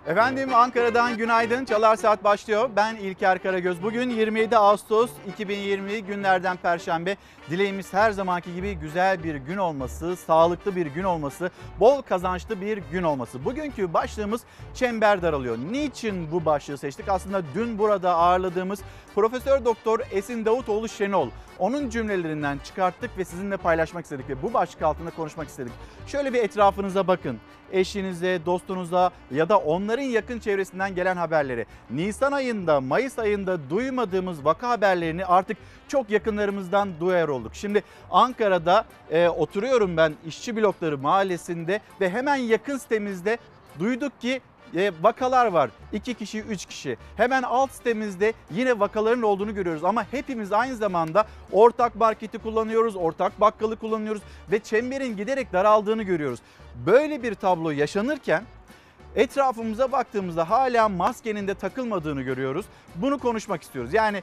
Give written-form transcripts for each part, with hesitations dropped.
Efendim Ankara'dan günaydın. Çalar Saat başlıyor. Ben İlker Karagöz. Bugün 27 Ağustos 2020 günlerden Perşembe. Dileğimiz her zamanki gibi güzel bir gün olması, sağlıklı bir gün olması, bol kazançlı bir gün olması. Bugünkü başlığımız çember daralıyor. Niçin bu başlığı seçtik? Aslında dün burada ağırladığımız Profesör Doktor Esin Davutoğlu Şenol. Onun cümlelerinden çıkarttık ve sizinle paylaşmak istedik ve bu başlık altında konuşmak istedik. Şöyle bir etrafınıza bakın. Eşinize, dostunuza ya da onların yakın çevresinden gelen haberleri. Nisan ayında, Mayıs ayında duymadığımız vaka haberlerini artık çok yakınlarımızdan duyar olduk. Şimdi Ankara'da oturuyorum ben İşçi Blokları Mahallesi'nde ve hemen yakın sitemizde duyduk ki vakalar var. 2 kişi, 3 kişi. Hemen alt sitemizde yine vakaların olduğunu görüyoruz. Ama hepimiz aynı zamanda ortak marketi kullanıyoruz, ortak bakkalı kullanıyoruz ve çemberin giderek daraldığını görüyoruz. Böyle bir tablo yaşanırken etrafımıza baktığımızda hala maskenin de takılmadığını görüyoruz. Bunu konuşmak istiyoruz. Yani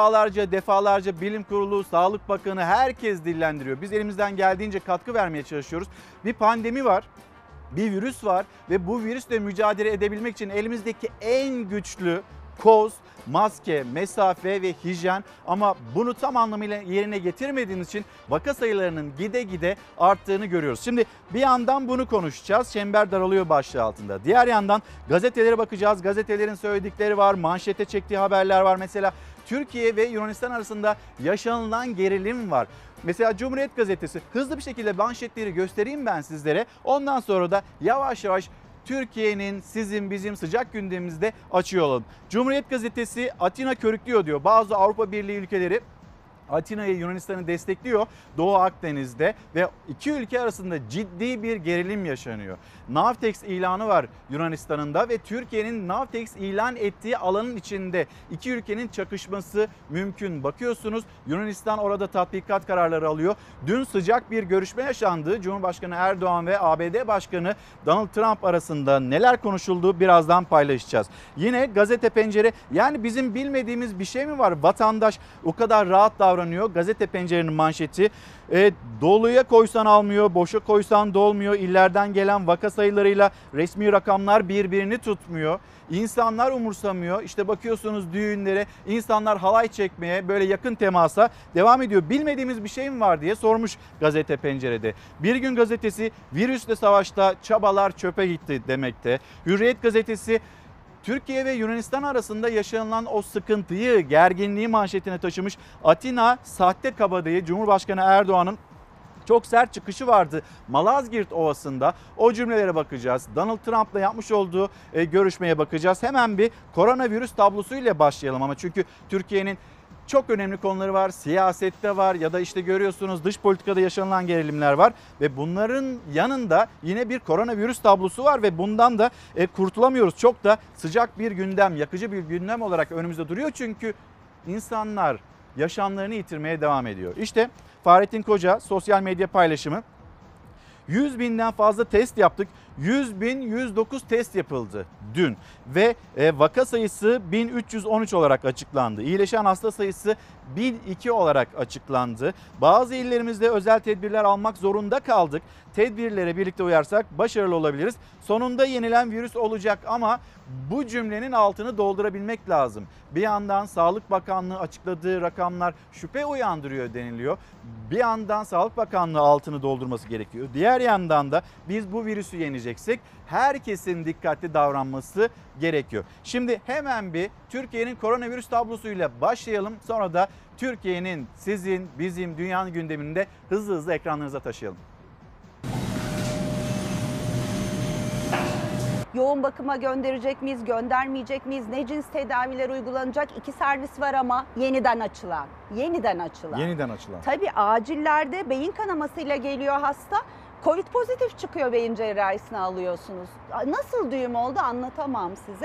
defalarca Bilim Kurulu, Sağlık Bakanı herkes dillendiriyor. Biz elimizden geldiğince katkı vermeye çalışıyoruz. Bir pandemi var. Bir virüs var ve bu virüsle mücadele edebilmek için elimizdeki en güçlü koz, maske, mesafe ve hijyen, ama bunu tam anlamıyla yerine getirmediğimiz için vaka sayılarının gide arttığını görüyoruz. Şimdi bir yandan bunu konuşacağız. Çember daralıyor başlığı altında. Diğer yandan gazetelere bakacağız. Gazetelerin söyledikleri var, manşete çektiği haberler var. Mesela Türkiye ve Yunanistan arasında yaşanılan gerilim var. Mesela Cumhuriyet Gazetesi, hızlı bir şekilde manşetleri göstereyim ben sizlere. Ondan sonra da yavaş yavaş Türkiye'nin, sizin, bizim sıcak gündemimizde açıyor olalım. Cumhuriyet Gazetesi Atina körüklüyor diyor. Bazı Avrupa Birliği ülkeleri Atina'yı, Yunanistan'ı destekliyor Doğu Akdeniz'de ve iki ülke arasında ciddi bir gerilim yaşanıyor. Navtex ilanı var Yunanistan'ın da ve Türkiye'nin Navtex ilan ettiği alanın içinde iki ülkenin çakışması mümkün. Bakıyorsunuz Yunanistan orada tatbikat kararları alıyor. Dün sıcak bir görüşme yaşandı. Cumhurbaşkanı Erdoğan ve ABD Başkanı Donald Trump arasında neler konuşulduğu birazdan paylaşacağız. Yine Gazete Pencere, yani bizim bilmediğimiz bir şey mi var? Vatandaş o kadar rahat davranıyor. Gazete Pencere'nin manşeti, doluya koysan almıyor, boşa koysan dolmuyor. İllerden gelen vaka sayılarıyla resmi rakamlar birbirini tutmuyor. İnsanlar umursamıyor. İşte bakıyorsunuz düğünlere, insanlar halay çekmeye, böyle yakın temasa devam ediyor. Bilmediğimiz bir şey mi var diye sormuş Gazete Pencere'de. Bir Gün Gazetesi, virüsle savaşta çabalar çöpe gitti demekte. Hürriyet Gazetesi, Türkiye ve Yunanistan arasında yaşanılan o sıkıntıyı, gerginliği manşetine taşımış. Atina sahte kabadayı, Cumhurbaşkanı Erdoğan'ın çok sert çıkışı vardı Malazgirt Ovası'nda. O cümlelere bakacağız. Donald Trump'la yapmış olduğu görüşmeye bakacağız. Hemen bir koronavirüs tablosuyla başlayalım ama çünkü Türkiye'nin çok önemli konuları var. Siyasette var ya da işte görüyorsunuz dış politikada yaşanılan gerilimler var. Ve bunların yanında yine bir koronavirüs tablosu var ve bundan da kurtulamıyoruz. Çok da sıcak bir gündem, yakıcı bir gündem olarak önümüzde duruyor. Çünkü insanlar yaşamlarını yitirmeye devam ediyor. İşte Fahrettin Koca sosyal medya paylaşımı. 100 binden fazla test yaptık. 100.109 test yapıldı dün ve vaka sayısı 1313 olarak açıklandı. İyileşen hasta sayısı 1002 olarak açıklandı. Bazı illerimizde özel tedbirler almak zorunda kaldık. Tedbirlere birlikte uyarsak başarılı olabiliriz. Sonunda yenilen virüs olacak ama bu cümlenin altını doldurabilmek lazım. Bir yandan Sağlık Bakanlığı açıkladığı rakamlar şüphe uyandırıyor deniliyor. Bir yandan Sağlık Bakanlığı altını doldurması gerekiyor. Diğer yandan da biz bu virüsü yeneceksek herkesin dikkatli davranması gerekiyor. Şimdi hemen bir Türkiye'nin koronavirüs tablosuyla başlayalım. Sonra da Türkiye'nin, sizin, bizim, dünyanın gündeminde hızlı ekranlarınıza taşıyalım. Yoğun bakıma gönderecek miyiz, göndermeyecek miyiz? Ne cins tedaviler uygulanacak? 2 servis var ama yeniden açılan. Yeniden açılan. Tabii acillerde beyin kanamasıyla geliyor hasta. Covid pozitif çıkıyor, beyin cerrahisine alıyorsunuz. Nasıl düğüm oldu anlatamam size.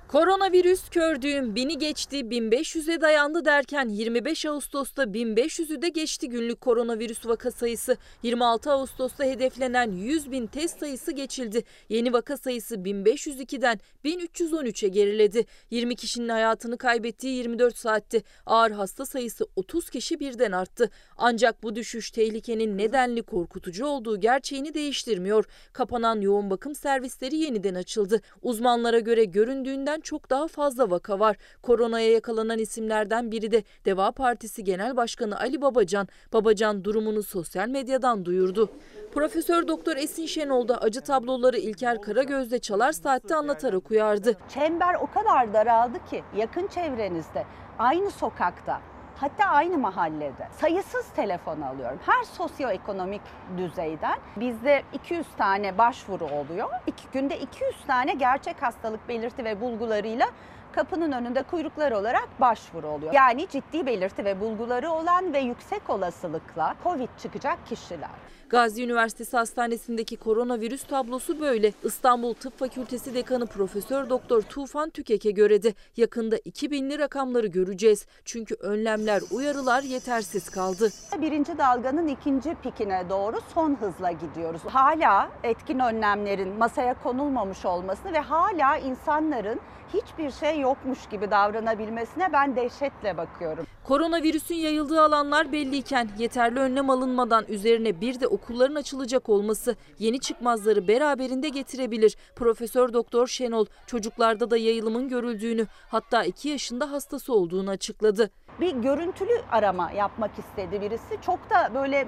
Koronavirüs kördüğüm 1000'i geçti, 1500'e dayandı derken 25 Ağustos'ta 1500'ü de geçti günlük koronavirüs vaka sayısı. 26 Ağustos'ta hedeflenen 100.000 test sayısı geçildi. Yeni vaka sayısı 1502'den 1313'e geriledi. 20 kişinin hayatını kaybettiği 24 saatti. Ağır hasta sayısı 30 kişi birden arttı. Ancak bu düşüş tehlikenin nedenli korkutucu olduğu gerçeğini değiştirmiyor. Kapanan yoğun bakım servisleri yeniden açıldı. Uzmanlara göre göründüğünden çok daha fazla vaka var. Koronaya yakalanan isimlerden biri de Deva Partisi Genel Başkanı Ali Babacan. Babacan durumunu sosyal medyadan duyurdu. Profesör Doktor Esin Şenol da acı tabloları İlker Karagöz'de Çalar Saat'te anlatarak uyardı. Çember o kadar daraldı ki yakın çevrenizde, aynı sokakta, hatta aynı mahallede sayısız telefon alıyorum. Her sosyoekonomik düzeyden bizde 200 tane başvuru oluyor. Günde 200 tane gerçek hastalık belirti ve bulgularıyla kapının önünde kuyruklar olarak başvuru oluyor. Yani ciddi belirti ve bulguları olan ve yüksek olasılıkla Covid çıkacak kişiler. Gazi Üniversitesi Hastanesi'ndeki koronavirüs tablosu böyle. İstanbul Tıp Fakültesi Dekanı Profesör Doktor Tufan Tükek'e göre de yakında 2000'li rakamları göreceğiz. Çünkü önlemler, uyarılar yetersiz kaldı. Birinci dalganın ikinci pikine doğru son hızla gidiyoruz. Hala etkin önlemlerin masaya konulmamış olması ve hala insanların hiçbir şey yokmuş gibi davranabilmesine ben dehşetle bakıyorum. Koronavirüsün yayıldığı alanlar belliyken yeterli önlem alınmadan üzerine bir de okulların açılacak olması yeni çıkmazları beraberinde getirebilir. Profesör Doktor Şenol çocuklarda da yayılımın görüldüğünü, hatta 2 yaşında hastası olduğunu açıkladı. Bir görüntülü arama yapmak istedi birisi. Çok da böyle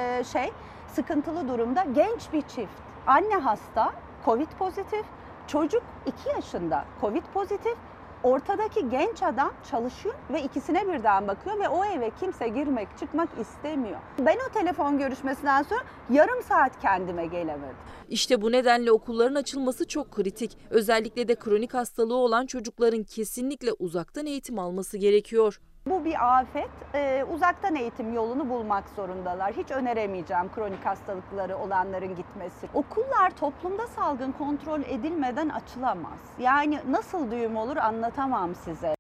sıkıntılı durumda genç bir çift. Anne hasta, Covid pozitif. Çocuk 2 yaşında Covid pozitif, ortadaki genç adam çalışıyor ve ikisine birden bakıyor ve o eve kimse girmek, çıkmak istemiyor. Ben o telefon görüşmesinden sonra yarım saat kendime gelemedim. İşte bu nedenle okulların açılması çok kritik. Özellikle de kronik hastalığı olan çocukların kesinlikle uzaktan eğitim alması gerekiyor. Bu bir afet. Uzaktan eğitim yolunu bulmak zorundalar. Hiç öneremeyeceğim kronik hastalıkları olanların gitmesi. Okullar toplumda salgın kontrol edilmeden açılamaz. Yani nasıl düğüm olur anlatamam size.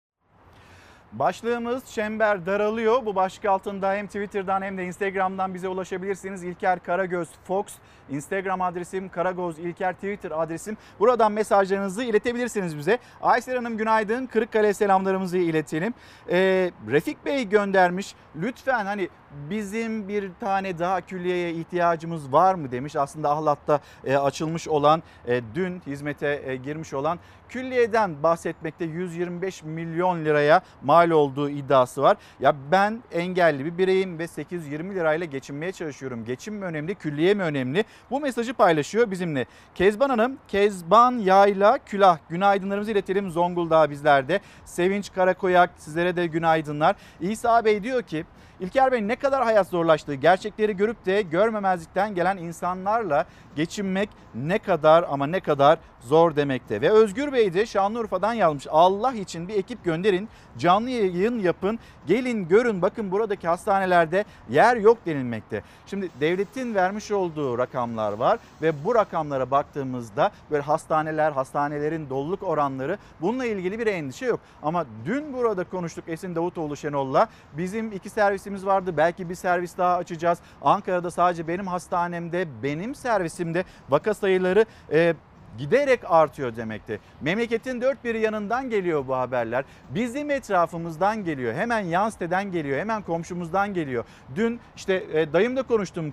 Başlığımız çember daralıyor. Bu başlık altında hem Twitter'dan hem de Instagram'dan bize ulaşabilirsiniz. İlker Karagöz Fox Instagram adresim, Karagöz İlker Twitter adresim. Buradan mesajlarınızı iletebilirsiniz bize. Aysel Hanım günaydın. Kırıkkale selamlarımızı iletelim. Refik Bey göndermiş. Lütfen hani bizim bir tane daha külliyeye ihtiyacımız var mı demiş. Aslında Ahlat'ta açılmış olan, dün hizmete girmiş olan külliyeden bahsetmekte, 125 milyon liraya mal olduğu iddiası var. Ya ben engelli bir bireyim ve 820 lirayla geçinmeye çalışıyorum. Geçim mi önemli, külliye mi önemli? Bu mesajı paylaşıyor bizimle. Kezban Hanım, Kezban Yayla Külah günaydınlarımızı iletelim Zonguldak'a bizlerde. Sevinç Karakoyak sizlere de günaydınlar. İsa Bey diyor ki, İlker Bey ne kadar hayat zorlaştı. Gerçekleri görüp de görmemezlikten gelen insanlarla geçinmek ne kadar ama ne kadar zor demekte. Ve Özgür Bey de Şanlıurfa'dan yazmış. Allah için bir ekip gönderin, canlı yayın yapın, gelin görün, bakın buradaki hastanelerde yer yok denilmekte. Şimdi devletin vermiş olduğu rakamlar var ve bu rakamlara baktığımızda böyle hastanelerin doluluk oranları, bununla ilgili bir endişe yok. Ama dün burada konuştuk Esin Davutoğlu Şenol'la. Bizim 2 servisimiz vardı, belki bir servis daha açacağız. Ankara'da sadece benim hastanemde, benim servisimde vaka sayıları giderek artıyor demekti. Memleketin dört bir yanından geliyor bu haberler. Bizim etrafımızdan geliyor. Hemen yan siteden geliyor. Hemen komşumuzdan geliyor. Dün işte dayımla konuştum.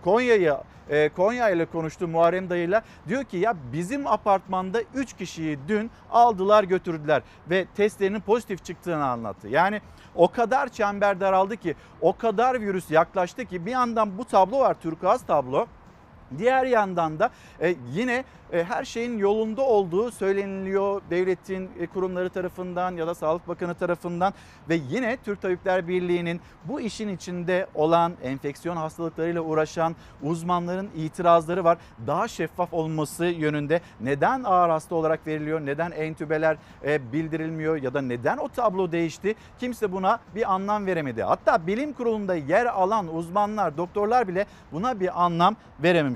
Konya ile konuştum Muharrem dayıyla. Diyor ki ya bizim apartmanda 3 kişiyi dün aldılar götürdüler ve testlerinin pozitif çıktığını anlattı. Yani o kadar çember daraldı ki, o kadar virüs yaklaştı ki bir yandan bu tablo var, turkuaz tablo. Diğer yandan da yine her şeyin yolunda olduğu söyleniliyor devletin kurumları tarafından ya da Sağlık Bakanı tarafından ve yine Türk Tabipler Birliği'nin bu işin içinde olan, enfeksiyon hastalıklarıyla uğraşan uzmanların itirazları var. Daha şeffaf olması yönünde, neden ağır hasta olarak veriliyor, neden entübeler bildirilmiyor ya da neden o tablo değişti, kimse buna bir anlam veremedi. Hatta bilim kurulunda yer alan uzmanlar, doktorlar bile buna bir anlam verememişler.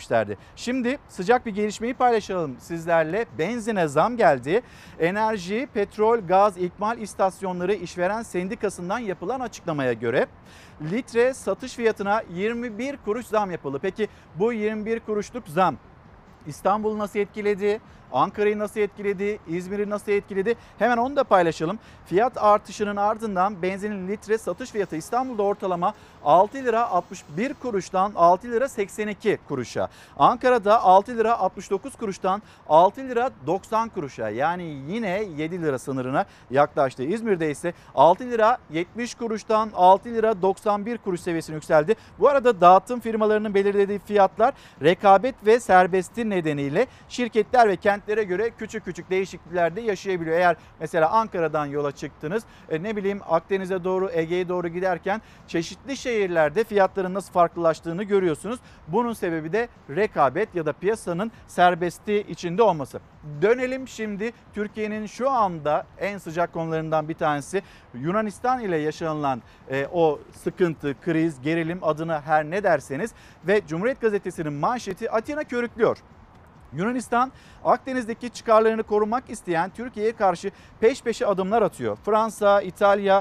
vermişlerdi. Şimdi sıcak bir gelişmeyi paylaşalım sizlerle. Benzine zam geldi. Enerji, Petrol, Gaz İkmal İstasyonları İşveren Sendikası'ndan yapılan açıklamaya göre litre satış fiyatına 21 kuruş zam yapıldı. Peki bu 21 kuruşluk zam İstanbul'u nasıl etkiledi? Ankara'yı nasıl etkiledi? İzmir'i nasıl etkiledi? Hemen onu da paylaşalım. Fiyat artışının ardından benzinin litre satış fiyatı İstanbul'da ortalama 6 lira 61 kuruştan 6 lira 82 kuruşa. Ankara'da 6 lira 69 kuruştan 6 lira 90 kuruşa. Yani yine 7 lira sınırına yaklaştı. İzmir'de ise 6 lira 70 kuruştan 6 lira 91 kuruş seviyesine yükseldi. Bu arada dağıtım firmalarının belirlediği fiyatlar rekabet ve serbestliği nedeniyle şirketler ve kentlere göre küçük küçük değişiklikler de yaşayabiliyor. Eğer mesela Ankara'dan yola çıktınız, Akdeniz'e doğru, Ege'ye doğru giderken çeşitli şehirlerde fiyatların nasıl farklılaştığını görüyorsunuz. Bunun sebebi de rekabet ya da piyasanın serbestliği içinde olması. Dönelim şimdi Türkiye'nin şu anda en sıcak konularından bir tanesi Yunanistan ile yaşanılan o sıkıntı, kriz, gerilim adına her ne derseniz ve Cumhuriyet Gazetesi'nin manşeti Atina körüklüyor. Yunanistan Akdeniz'deki çıkarlarını korumak isteyen Türkiye'ye karşı peş peşe adımlar atıyor. Fransa, İtalya,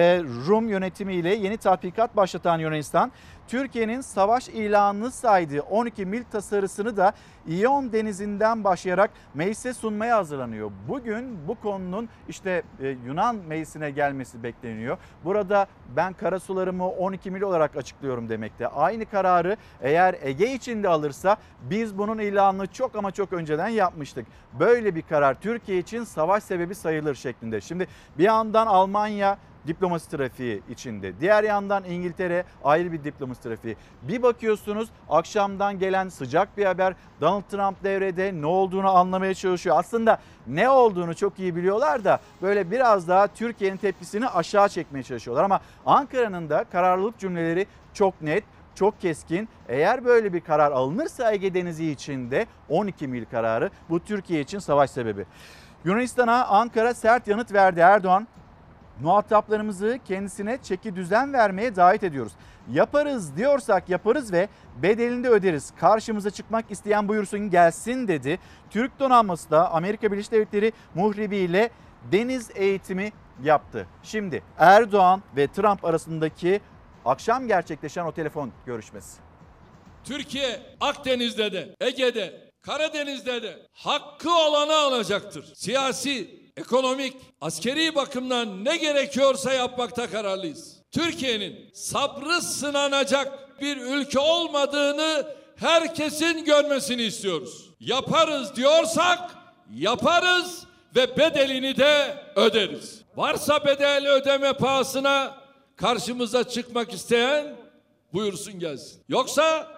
Rum yönetimiyle yeni tatbikat başlatan Yunanistan, Türkiye'nin savaş ilanını saydığı 12 mil tasarısını da İyon Denizi'nden başlayarak meclise sunmaya hazırlanıyor. Bugün bu konunun Yunan meclisine gelmesi bekleniyor. Burada ben karasularımı 12 mil olarak açıklıyorum demekte. Aynı kararı eğer Ege içinde alırsa biz bunun ilanını çok ama çok önceden yapmıştık. Böyle bir karar Türkiye için savaş sebebi sayılır şeklinde. Şimdi bir yandan Almanya diplomasi trafiği içinde. Diğer yandan İngiltere ayrı bir diplomasi trafiği. Bir bakıyorsunuz akşamdan gelen sıcak bir haber. Donald Trump devrede, ne olduğunu anlamaya çalışıyor. Aslında ne olduğunu çok iyi biliyorlar da böyle biraz daha Türkiye'nin tepkisini aşağı çekmeye çalışıyorlar. Ama Ankara'nın da kararlılık cümleleri çok net, çok keskin. Eğer böyle bir karar alınırsa Ege Denizi içinde 12 mil kararı, bu Türkiye için savaş sebebi. Yunanistan'a Ankara sert yanıt verdi. Erdoğan, muhataplarımızı kendisine çeki düzen vermeye davet ediyoruz. Yaparız diyorsak yaparız ve bedelini de öderiz. Karşımıza çıkmak isteyen buyursun gelsin dedi. Türk donanması da Amerika Birleşik Devletleri muhribiyle deniz eğitimi yaptı. Şimdi Erdoğan ve Trump arasındaki akşam gerçekleşen o telefon görüşmesi. Türkiye Akdeniz'de de, Ege'de, Karadeniz'de de hakkı olanı alacaktır. Siyasi, ekonomik, askeri bakımdan ne gerekiyorsa yapmakta kararlıyız. Türkiye'nin sabrı sınanacak bir ülke olmadığını herkesin görmesini istiyoruz. Yaparız diyorsak yaparız ve bedelini de öderiz. Varsa bedel ödeme pahasına karşımıza çıkmak isteyen buyursun gelsin. Yoksa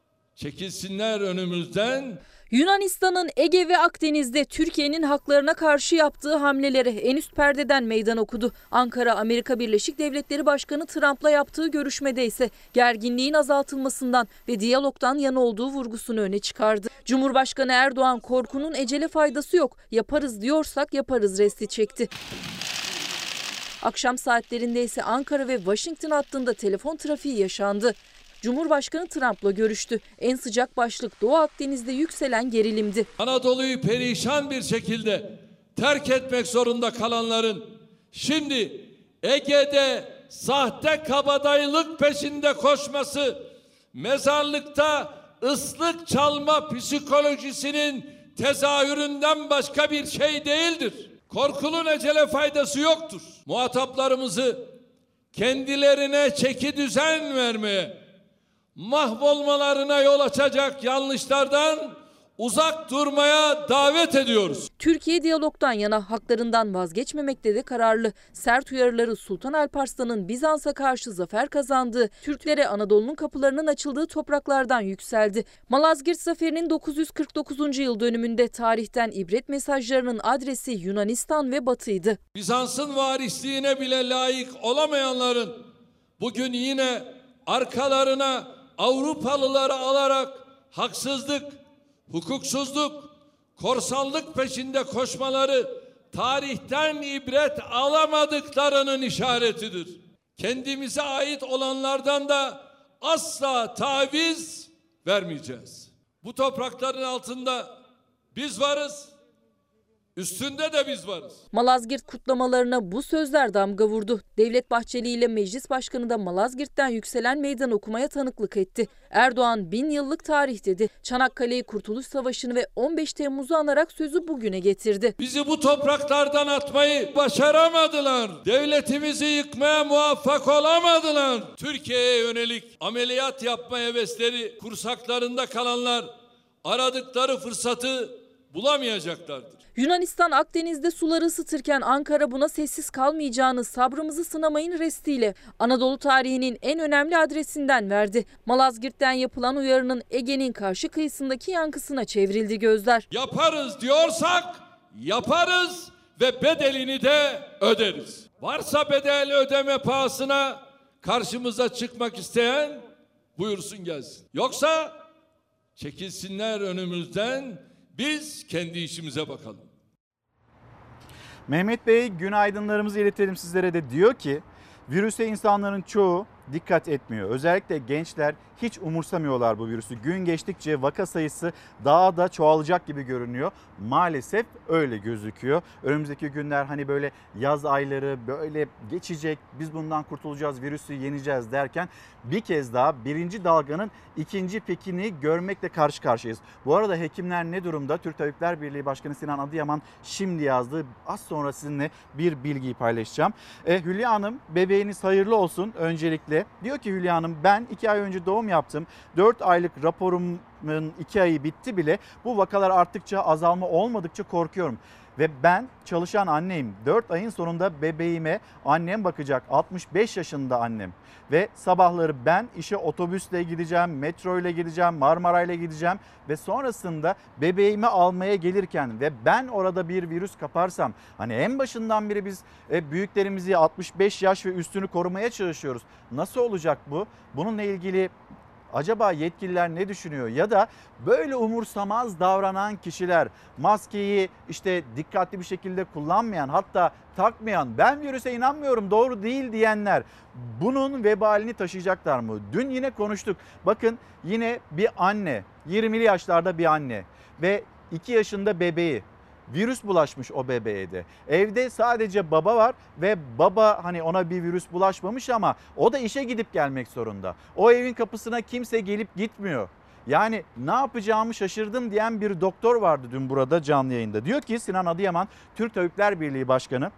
çekilsinler önümüzden. Yunanistan'ın Ege ve Akdeniz'de Türkiye'nin haklarına karşı yaptığı hamleleri en üst perdeden meydan okudu. Ankara, Amerika Birleşik Devletleri Başkanı Trump'la yaptığı görüşmede ise gerginliğin azaltılmasından ve diyalogdan yana olduğu vurgusunu öne çıkardı. Cumhurbaşkanı Erdoğan, korkunun ecele faydası yok, yaparız diyorsak yaparız resti çekti. Akşam saatlerinde ise Ankara ve Washington hattında telefon trafiği yaşandı. Cumhurbaşkanı Trump'la görüştü. En sıcak başlık Doğu Akdeniz'de yükselen gerilimdi. Anadolu'yu perişan bir şekilde terk etmek zorunda kalanların şimdi Ege'de sahte kabadayılık peşinde koşması, mezarlıkta ıslık çalma psikolojisinin tezahüründen başka bir şey değildir. Korkunun ecele faydası yoktur. Muhataplarımızı kendilerine çeki düzen vermeye, mahvolmalarına yol açacak yanlışlardan uzak durmaya davet ediyoruz. Türkiye diyalogdan yana, haklarından vazgeçmemekte de kararlı. Sert uyarıları Sultan Alparslan'ın Bizans'a karşı zafer kazandığı, Türklere Anadolu'nun kapılarının açıldığı topraklardan yükseldi. Malazgirt Zaferi'nin 949. yıl dönümünde tarihten ibret mesajlarının adresi Yunanistan ve Batı'ydı. Bizans'ın varisliğine bile layık olamayanların bugün yine arkalarına Avrupalıları alarak haksızlık, hukuksuzluk, korsanlık peşinde koşmaları tarihten ibret alamadıklarının işaretidir. Kendimize ait olanlardan da asla taviz vermeyeceğiz. Bu toprakların altında biz varız. Üstünde de biz varız. Malazgirt kutlamalarına bu sözler damga vurdu. Devlet Bahçeli ile Meclis Başkanı da Malazgirt'ten yükselen meydan okumaya tanıklık etti. Erdoğan 1000 yıllık tarih dedi. Çanakkale'yi, Kurtuluş Savaşı'nı ve 15 Temmuz'u anarak sözü bugüne getirdi. Bizi bu topraklardan atmayı başaramadılar. Devletimizi yıkmaya muvaffak olamadılar. Türkiye'ye yönelik ameliyat yapma hevesleri kursaklarında kalanlar aradıkları fırsatı bulamayacaklardır. Yunanistan Akdeniz'de suları ısıtırken Ankara buna sessiz kalmayacağını, sabrımızı sınamayın restiyle Anadolu tarihinin en önemli adresinden verdi. Malazgirt'ten yapılan uyarının Ege'nin karşı kıyısındaki yankısına çevrildi gözler. Yaparız diyorsak yaparız ve bedelini de öderiz. Varsa bedel ödeme pahasına karşımıza çıkmak isteyen buyursun gelsin. Yoksa çekilsinler önümüzden. Biz kendi işimize bakalım. Mehmet Bey günaydınlarımızı iletelim sizlere de, diyor ki virüse insanların çoğu dikkat etmiyor. Özellikle gençler hiç umursamıyorlar bu virüsü. Gün geçtikçe vaka sayısı daha da çoğalacak gibi görünüyor. Maalesef öyle gözüküyor. Önümüzdeki günler hani böyle yaz ayları böyle geçecek. Biz bundan kurtulacağız, virüsü yeneceğiz derken bir kez daha birinci dalganın ikinci pikini görmekle karşı karşıyayız. Bu arada hekimler ne durumda? Türk Tabipler Birliği Başkanı Sinan Adıyaman şimdi yazdı. Az sonra sizinle bir bilgiyi paylaşacağım. Hülya Hanım, bebeğiniz hayırlı olsun öncelikle. Diyor ki Hülya Hanım, ben 2 ay önce doğum yaptım. 4 aylık raporumun 2 ayı bitti bile. Bu vakalar arttıkça, azalma olmadıkça korkuyorum. Ve ben çalışan anneyim. 4 ayın sonunda bebeğime annem bakacak. 65 yaşında annem. Ve sabahları ben işe otobüsle gideceğim, metro ile gideceğim, Marmara ile gideceğim. Ve sonrasında bebeğimi almaya gelirken ve ben orada bir virüs kaparsam, hani en başından beri biz büyüklerimizi 65 yaş ve üstünü korumaya çalışıyoruz. Nasıl olacak bu? Bununla ilgili acaba yetkililer ne düşünüyor? Ya da böyle umursamaz davranan kişiler, maskeyi işte dikkatli bir şekilde kullanmayan, hatta takmayan, ben virüse inanmıyorum, doğru değil diyenler bunun vebalini taşıyacaklar mı? Dün yine konuştuk. Bakın yine bir anne, 20'li yaşlarda bir anne ve 2 yaşında bebeği. Virüs bulaşmış o bebeğe de. Evde sadece baba var ve baba hani ona bir virüs bulaşmamış ama o da işe gidip gelmek zorunda. O evin kapısına kimse gelip gitmiyor. Yani ne yapacağımı şaşırdım diyen bir doktor vardı dün burada canlı yayında. Diyor ki Sinan Adıyaman, Türk Tabipler Birliği Başkanı,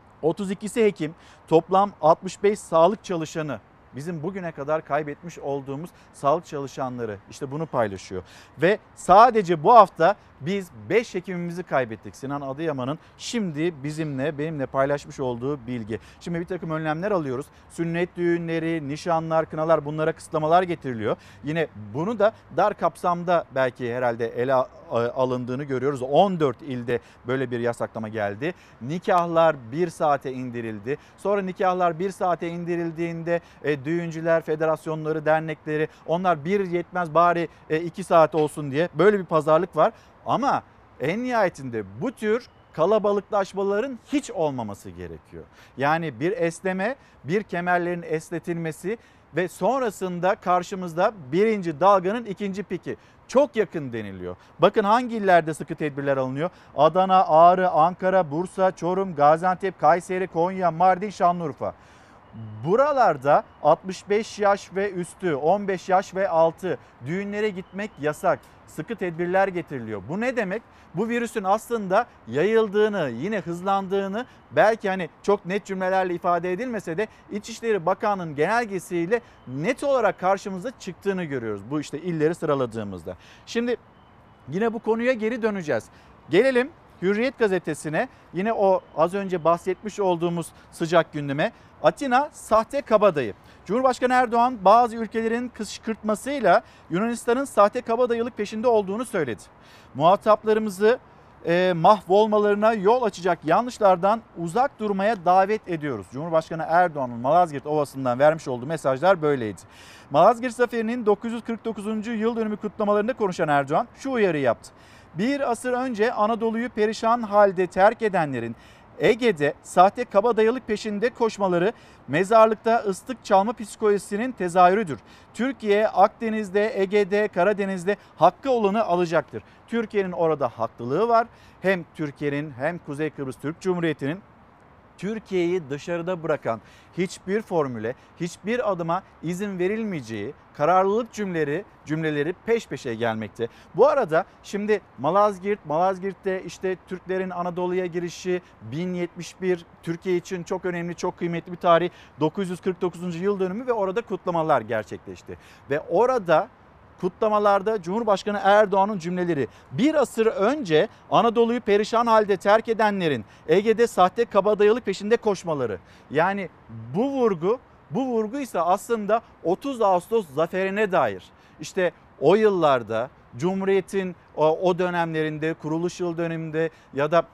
32'si hekim, toplam 65 sağlık çalışanı, bizim bugüne kadar kaybetmiş olduğumuz sağlık çalışanları, işte bunu paylaşıyor. Ve sadece bu hafta biz 5 hekimimizi kaybettik. Sinan Adıyaman'ın şimdi benimle paylaşmış olduğu bilgi. Şimdi bir takım önlemler alıyoruz. Sünnet düğünleri, nişanlar, kınalar, bunlara kısıtlamalar getiriliyor. Yine bunu da dar kapsamda belki herhalde ele alındığını görüyoruz. 14 ilde böyle bir yasaklama geldi. Nikahlar 1 saate indirildi. Sonra nikahlar 1 saate indirildiğinde düğüncüler, federasyonları, dernekleri, onlar bir yetmez bari 2 saat olsun diye böyle bir pazarlık var. Ama en nihayetinde bu tür kalabalıklaşmaların hiç olmaması gerekiyor. Yani bir esneme, bir kemerlerin esnetilmesi ve sonrasında karşımızda birinci dalganın ikinci piki. Çok yakın deniliyor. Bakın hangi illerde sıkı tedbirler alınıyor? Adana, Ağrı, Ankara, Bursa, Çorum, Gaziantep, Kayseri, Konya, Mardin, Şanlıurfa. Buralarda 65 yaş ve üstü, 15 yaş ve altı düğünlere gitmek yasak. Sıkı tedbirler getiriliyor. Bu ne demek? Bu virüsün aslında yayıldığını, yine hızlandığını belki hani çok net cümlelerle ifade edilmese de İçişleri Bakanlığı'nın genelgesiyle net olarak karşımıza çıktığını görüyoruz. Bu işte illeri sıraladığımızda. Şimdi yine bu konuya geri döneceğiz. Gelelim Hürriyet gazetesine, yine o az önce bahsetmiş olduğumuz sıcak gündeme. Atina sahte kabadayı. Cumhurbaşkanı Erdoğan bazı ülkelerin kışkırtmasıyla Yunanistan'ın sahte kabadayılık peşinde olduğunu söyledi. Muhataplarımızı mahvolmalarına yol açacak yanlışlardan uzak durmaya davet ediyoruz. Cumhurbaşkanı Erdoğan'ın Malazgirt Ovası'ndan vermiş olduğu mesajlar böyleydi. Malazgirt Zaferi'nin 949. yıl dönümü kutlamalarında konuşan Erdoğan şu uyarı yaptı. Bir asır önce Anadolu'yu perişan halde terk edenlerin Ege'de sahte kabadayılık peşinde koşmaları mezarlıkta ıslık çalma psikolojisinin tezahürüdür. Türkiye Akdeniz'de, Ege'de, Karadeniz'de hakkı olanı alacaktır. Türkiye'nin orada haklılığı var. Hem Türkiye'nin hem Kuzey Kıbrıs Türk Cumhuriyeti'nin Türkiye'yi dışarıda bırakan hiçbir formüle, hiçbir adıma izin verilmeyeceği kararlılık cümleleri peş peşe gelmekte. Bu arada şimdi Malazgirt'te işte Türklerin Anadolu'ya girişi 1071 Türkiye için çok önemli, çok kıymetli bir tarih. 949. yıl dönümü ve orada kutlamalar gerçekleşti. Ve orada kutlamalarda Cumhurbaşkanı Erdoğan'ın cümleleri, bir asır önce Anadolu'yu perişan halde terk edenlerin Ege'de sahte kabadayılık peşinde koşmaları. Yani bu vurgu ise aslında 30 Ağustos zaferine dair. İşte o yıllarda Cumhuriyet'in o dönemlerinde, kuruluş yıl döneminde ya da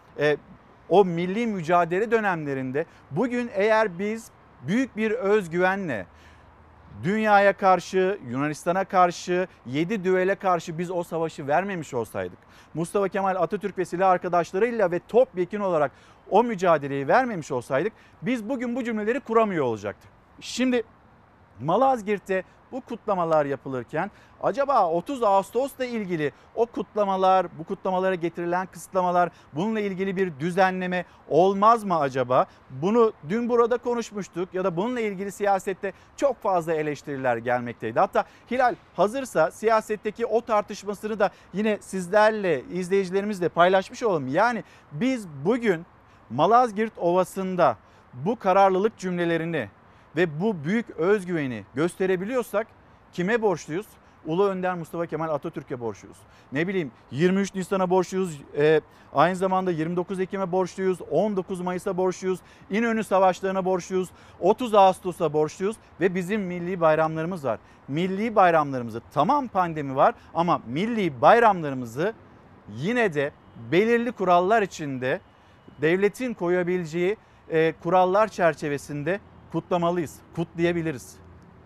o milli mücadele dönemlerinde bugün eğer biz büyük bir özgüvenle dünyaya karşı, Yunanistan'a karşı, 7 düvele karşı biz o savaşı vermemiş olsaydık, Mustafa Kemal Atatürk ve silah arkadaşlarıyla ve topyekün olarak o mücadeleyi vermemiş olsaydık biz bugün bu cümleleri kuramıyor olacaktık. Şimdi Malazgirt'te bu kutlamalar yapılırken acaba 30 Ağustos'la ilgili o kutlamalar, bu kutlamalara getirilen kısıtlamalar, bununla ilgili bir düzenleme olmaz mı acaba? Bunu dün burada konuşmuştuk ya da bununla ilgili siyasette çok fazla eleştiriler gelmekteydi. Hatta Hilal hazırsa siyasetteki o tartışmasını da yine sizlerle, izleyicilerimizle paylaşmış olalım. Yani biz bugün Malazgirt Ovası'nda bu kararlılık cümlelerini ve bu büyük özgüveni gösterebiliyorsak kime borçluyuz? Ulu Önder Mustafa Kemal Atatürk'e borçluyuz. Ne bileyim 23 Nisan'a borçluyuz, aynı zamanda 29 Ekim'e borçluyuz, 19 Mayıs'a borçluyuz, İnönü Savaşları'na borçluyuz, 30 Ağustos'a borçluyuz ve bizim milli bayramlarımız var. Milli bayramlarımızı, tamam pandemi var ama milli bayramlarımızı yine de belirli kurallar içinde, devletin koyabileceği kurallar çerçevesinde kutlamalıyız, kutlayabiliriz.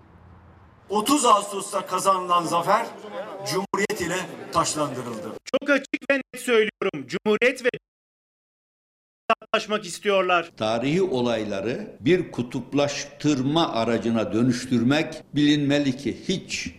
30 Ağustos'ta kazanılan zafer Cumhuriyet ile taçlandırıldı. Çok açık ve net söylüyorum. Cumhuriyet ve hesaplaşmak istiyorlar. Tarihi olayları bir kutuplaştırma aracına dönüştürmek bilinmeli ki hiç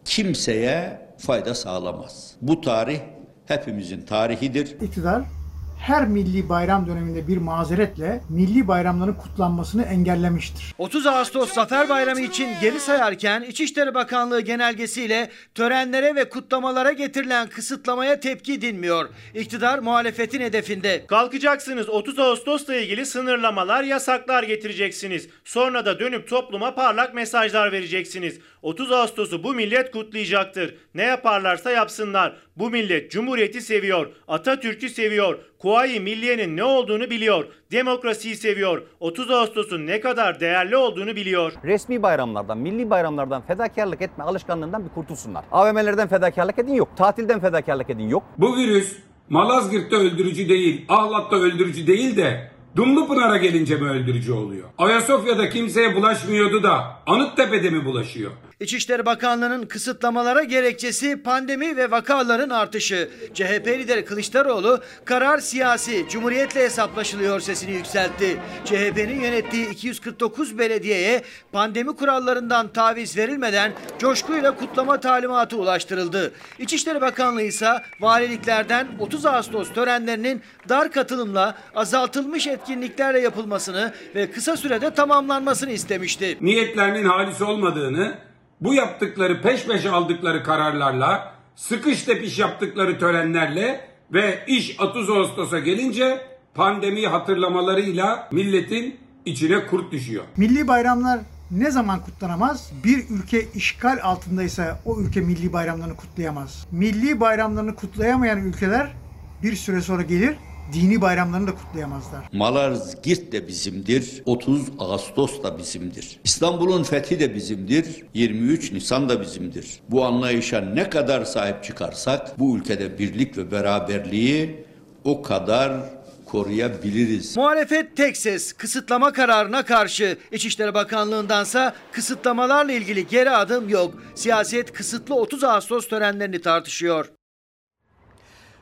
kimseye fayda sağlamaz. Bu tarih hepimizin tarihidir. İktidar her milli bayram döneminde bir mazeretle milli bayramların kutlanmasını engellemiştir. 30 Ağustos Zafer Bayramı için geri sayarken İçişleri Bakanlığı genelgesiyle törenlere ve kutlamalara getirilen kısıtlamaya tepki dinmiyor. İktidar muhalefetin hedefinde. Kalkacaksınız 30 Ağustos'la ilgili sınırlamalar, yasaklar getireceksiniz. Sonra da dönüp topluma parlak mesajlar vereceksiniz. 30 Ağustos'u bu millet kutlayacaktır. Ne yaparlarsa yapsınlar. Bu millet Cumhuriyeti seviyor, Atatürk'ü seviyor, Kuvayi Milliye'nin ne olduğunu biliyor, demokrasiyi seviyor, 30 Ağustos'un ne kadar değerli olduğunu biliyor. Resmi bayramlardan, milli bayramlardan fedakarlık etme alışkanlığından bir kurtulsunlar. AVM'lerden fedakarlık edin yok, tatilden fedakarlık edin yok. Bu virüs Malazgirt'te öldürücü değil, Ahlat'ta öldürücü değil de Dumlupınar'a gelince mi öldürücü oluyor? Ayasofya'da kimseye bulaşmıyordu da Anıttepe'de mi bulaşıyor? İçişleri Bakanlığı'nın kısıtlamalara gerekçesi pandemi ve vakaların artışı. CHP lideri Kılıçdaroğlu karar siyasi, Cumhuriyet'le hesaplaşılıyor sesini yükseltti. CHP'nin yönettiği 249 belediyeye pandemi kurallarından taviz verilmeden coşkuyla kutlama talimatı ulaştırıldı. İçişleri Bakanlığı ise valiliklerden 30 Ağustos törenlerinin dar katılımla azaltılmış etkinliklerle yapılmasını ve kısa sürede tamamlanmasını istemişti. Niyetlerinin halis olmadığını, bu yaptıkları peş peşe aldıkları kararlarla, sıkış tepiş yaptıkları törenlerle ve iş 30 Ağustos'a gelince pandemiyi hatırlamalarıyla milletin içine kurt düşüyor. Milli bayramlar ne zaman kutlanamaz? Bir ülke işgal altındaysa o ülke milli bayramlarını kutlayamaz. Milli bayramlarını kutlayamayan ülkeler bir süre sonra gelir, dini bayramlarını da kutlayamazlar. Malazgirt de bizimdir, 30 Ağustos da bizimdir. İstanbul'un fethi de bizimdir, 23 Nisan da bizimdir. Bu anlayışa ne kadar sahip çıkarsak bu ülkede birlik ve beraberliği o kadar koruyabiliriz. Muhalefet tek ses kısıtlama kararına karşı. İçişleri Bakanlığı'ndansa kısıtlamalarla ilgili geri adım yok. Siyaset kısıtlı 30 Ağustos törenlerini tartışıyor.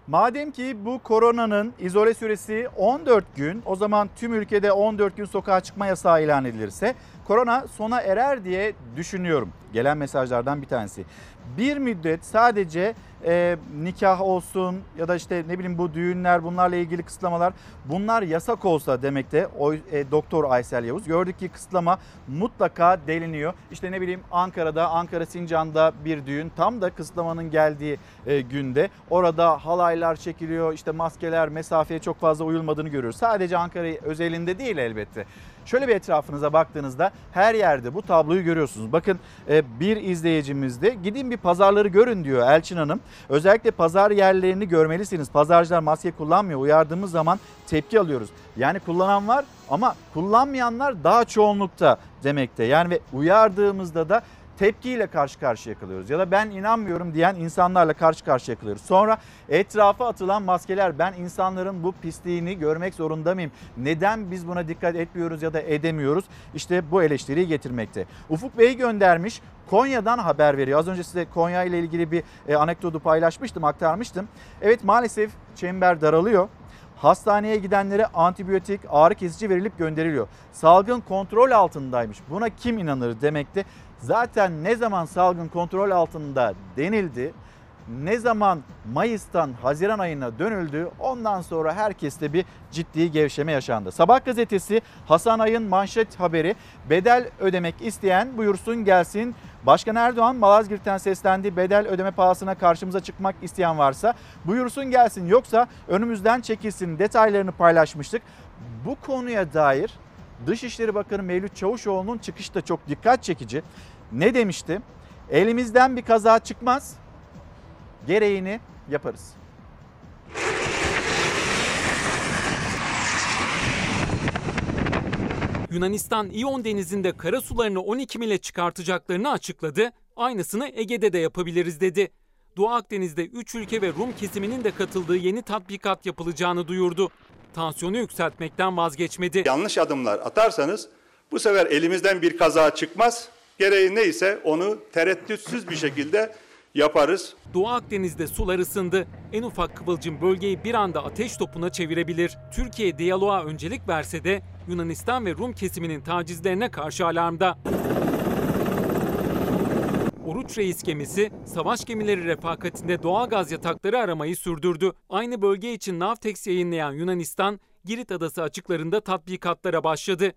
Madem ki bu koronanın izole süresi 14 gün, o zaman tüm ülkede 14 gün sokağa çıkma yasağı ilan edilirse korona sona erer diye düşünüyorum. Gelen mesajlardan bir tanesi. Bir müddet sadece nikah olsun ya da işte ne bileyim bu düğünler, bunlarla ilgili kısıtlamalar, bunlar yasak olsa demekte Doktor Aysel Yavuz. Gördük ki kısıtlama mutlaka deliniyor. İşte ne bileyim Ankara'da, Ankara Sincan'da bir düğün tam da kısıtlamanın geldiği günde. Orada halaylar çekiliyor, işte maskeler, mesafeye çok fazla uyulmadığını görüyoruz. Sadece Ankara özelinde değil elbette. Şöyle bir etrafınıza baktığınızda her yerde bu tabloyu görüyorsunuz. Bakın bir izleyicimiz de gidin bir pazarları görün diyor Elçin Hanım. Özellikle pazar yerlerini görmelisiniz. Pazarcılar maske kullanmıyor. Uyardığımız zaman tepki alıyoruz. Yani kullanan var ama kullanmayanlar daha çoğunlukta demekte. Yani ve uyardığımızda da tepkiyle karşı karşıya kalıyoruz. Ya da ben inanmıyorum diyen insanlarla karşı karşıya kalıyoruz. Sonra etrafa atılan maskeler. Ben insanların bu pisliğini görmek zorunda mıyım? Neden biz buna dikkat etmiyoruz ya da edemiyoruz? İşte bu eleştiriyi getirmekte. Ufuk Bey göndermiş. Konya'dan haber veriyor. Az önce size Konya ile ilgili bir anekdotu paylaşmıştım, aktarmıştım. Evet, maalesef çember daralıyor. Hastaneye gidenlere antibiyotik, ağrı kesici verilip gönderiliyor. Salgın kontrol altındaymış. Buna kim inanır demekte. Zaten ne zaman salgın kontrol altında denildi, ne zaman Mayıs'tan Haziran ayına dönüldü, ondan sonra herkeste bir ciddi gevşeme yaşandı. Sabah gazetesi Hasan Ay'ın manşet haberi, bedel ödemek isteyen buyursun gelsin. Başkan Erdoğan Malazgirt'ten seslendi. Bedel ödeme pahasına karşımıza çıkmak isteyen varsa buyursun gelsin, yoksa önümüzden çekilsin detaylarını paylaşmıştık. Bu konuya dair Dışişleri Bakanı Mevlüt Çavuşoğlu'nun çıkışı da çok dikkat çekici. Ne demişti? Elimizden bir kaza çıkmaz, gereğini yaparız. Yunanistan İyon Denizi'nde karasularını 12 mile çıkartacaklarını açıkladı. Aynısını Ege'de de yapabiliriz dedi. Doğu Akdeniz'de 3 ülke ve Rum kesiminin de katıldığı yeni tatbikat yapılacağını duyurdu. Tansiyonu yükseltmekten vazgeçmedi. Yanlış adımlar atarsanız bu sefer elimizden bir kaza çıkmaz. Gereği neyse onu tereddütsüz bir şekilde yaparız. Doğu Akdeniz'de sular ısındı. En ufak kıvılcım bölgeyi bir anda ateş topuna çevirebilir. Türkiye diyaloğa öncelik verse de Yunanistan ve Rum kesiminin tacizlerine karşı alarmda. Oruç Reis gemisi savaş gemileri refakatinde doğalgaz yatakları aramayı sürdürdü. Aynı bölge için Navtex yayınlayan Yunanistan, Girit Adası açıklarında tatbikatlara başladı.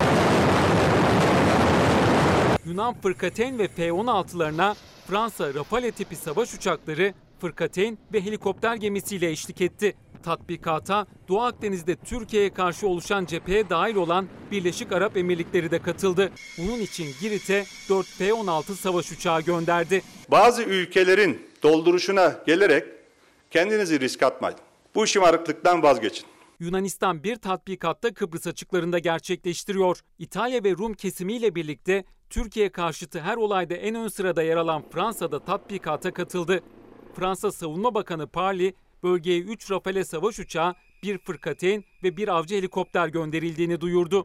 Yunan Fırkateyn ve F-16'larına Fransa Rafale tipi savaş uçakları, Fırkateyn ve helikopter gemisiyle eşlik etti. Tatbikata Doğu Akdeniz'de Türkiye'ye karşı oluşan cepheye dahil olan Birleşik Arap Emirlikleri de katıldı. Bunun için Girit'e 4 F-16 savaş uçağı gönderdi. Bazı ülkelerin dolduruşuna gelerek kendinizi risk atmayın. Bu şımarıklıktan vazgeçin. Yunanistan bir tatbikatta Kıbrıs açıklarında gerçekleştiriyor. İtalya ve Rum kesimiyle birlikte Türkiye karşıtı her olayda en ön sırada yer alan Fransa'da tatbikata katıldı. Fransa Savunma Bakanı Parly, bölgeye 3 Rafale savaş uçağı, 1 Fırkateyn ve 1 avcı helikopter gönderildiğini duyurdu.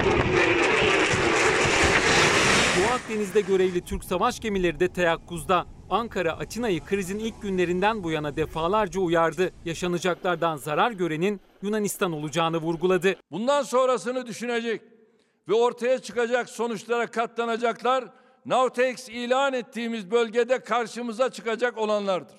Doğu Akdeniz'de görevli Türk savaş gemileri de teyakkuzda. Ankara, Atina'yı krizin ilk günlerinden bu yana defalarca uyardı. Yaşanacaklardan zarar görenin Yunanistan olacağını vurguladı. Bundan sonrasını düşünecek ve ortaya çıkacak sonuçlara katlanacaklar, Navtex ilan ettiğimiz bölgede karşımıza çıkacak olanlardır.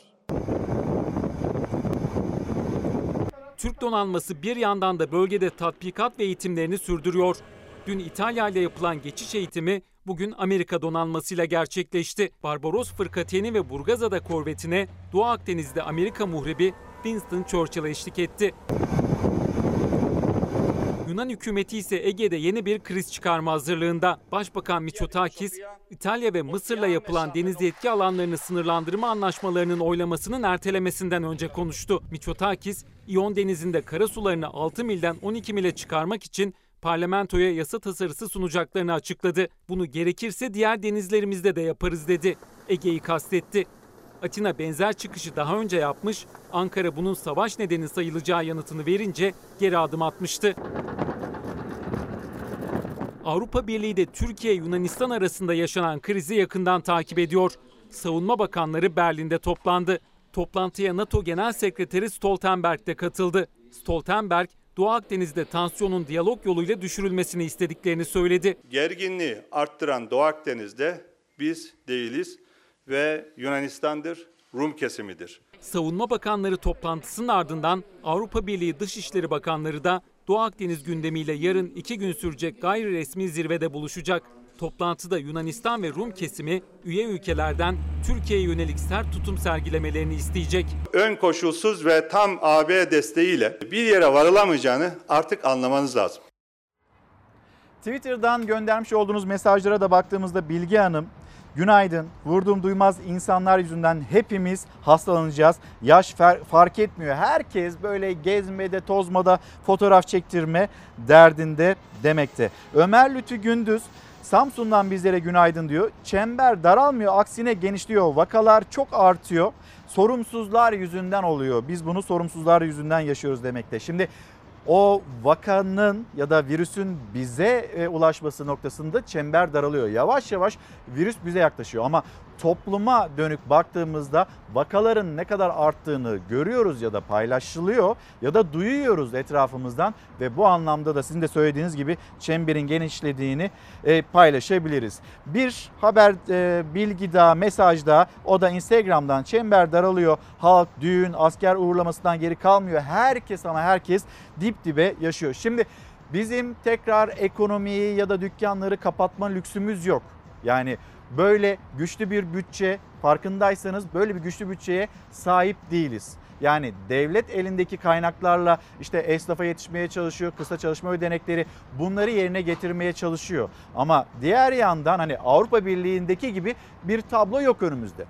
Türk donanması bir yandan da bölgede tatbikat ve eğitimlerini sürdürüyor. Dün İtalya ile yapılan geçiş eğitimi bugün Amerika donanmasıyla gerçekleşti. Barbaros Fırkateyni ve Burgazada korvetine Doğu Akdeniz'de Amerika muhrebi Winston Churchill eşlik etti. Yunan hükümeti ise Ege'de yeni bir kriz çıkarma hazırlığında. Başbakan Mitsotakis, İtalya ve Mısır'la yapılan deniz yetki alanlarını sınırlandırma anlaşmalarının oylamasının ertelemesinden önce konuştu. Mitsotakis, İyon Denizi'nde karasularını 6 milden 12 mile çıkarmak için parlamentoya yasa tasarısı sunacaklarını açıkladı. Bunu gerekirse diğer denizlerimizde de yaparız dedi. Ege'yi kastetti. Atina benzer çıkışı daha önce yapmış, Ankara bunun savaş nedeni sayılacağı yanıtını verince geri adım atmıştı. Avrupa Birliği de Türkiye-Yunanistan arasında yaşanan krizi yakından takip ediyor. Savunma bakanları Berlin'de toplandı. Toplantıya NATO Genel Sekreteri Stoltenberg de katıldı. Stoltenberg, Doğu Akdeniz'de tansiyonun diyalog yoluyla düşürülmesini istediklerini söyledi. Gerginliği arttıran Doğu Akdeniz'de biz değiliz ve Yunanistan'dır, Rum kesimidir. Savunma Bakanları toplantısının ardından Avrupa Birliği Dışişleri Bakanları da Doğu Akdeniz gündemiyle yarın 2 gün sürecek gayri resmi zirvede buluşacak. Toplantıda Yunanistan ve Rum kesimi üye ülkelerden Türkiye'ye yönelik sert tutum sergilemelerini isteyecek. Ön koşulsuz ve tam AB desteğiyle bir yere varılamayacağını artık anlamanız lazım. Twitter'dan göndermiş olduğunuz mesajlara da baktığımızda Bilge Hanım, günaydın. Vurdum duymaz insanlar yüzünden hepimiz hastalanacağız. Yaş fark etmiyor. Herkes böyle gezmede, tozmada, fotoğraf çektirme derdinde demekte. Ömer Lütfü Gündüz Samsun'dan bizlere günaydın diyor. Çember daralmıyor, aksine genişliyor. Vakalar çok artıyor. Sorumsuzlar yüzünden oluyor. Biz bunu sorumsuzlar yüzünden yaşıyoruz demekte. Şimdi o vakanın ya da virüsün bize ulaşması noktasında çember daralıyor. Yavaş yavaş virüs bize yaklaşıyor ama topluma dönük baktığımızda vakaların ne kadar arttığını görüyoruz ya da paylaşılıyor ya da duyuyoruz etrafımızdan ve bu anlamda da sizin de söylediğiniz gibi çemberin genişlediğini paylaşabiliriz. Bir haber bilgi daha, mesaj daha, o da Instagram'dan. Çember daralıyor, halk düğün, asker uğurlamasından geri kalmıyor. Herkes ama herkes dip dibe yaşıyor. Şimdi bizim tekrar ekonomiyi ya da dükkanları kapatma lüksümüz yok. Yani böyle güçlü bir bütçe, farkındaysanız böyle bir güçlü bütçeye sahip değiliz. Yani devlet elindeki kaynaklarla işte esnafa yetişmeye çalışıyor, kısa çalışma ödenekleri, bunları yerine getirmeye çalışıyor. Ama diğer yandan hani Avrupa Birliği'ndeki gibi bir tablo yok önümüzde.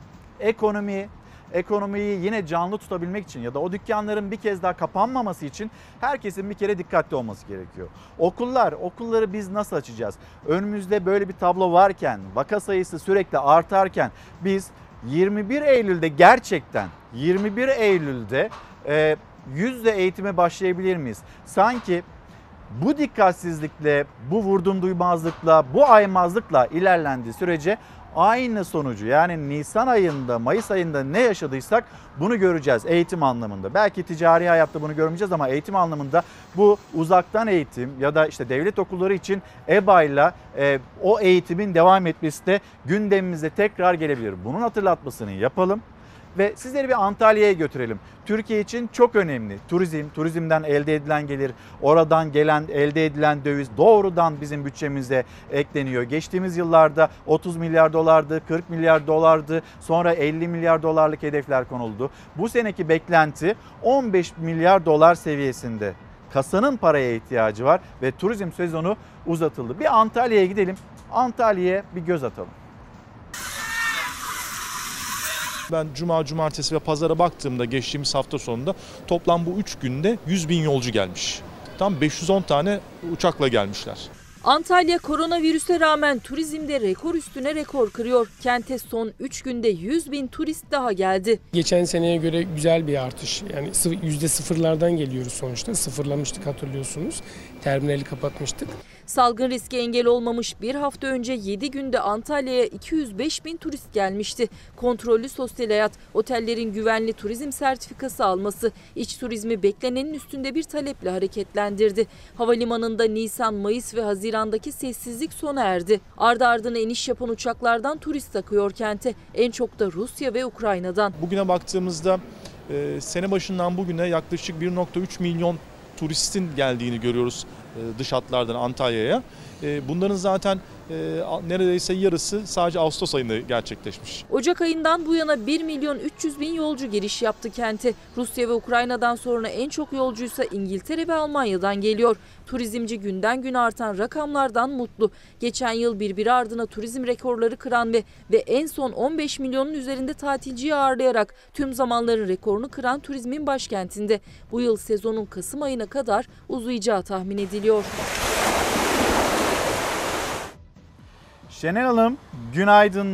Ekonomiyi yine canlı tutabilmek için ya da o dükkanların bir kez daha kapanmaması için herkesin bir kere dikkatli olması gerekiyor. Okulları biz nasıl açacağız? Önümüzde böyle bir tablo varken, vaka sayısı sürekli artarken biz 21 Eylül'de gerçekten 21 Eylül'de yüzde eğitime başlayabilir miyiz? Sanki bu dikkatsizlikle, bu vurdum duymazlıkla, bu aymazlıkla ilerlendiği sürece aynı sonucu, yani Nisan ayında, Mayıs ayında ne yaşadıysak bunu göreceğiz eğitim anlamında. Belki ticari hayatta bunu görmeyeceğiz ama eğitim anlamında bu uzaktan eğitim ya da işte devlet okulları için EBA'yla o eğitimin devam etmesi de gündemimize tekrar gelebilir. Bunun hatırlatmasını yapalım. Ve sizleri bir Antalya'ya götürelim. Türkiye için çok önemli. Turizmden elde edilen gelir, oradan gelen elde edilen döviz doğrudan bizim bütçemize ekleniyor. Geçtiğimiz yıllarda 30 milyar dolardı, 40 milyar dolardı, sonra 50 milyar dolarlık hedefler konuldu. Bu seneki beklenti 15 milyar dolar seviyesinde. Kasanın paraya ihtiyacı var ve turizm sezonu uzatıldı. Bir Antalya'ya gidelim, Antalya'ya bir göz atalım. Ben cuma, cumartesi ve pazara baktığımda geçtiğimiz hafta sonunda toplam bu 3 günde 100 bin yolcu gelmiş. Tam 510 tane uçakla gelmişler. Antalya koronavirüse rağmen turizmde rekor üstüne rekor kırıyor. Kente son 3 günde 100 bin turist daha geldi. Geçen seneye göre güzel bir artış. Yani %0'lardan geliyoruz sonuçta. Sıfırlamıştık, hatırlıyorsunuz. Terminali kapatmıştık. Salgın riski engel olmamış bir hafta önce 7 günde Antalya'ya 205 bin turist gelmişti. Kontrollü sosyal hayat, otellerin güvenli turizm sertifikası alması, iç turizmi beklenenin üstünde bir taleple hareketlendirdi. Havalimanında Nisan, Mayıs ve Haziran'daki sessizlik sona erdi. Ardı ardına iniş yapan uçaklardan turist akıyor kente. En çok da Rusya ve Ukrayna'dan. Bugüne baktığımızda sene başından bugüne yaklaşık 1.3 milyon turistin geldiğini görüyoruz dış hatlardan Antalya'ya. Bunların zaten neredeyse yarısı sadece Ağustos ayında gerçekleşmiş. Ocak ayından bu yana 1 milyon 300 bin yolcu giriş yaptı kente. Rusya ve Ukrayna'dan sonra en çok yolcuysa İngiltere ve Almanya'dan geliyor. Turizmci günden güne artan rakamlardan mutlu. Geçen yıl birbiri ardına turizm rekorları kıran ve en son 15 milyonun üzerinde tatilciyi ağırlayarak tüm zamanların rekorunu kıran turizmin başkentinde. Bu yıl sezonun Kasım ayına kadar uzayacağı tahmin ediliyor. Şenel Hanım, günaydınlar.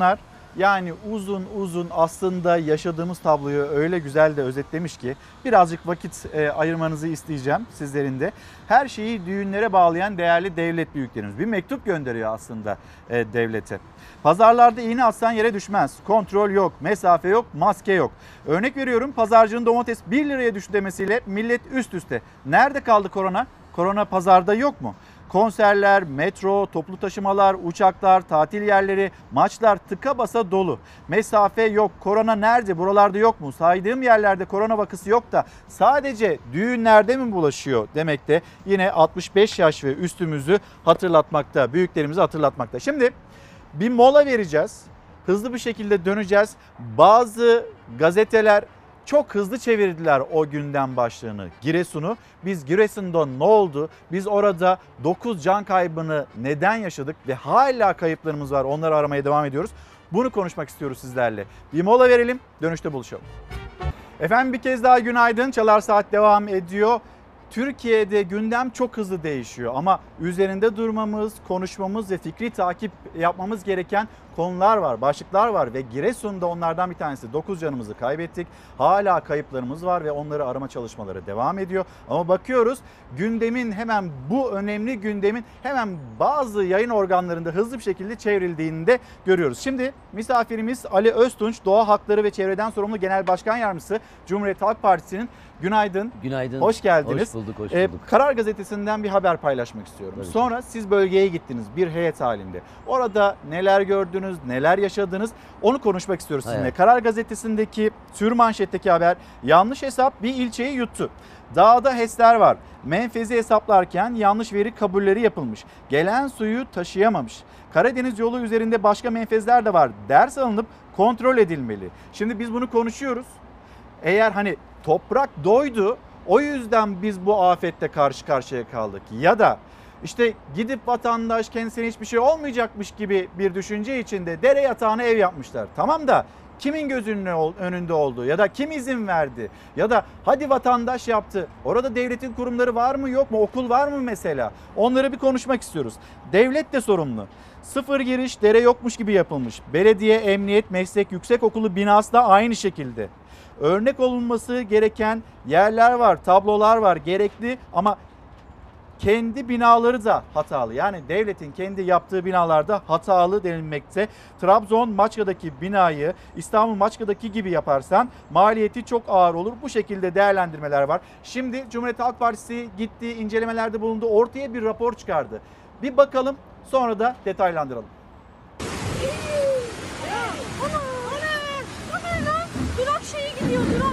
Yani uzun uzun aslında yaşadığımız tabloyu öyle güzel de özetlemiş ki birazcık vakit ayırmanızı isteyeceğim sizlerin de. Her şeyi düğünlere bağlayan değerli devlet büyüklerimiz bir mektup gönderiyor aslında devlete. Pazarlarda iğne atsan yere düşmez. Kontrol yok, mesafe yok, maske yok. Örnek veriyorum, pazarcının domates 1 liraya düştü demesiyle millet üst üste. Nerede kaldı korona? Korona pazarda yok mu? Konserler, metro, toplu taşımalar, uçaklar, tatil yerleri, maçlar tıka basa dolu. Mesafe yok. Korona nerede? Buralarda yok mu? Saydığım yerlerde korona vakası yok da sadece düğünlerde mi bulaşıyor demek de yine 65 yaş ve üstümüzü hatırlatmakta, büyüklerimizi hatırlatmakta. Şimdi bir mola vereceğiz. Hızlı bir şekilde döneceğiz. Bazı gazeteler çok hızlı çevirdiler o gündem başlığını, Giresun'u. Biz Giresun'da ne oldu? Biz orada 9 can kaybını neden yaşadık ve hala kayıplarımız var. Onları aramaya devam ediyoruz. Bunu konuşmak istiyoruz sizlerle. Bir mola verelim, dönüşte buluşalım. Efendim bir kez daha günaydın. Çalar Saat devam ediyor. Türkiye'de gündem çok hızlı değişiyor ama üzerinde durmamız, konuşmamız ve fikri takip yapmamız gereken konular var, başlıklar var ve Giresun'da onlardan bir tanesi. 9 canımızı kaybettik. Hala kayıplarımız var ve onları arama çalışmaları devam ediyor. Ama bakıyoruz gündemin hemen bu önemli gündemin hemen bazı yayın organlarında hızlı bir şekilde çevrildiğini de görüyoruz. Şimdi misafirimiz Ali Öztunç, Doğa Hakları ve Çevreden Sorumlu Genel Başkan Yardımcısı Cumhuriyet Halk Partisi'nin. Günaydın. Günaydın. Hoş geldiniz. Hoş bulduk, hoş bulduk. Karar Gazetesi'nden bir haber paylaşmak istiyorum. Tabii. Sonra siz bölgeye gittiniz bir heyet halinde. Orada neler gördünüz, neler yaşadınız onu konuşmak istiyoruz sizinle. Evet. Karar Gazetesi'ndeki sürmanşetteki haber yanlış hesap bir ilçeyi yuttu. Dağda HES'ler var. Menfezi hesaplarken yanlış veri kabulleri yapılmış. Gelen suyu taşıyamamış. Karadeniz yolu üzerinde başka menfezler de var. Ders alınıp kontrol edilmeli. Şimdi biz bunu konuşuyoruz. Eğer hani toprak doydu, o yüzden biz bu afette karşı karşıya kaldık. Ya da işte gidip vatandaş kendisine hiçbir şey olmayacakmış gibi bir düşünce içinde dere yatağına ev yapmışlar. Tamam da kimin gözünün önünde oldu ya da kim izin verdi ya da hadi vatandaş yaptı. Orada devletin kurumları var mı yok mu, okul var mı mesela? Onları bir konuşmak istiyoruz. Devlet de sorumlu. Sıfır giriş dere yokmuş gibi yapılmış. Belediye, emniyet, meslek, yüksekokulu binası da aynı şekilde. Örnek olunması gereken yerler var, tablolar var, gerekli ama kendi binaları da hatalı. Yani devletin kendi yaptığı binalarda hatalı denilmekte. Trabzon Maçka'daki binayı İstanbul Maçka'daki gibi yaparsan maliyeti çok ağır olur. Bu şekilde değerlendirmeler var. Şimdi Cumhuriyet Halk Partisi gitti, incelemelerde bulundu, ortaya bir rapor çıkardı. Bir bakalım, sonra da detaylandıralım. Durak şeye gidiyor, durak.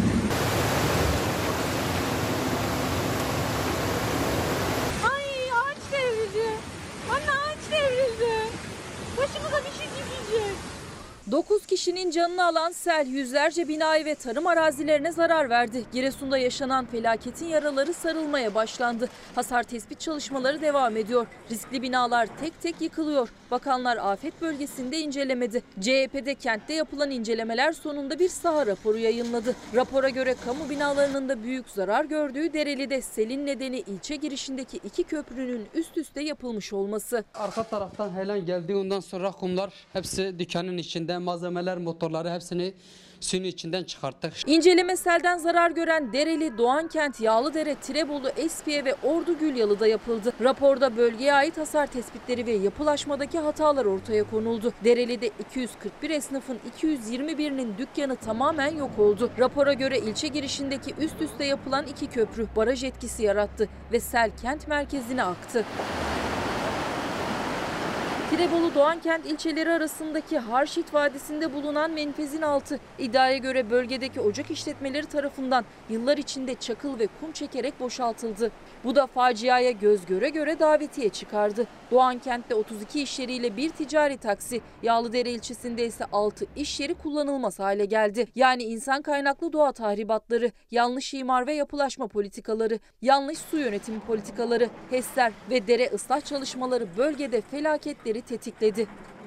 Ay ağaç devrildi. Anne ağaç devrildi. Başımıza bir şey düşecek. 9 kişinin canını alan sel yüzlerce binaya ve tarım arazilerine zarar verdi. Giresun'da yaşanan felaketin yaraları sarılmaya başlandı. Hasar tespit çalışmaları devam ediyor. Riskli binalar tek tek yıkılıyor. Bakanlar afet bölgesinde incelemedi. CHP'de kentte yapılan incelemeler sonunda bir saha raporu yayınladı. Rapora göre kamu binalarının da büyük zarar gördüğü Dereli'de selin nedeni ilçe girişindeki 2 köprünün üst üste yapılmış olması. Arka taraftan heyelan geldi, ondan sonra kumlar hepsi dükkanın içinde, malzemeler, motorları hepsini suyun içinden çıkarttık. İnceleme selden zarar gören Dereli, Doğankent, Yağlıdere, Tirebolu, Espiye ve Ordu Gülyalı'da yapıldı. Raporda bölgeye ait hasar tespitleri ve yapılaşmadaki hatalar ortaya konuldu. Dereli'de 241 esnafın 221'inin dükkanı tamamen yok oldu. Rapora göre ilçe girişindeki üst üste yapılan 2 köprü baraj etkisi yarattı ve sel kent merkezine aktı. Tirebolu Doğankent ilçeleri arasındaki Harşit Vadisi'nde bulunan menfezin altı. İddiaya göre bölgedeki ocak işletmeleri tarafından yıllar içinde çakıl ve kum çekerek boşaltıldı. Bu da faciaya göz göre göre davetiye çıkardı. Doğankent'te 32 iş yeriyle bir ticari taksi, Yağlıdere ilçesinde ise 6 iş yeri kullanılmaz hale geldi. Yani insan kaynaklı doğa tahribatları, yanlış imar ve yapılaşma politikaları, yanlış su yönetimi politikaları, HES'ler ve dere ıslah çalışmaları bölgede felaketleri tetikledi.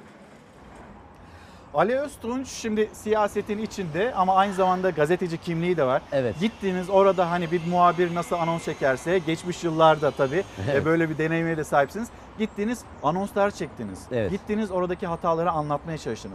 Ali Öztunç şimdi siyasetin içinde ama aynı zamanda gazeteci kimliği de var. Evet. Gittiniz orada hani bir muhabir nasıl anons çekerse geçmiş yıllarda tabii Evet. böyle bir deneyime de sahipsiniz. Gittiniz anonslar çektiniz. Evet. Gittiniz oradaki hataları anlatmaya çalıştınız.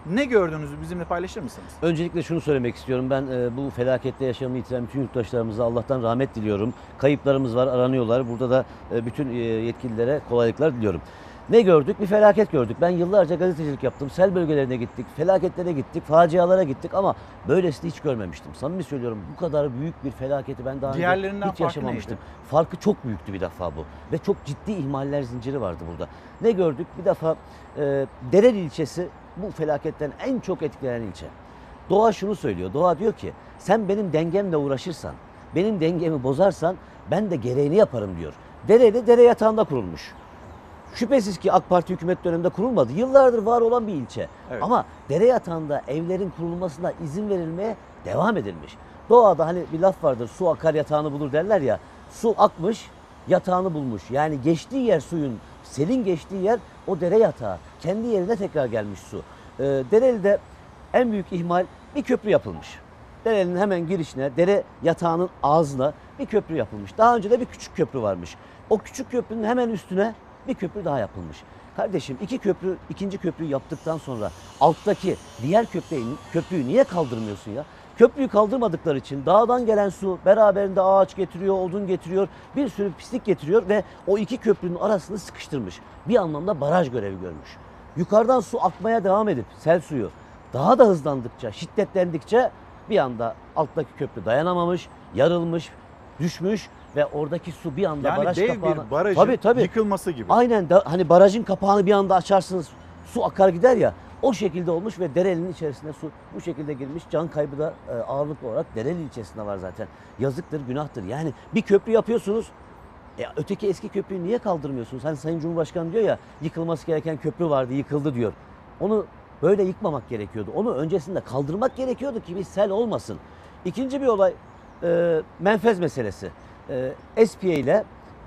Ne gördüğünüzü bizimle paylaşır mısınız? Öncelikle şunu söylemek istiyorum. Ben bu felakette yaşamını yitiren bütün yurttaşlarımıza Allah'tan rahmet diliyorum. Kayıplarımız var, aranıyorlar. Burada da bütün yetkililere kolaylıklar diliyorum. Ne gördük? Bir felaket gördük. Ben yıllarca gazetecilik yaptım. Sel bölgelerine gittik, felaketlere gittik, facialara gittik ama böylesini hiç görmemiştim. Samimi söylüyorum, bu kadar büyük bir felaketi ben daha önce hiç yaşamamıştım. Farkı çok büyüktü bir defa bu. Ve çok ciddi ihmaller zinciri vardı burada. Ne gördük? Bir defa Dereli ilçesi bu felaketten en çok etkilenen ilçe. Doğa şunu söylüyor. Doğa diyor ki sen benim dengemle uğraşırsan, benim dengemi bozarsan ben de gereğini yaparım diyor. Dereli dere yatağında kurulmuş. Şüphesiz ki AK Parti hükümet döneminde kurulmadı. Yıllardır var olan bir ilçe. Evet. Ama dere yatağında evlerin kurulmasına izin verilmeye devam edilmiş. Doğada hani bir laf vardır, su akar yatağını bulur derler ya. Su akmış, yatağını bulmuş. Yani geçtiği yer suyun, selin geçtiği yer o dere yatağı. Kendi yerine tekrar gelmiş su. Dereli'de en büyük ihmal bir köprü yapılmış. Derenin hemen girişine, dere yatağının ağzına bir köprü yapılmış. Daha önce de bir küçük köprü varmış. O küçük köprünün hemen üstüne bir köprü daha yapılmış. Kardeşim ikinci köprüyü yaptıktan sonra alttaki diğer köprüyü niye kaldırmıyorsun ya? Köprüyü kaldırmadıkları için dağdan gelen su beraberinde ağaç getiriyor, odun getiriyor, bir sürü pislik getiriyor ve o iki köprünün arasını sıkıştırmış. Bir anlamda baraj görevi görmüş. Yukarıdan su akmaya devam edip sel suyu daha da hızlandıkça, şiddetlendikçe bir anda alttaki köprü dayanamamış, yarılmış, düşmüş ve oradaki su bir anda yani baraj kapağına... Yani dev bir barajın yıkılması gibi. Aynen hani barajın kapağını bir anda açarsınız, su akar gider ya, o şekilde olmuş ve Dereli'nin içerisine su bu şekilde girmiş. Can kaybı da ağırlıklı olarak Dereli ilçesinde var zaten. Yazıktır, günahtır. Yani bir köprü yapıyorsunuz, öteki eski köprüyü niye kaldırmıyorsunuz? Hani Sayın Cumhurbaşkanı diyor ya, yıkılması gereken köprü vardı, yıkıldı diyor. Onu böyle yıkmamak gerekiyordu. Onu öncesinde kaldırmak gerekiyordu ki bir sel olmasın. İkinci bir olay menfez meselesi. Espiye ile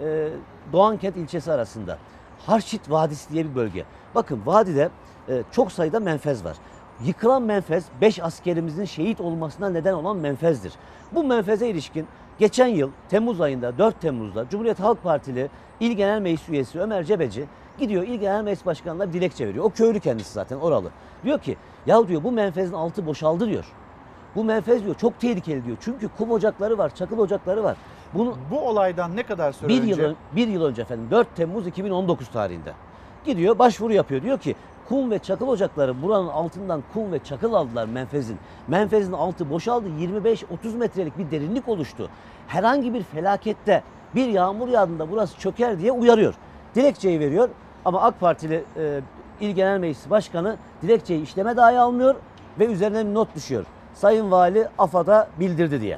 Doğankent ilçesi arasında Harçit Vadisi diye bir bölge. Bakın vadide çok sayıda menfez var. Yıkılan menfez 5 askerimizin şehit olmasına neden olan menfezdir. Bu menfeze ilişkin geçen yıl Temmuz ayında 4 Temmuz'da Cumhuriyet Halk Partili İl Genel Meclis Üyesi Ömer Cebeci gidiyor İl Genel Meclis Başkanı'na bir dilekçe veriyor. O köylü kendisi zaten oralı. Diyor ki ya diyor bu menfezin altı boşaldı diyor. Bu menfez diyor çok tehlikeli diyor. Çünkü kum ocakları var, çakıl ocakları var. Bu olaydan ne kadar süre önce? Bir yıl önce efendim 4 Temmuz 2019 tarihinde. Gidiyor başvuru yapıyor. Diyor ki kum ve çakıl ocakları buranın altından kum ve çakıl aldılar menfezin. Menfezin altı boşaldı. 25-30 metrelik bir derinlik oluştu. Herhangi bir felakette bir yağmur yağdığında burası çöker diye uyarıyor. Dilekçeyi veriyor ama AK Partili İl Genel Meclisi Başkanı dilekçeyi işleme dahi almıyor ve üzerine bir not düşüyor. Sayın Vali AFAD'a bildirdi diye.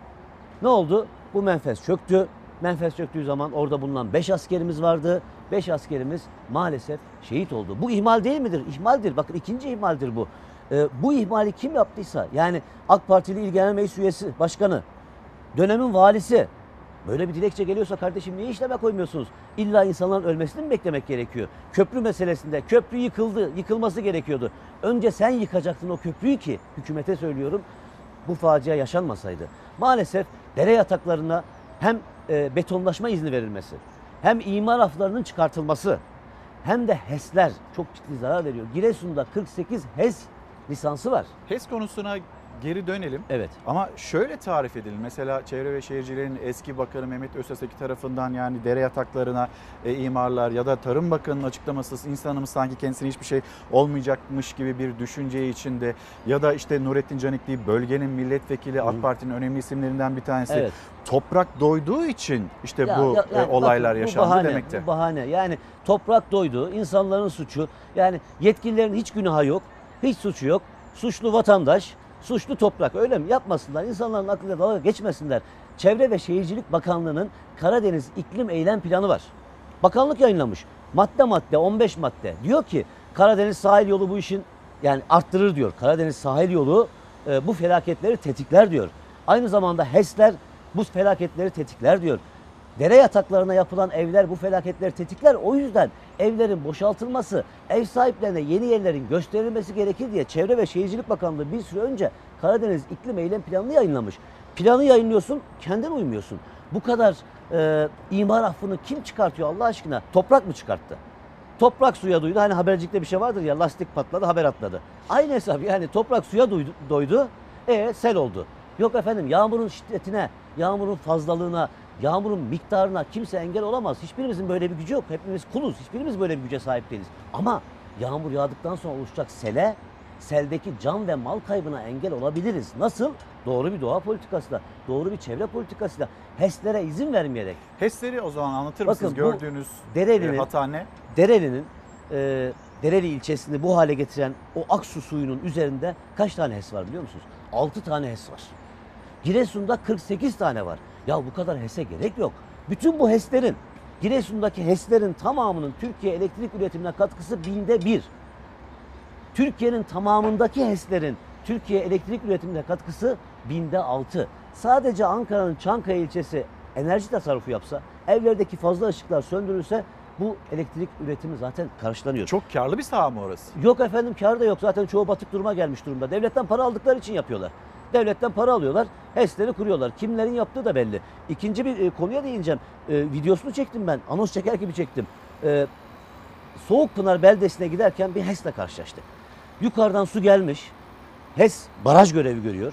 Ne oldu? Bu menfez çöktü. Menfez çöktüğü zaman orada bulunan 5 askerimiz vardı. 5 askerimiz maalesef şehit oldu. Bu ihmal değil midir? İhmaldir. Bakın ikinci ihmaldir bu. Bu ihmali kim yaptıysa yani AK Partili İl Genel Meclis Üyesi Başkanı, dönemin valisi böyle bir dilekçe geliyorsa kardeşim niye işleme koymuyorsunuz? İlla insanların ölmesini mi beklemek gerekiyor? Köprü meselesinde köprü yıkıldı, yıkılması gerekiyordu. Önce sen yıkacaktın o köprüyü ki hükümete söylüyorum bu facia yaşanmasaydı. Maalesef dere yataklarına hem betonlaşma izni verilmesi, hem imar raflarının çıkartılması, hem de HES'ler çok ciddi zarar veriyor. Giresun'da 48 HES lisansı var. HES konusuna geri dönelim. Evet. Ama şöyle tarif edelim. Mesela Çevre ve Şehircilerin eski bakanı Mehmet Özseseki tarafından yani dere yataklarına imarlar ya da Tarım Bakanı'nın açıklaması insanımız sanki kendisine hiçbir şey olmayacakmış gibi bir düşünce içinde ya da işte Nurettin Canikli bölgenin milletvekili AK Parti'nin önemli isimlerinden bir tanesi. Evet. Toprak doyduğu için işte yani olaylar bakın, yaşandı bahane, demekte. Bu bahane. Yani toprak doydu, insanların suçu. Yani yetkililerin hiç günahı yok, hiç suçu yok. Suçlu vatandaş, suçlu toprak, öyle mi? Yapmasınlar. İnsanların aklıyla dalga geçmesinler. Çevre ve Şehircilik Bakanlığı'nın Karadeniz İklim Eylem Planı var. Bakanlık yayınlamış. Madde 15 madde. Diyor ki Karadeniz sahil yolu bu işin yani arttırır diyor. Karadeniz sahil yolu bu felaketleri tetikler diyor. Aynı zamanda HES'ler bu felaketleri tetikler diyor. Dere yataklarına yapılan evler bu felaketleri tetikler. O yüzden evlerin boşaltılması, ev sahiplerine yeni yerlerin gösterilmesi gerekir diye Çevre ve Şehircilik Bakanlığı bir süre önce Karadeniz İklim Eylem Planı'nı yayınlamış. Planı yayınlıyorsun, kendin uymuyorsun. Bu kadar imar affını kim çıkartıyor Allah aşkına? Toprak mı çıkarttı? Toprak suya doydu. Hani habercilikte bir şey vardır ya, lastik patladı haber atladı. Aynı hesap, yani toprak suya doydu. Sel oldu. Yok efendim, yağmurun şiddetine, yağmurun fazlalığına, yağmurun miktarına kimse engel olamaz. Hiçbirimizin böyle bir gücü yok. Hepimiz kuluz. Hiçbirimiz böyle bir güce sahip değiliz. Ama yağmur yağdıktan sonra oluşacak seldeki can ve mal kaybına engel olabiliriz. Nasıl? Doğru bir doğa politikasıyla, doğru bir çevre politikasıyla, HES'lere izin vermeyerek. HES'leri o zaman anlatır Bakın, mısınız? Gördüğünüz hata ne? Dereli ilçesini bu hale getiren o Aksu suyunun üzerinde kaç tane HES var biliyor musunuz? 6 tane HES var. Giresun'da 48 tane var. Ya bu kadar HES'e gerek yok. Bütün bu HES'lerin, Giresun'daki HES'lerin tamamının Türkiye elektrik üretimine katkısı 1/1000. Türkiye'nin tamamındaki HES'lerin Türkiye elektrik üretimine katkısı 6/1000. Sadece Ankara'nın Çankaya ilçesi enerji tasarrufu yapsa, evlerdeki fazla ışıklar söndürülse bu elektrik üretimi zaten karşılanıyor. Çok karlı bir saha mı orası? Yok efendim, kar da yok. Zaten çoğu batık duruma gelmiş durumda. Devletten para aldıkları için yapıyorlar. Devletten para alıyorlar, HES'leri kuruyorlar. Kimlerin yaptığı da belli. İkinci bir konuya değineceğim. Videosunu çektim ben. Anons çeker gibi çektim. Soğukpınar beldesine giderken bir HES'le karşılaştık. Yukarıdan su gelmiş. HES baraj görevi görüyor.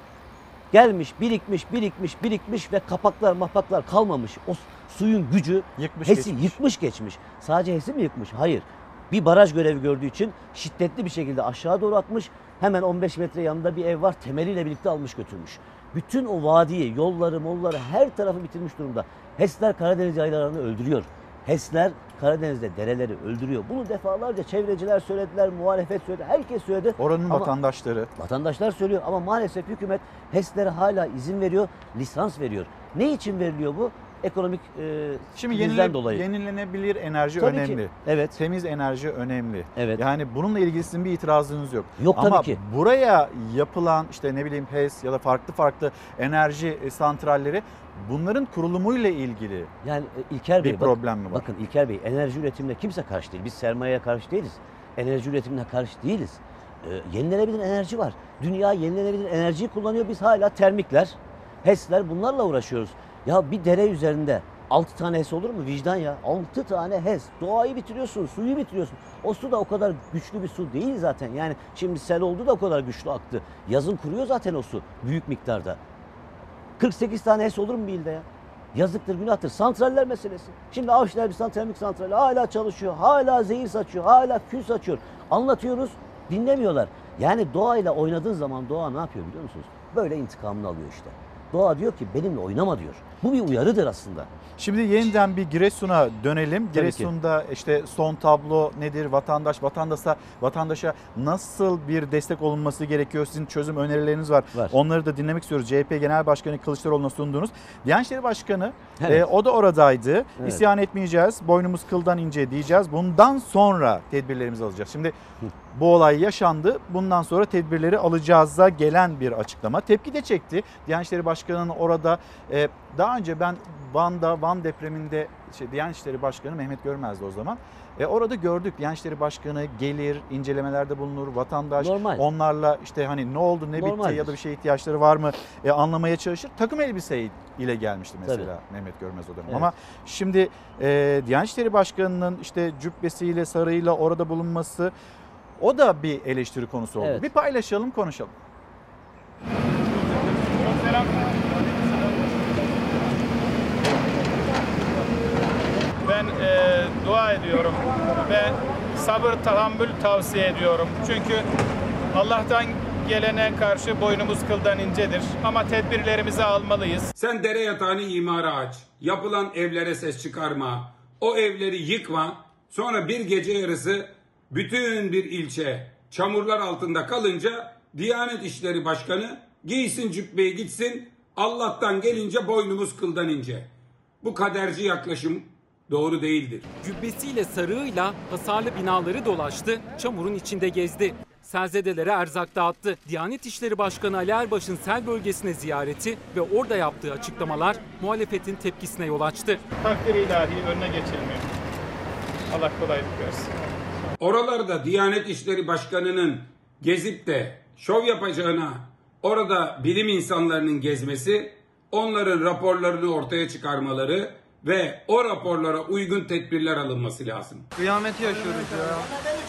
Gelmiş, birikmiş ve kapaklar kalmamış. O suyun gücü HES'i yıkmış geçmiş. Sadece HES'i mi yıkmış? Hayır. Bir baraj görevi gördüğü için şiddetli bir şekilde aşağı doğru akmış. Hemen 15 metre yanında bir ev var. Temeliyle birlikte almış götürmüş. Bütün o vadiyi, molları her tarafı bitirmiş durumda. HES'ler Karadeniz yaylalarını öldürüyor. HES'ler Karadeniz'de dereleri öldürüyor. Bunu defalarca çevreciler söylediler, muhalefet söyledi, herkes söyledi. Oranın vatandaşları. Vatandaşlar söylüyor ama maalesef hükümet HES'lere hala izin veriyor, lisans veriyor. Ne için veriliyor bu? Ekonomik krizden dolayı. Yenilenebilir enerji Tabii önemli. ki. Evet. Temiz enerji önemli. Evet. Yani bununla ilgili sizin bir itirazınız yok. Yok ama tabii ki. buraya yapılan işte ne bileyim HES ya da farklı enerji santralleri, bunların kurulumuyla ilgili yani İlker Bey, bir problem mi var? Bakın İlker Bey, enerji üretimine kimse karşı değil. Biz sermayeye karşı değiliz. Enerji üretimine karşı değiliz. Yenilenebilir enerji var. Dünya yenilenebilir enerjiyi kullanıyor. Biz hala termikler, HES'ler, bunlarla uğraşıyoruz. Ya bir dere üzerinde 6 tane HES olur mu? Vicdan ya. 6 tane HES. Doğayı bitiriyorsun, suyu bitiriyorsun. O su da o kadar güçlü bir su değil zaten. Yani şimdi sel oldu da o kadar güçlü aktı. Yazın kuruyor zaten o su büyük miktarda. 48 tane HES olur mu bir ilde ya? Yazıktır, günahtır. Santraller meselesi. Şimdi Avşar bir termik santrali hala çalışıyor. Hala zehir saçıyor. Hala kül saçıyor. Anlatıyoruz, dinlemiyorlar. Yani doğayla oynadığın zaman doğa ne yapıyor biliyor musunuz? Böyle intikamını alıyor işte. Doğa diyor ki benimle oynama diyor. Bu bir uyarıdır aslında. Şimdi yeniden bir Giresun'a dönelim. Giresun'da işte son tablo nedir? Vatandaşa nasıl bir destek olunması gerekiyor? Sizin çözüm önerileriniz var. Onları da dinlemek istiyoruz. CHP Genel Başkanı Kılıçdaroğlu'na sunduğunuz. Diyanet İşleri Başkanı o da oradaydı. Evet. İsyan etmeyeceğiz. Boynumuz kıldan ince diyeceğiz. Bundan sonra tedbirlerimizi alacağız. Şimdi bu olay yaşandı. Bundan sonra tedbirleri alacağız'a gelen bir açıklama. Tepki de çekti. Diyanet İşleri Başkanı'nın orada daha önce ben Van depreminde Diyanet İşleri Başkanı Mehmet Görmez'di o zaman. Orada gördük. Diyanet İşleri Başkanı gelir, incelemelerde bulunur, vatandaş onlarla işte hani ne oldu, ne bitti ya da bir şeye ihtiyaçları var mı anlamaya çalışır. Takım elbise ile gelmişti mesela Mehmet Görmez o dönem. Evet. Ama şimdi Diyanet İşleri Başkanı'nın işte cübbesiyle, sarığıyla orada bulunması, o da bir eleştiri konusu oldu. Evet. Bir paylaşalım, konuşalım. Ben dua ediyorum ve sabır, tahammül tavsiye ediyorum. Çünkü Allah'tan gelene karşı boynumuz kıldan incedir. Ama tedbirlerimizi almalıyız. Sen dere yatağını imara aç. Yapılan evlere ses çıkarma. O evleri yıkma. Sonra bir gece yarısı bütün bir ilçe çamurlar altında kalınca Diyanet İşleri Başkanı giysin cübbeyi gitsin. Allah'tan gelince boynumuz kıldan ince. Bu kaderci yaklaşım doğru değildir. Cübbesiyle sarığıyla hasarlı binaları dolaştı, çamurun içinde gezdi. Selzedelere erzak dağıttı. Diyanet İşleri Başkanı Ali Erbaş'ın sel bölgesine ziyareti ve orada yaptığı açıklamalar muhalefetin tepkisine yol açtı. Takdir-i ilahi önüne geçilmiyor. Allah kolaylık versin. Oralarda Diyanet İşleri Başkanı'nın gezip de şov yapacağına orada bilim insanlarının gezmesi, onların raporlarını ortaya çıkarmaları ve o raporlara uygun tedbirler alınması lazım. Kıyameti yaşıyoruz ya.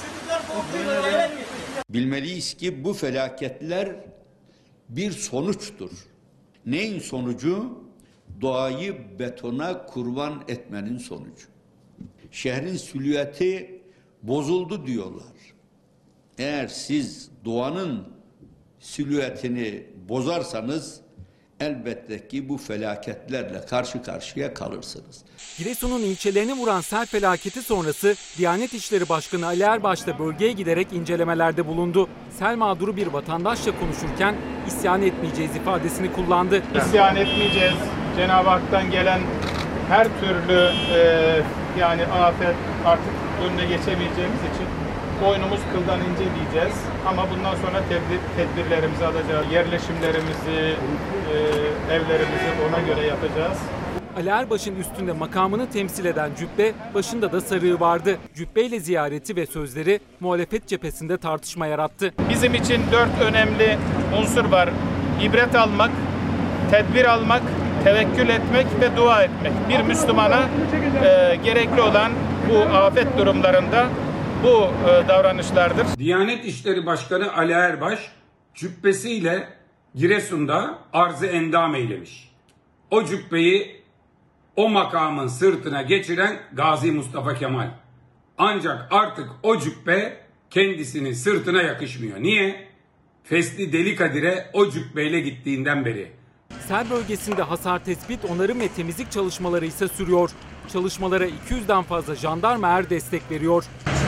Bilmeliyiz ki bu felaketler bir sonuçtur. Neyin sonucu? Doğayı betona kurban etmenin sonucu. Şehrin silüeti bozuldu diyorlar. Eğer siz doğanın silüetini bozarsanız elbette ki bu felaketlerle karşı karşıya kalırsınız. Giresun'un ilçelerini vuran sel felaketi sonrası Diyanet İşleri Başkanı Ali Erbaş da bölgeye giderek incelemelerde bulundu. Sel mağduru bir vatandaşla konuşurken isyan etmeyeceğiz ifadesini kullandı. İsyan etmeyeceğiz. Cenab-ı Hak'tan gelen her türlü yani afet artık önüne geçemeyeceğimiz için boynumuz kıldan ince diyeceğiz. Ama bundan sonra tedbirlerimizi alacağız. Yerleşimlerimizi, evlerimizi ona göre yapacağız. Ali Erbaş'ın üstünde makamını temsil eden cübbe, başında da sarığı vardı. Cübbeyle ziyareti ve sözleri muhalefet cephesinde tartışma yarattı. Bizim için 4 önemli unsur var. İbret almak, tedbir almak, tevekkül etmek ve dua etmek. Bir Müslümana gerekli olan bu afet durumlarında bu davranışlardır. Diyanet İşleri Başkanı Ali Erbaş cübbesiyle Giresun'da arz-ı endam eylemiş. O cübbeyi o makamın sırtına geçiren Gazi Mustafa Kemal. Ancak artık o cübbe kendisinin sırtına yakışmıyor. Niye? Fesli Delikadir'e o cübbeyle gittiğinden beri. Sel bölgesinde hasar tespit, onarım ve temizlik çalışmaları ise sürüyor. Çalışmalara 200'den fazla jandarma er destek veriyor.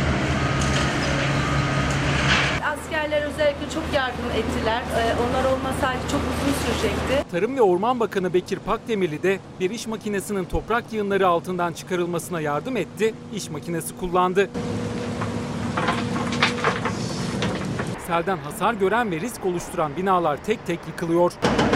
Askerler özellikle çok yardım ettiler. Onlar olmasaydı çok uzun sürecekti. Tarım ve Orman Bakanı Bekir Pakdemirli de bir iş makinesinin toprak yığınları altından çıkarılmasına yardım etti, iş makinesi kullandı. Selden hasar gören ve risk oluşturan binalar tek tek yıkılıyor.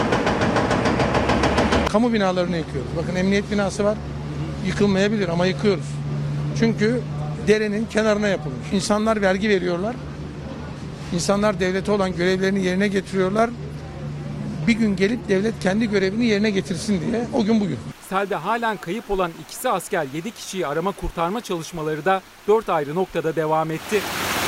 Kamu binalarını yıkıyoruz. Bakın emniyet binası var, yıkılmayabilir ama yıkıyoruz. Çünkü derenin kenarına yapılmış. İnsanlar vergi veriyorlar. İnsanlar devlete olan görevlerini yerine getiriyorlar. Bir gün gelip devlet kendi görevini yerine getirsin diye, o gün bugün. Selde halen kayıp olan 2 asker 7 kişiyi arama kurtarma çalışmaları da 4 ayrı noktada devam etti.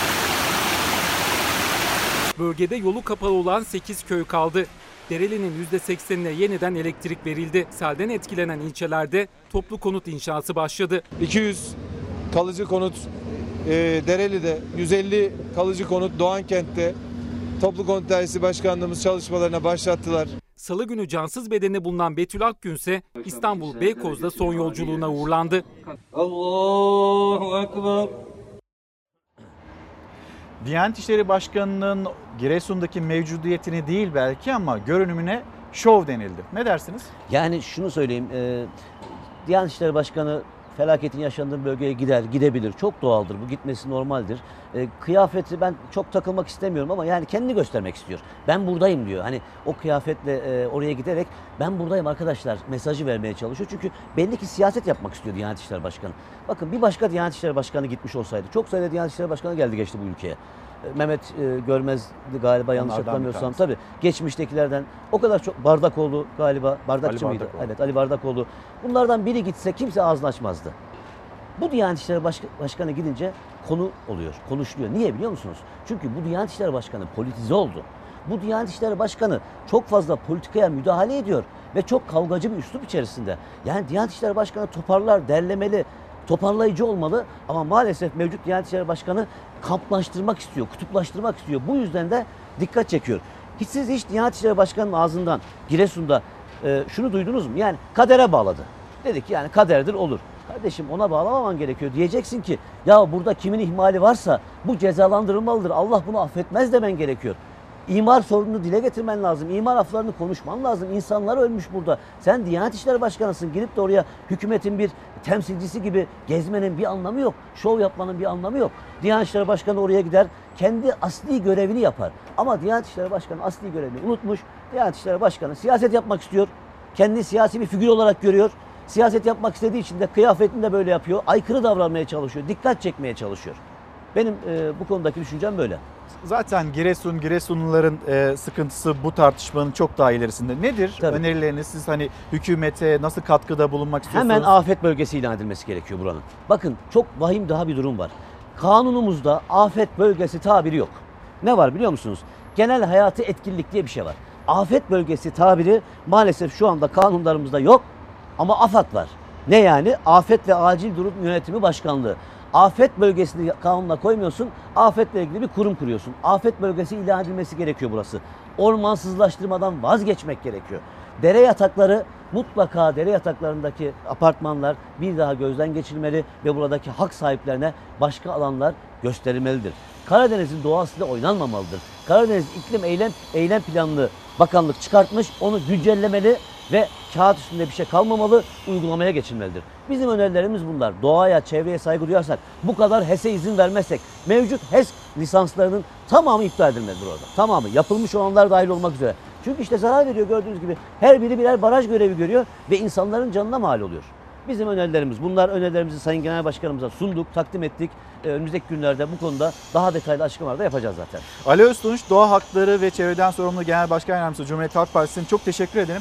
Bölgede yolu kapalı olan 8 köy kaldı. Dereli'nin %80'ine yeniden elektrik verildi. Selden etkilenen ilçelerde toplu konut inşası başladı. 200 kalıcı konut Dereli'de, 150 kalıcı konut Doğankent'te Toplu Konut Dairesi Başkanlığımız çalışmalarına başlattılar. Salı günü cansız bedeni bulunan Betül Akgün ise İstanbul Beykoz'da son yolculuğuna uğurlandı. Allahu Ekber. Diyanet İşleri Başkanı'nın Giresun'daki mevcudiyetini değil belki ama görünümüne şov denildi. Ne dersiniz? Yani şunu söyleyeyim, Diyanet İşleri Başkanı felaketin yaşandığı bölgeye gidebilir. Çok doğaldır. Bu gitmesi normaldir. Kıyafeti ben çok takılmak istemiyorum ama yani kendini göstermek istiyor. Ben buradayım diyor. Hani o kıyafetle oraya giderek ben buradayım arkadaşlar mesajı vermeye çalışıyor. Çünkü belli ki siyaset yapmak istiyor Diyanet İşleri Başkanı. Bakın bir başka Diyanet İşleri Başkanı gitmiş olsaydı. Çok sayıda Diyanet İşleri Başkanı geldi geçti bu ülkeye. Mehmet Görmez'di galiba yanlış hatırlamıyorsam. Tabii geçmiştekilerden o kadar çok Bardakoğlu galiba. Bardakçı mıydı? Bardakoğlu. Evet, Ali Bardakoğlu. Bunlardan biri gitse kimse ağzını açmazdı. Bu Diyanet İşleri Başkanı gidince konu oluyor, konuşuluyor. Niye biliyor musunuz? Çünkü bu Diyanet İşleri Başkanı politize oldu. Bu Diyanet İşleri Başkanı çok fazla politikaya müdahale ediyor ve çok kavgacı bir üslup içerisinde. Yani Diyanet İşleri Başkanı toparlar, derlemeli, toparlayıcı olmalı ama maalesef mevcut Diyanet İşleri Başkanı kamplaştırmak istiyor, kutuplaştırmak istiyor. Bu yüzden de dikkat çekiyor. Hiç Diyanet İşleri Başkanı'nın ağzından Giresun'da şunu duydunuz mu? Yani kadere bağladı. Dedi ki yani kaderdir olur. Kardeşim ona bağlamaman gerekiyor. Diyeceksin ki ya burada kimin ihmali varsa bu cezalandırılmalıdır. Allah bunu affetmez demen gerekiyor. İmar sorununu dile getirmen lazım. İmar aflarını konuşman lazım. İnsanlar ölmüş burada. Sen Diyanet İşleri Başkanısın. Girip de oraya hükümetin bir temsilcisi gibi gezmenin bir anlamı yok. Şov yapmanın bir anlamı yok. Diyanet İşleri Başkanı oraya gider. Kendi asli görevini yapar. Ama Diyanet İşleri Başkanı asli görevini unutmuş. Diyanet İşleri Başkanı siyaset yapmak istiyor. Kendini siyasi bir figür olarak görüyor. Siyaset yapmak istediği için de kıyafetini de böyle yapıyor. Aykırı davranmaya çalışıyor. Dikkat çekmeye çalışıyor. Benim bu konudaki düşüncem böyle. Zaten Giresunluların sıkıntısı bu tartışmanın çok daha ilerisinde. Nedir önerileriniz? Siz hani hükümete nasıl katkıda bulunmak istiyorsunuz? Hemen afet bölgesi ilan edilmesi gerekiyor buranın. Bakın çok vahim daha bir durum var. Kanunumuzda afet bölgesi tabiri yok. Ne var biliyor musunuz? Genel hayati etkinlik diye bir şey var. Afet bölgesi tabiri maalesef şu anda kanunlarımızda yok ama AFAD var. Ne yani? Afet ve Acil Durum Yönetimi Başkanlığı. Afet bölgesini kanuna koymuyorsun, afetle ilgili bir kurum kuruyorsun. Afet bölgesi ilan edilmesi gerekiyor burası. Ormansızlaştırmadan vazgeçmek gerekiyor. Dere yatakları, mutlaka dere yataklarındaki apartmanlar bir daha gözden geçirilmeli ve buradaki hak sahiplerine başka alanlar gösterilmelidir. Karadeniz'in doğasıyla oynanmamalıdır. Karadeniz İklim Eylem Planını bakanlık çıkartmış, onu güncellemeli ve kağıt üstünde bir şey kalmamalı, uygulamaya geçilmelidir. Bizim önerilerimiz bunlar. Doğaya, çevreye saygı duyarsak, bu kadar HES'e izin vermezsek, mevcut HES lisanslarının tamamı iptal edilmelidir orada. Tamamı, yapılmış olanlar dahil olmak üzere. Çünkü işte zarar veriyor gördüğünüz gibi. Her biri birer baraj görevi görüyor ve insanların canına mal oluyor. Bizim önerilerimiz bunlar. Önerilerimizi Sayın Genel Başkanımıza sunduk, takdim ettik. Önümüzdeki günlerde bu konuda daha detaylı açıklamalar da yapacağız zaten. Ali Öztunç, Doğa Hakları ve Çevreden Sorumlu Genel Başkan Yardımcısı Cumhuriyet Halk Partisi'ne çok teşekkür ederim.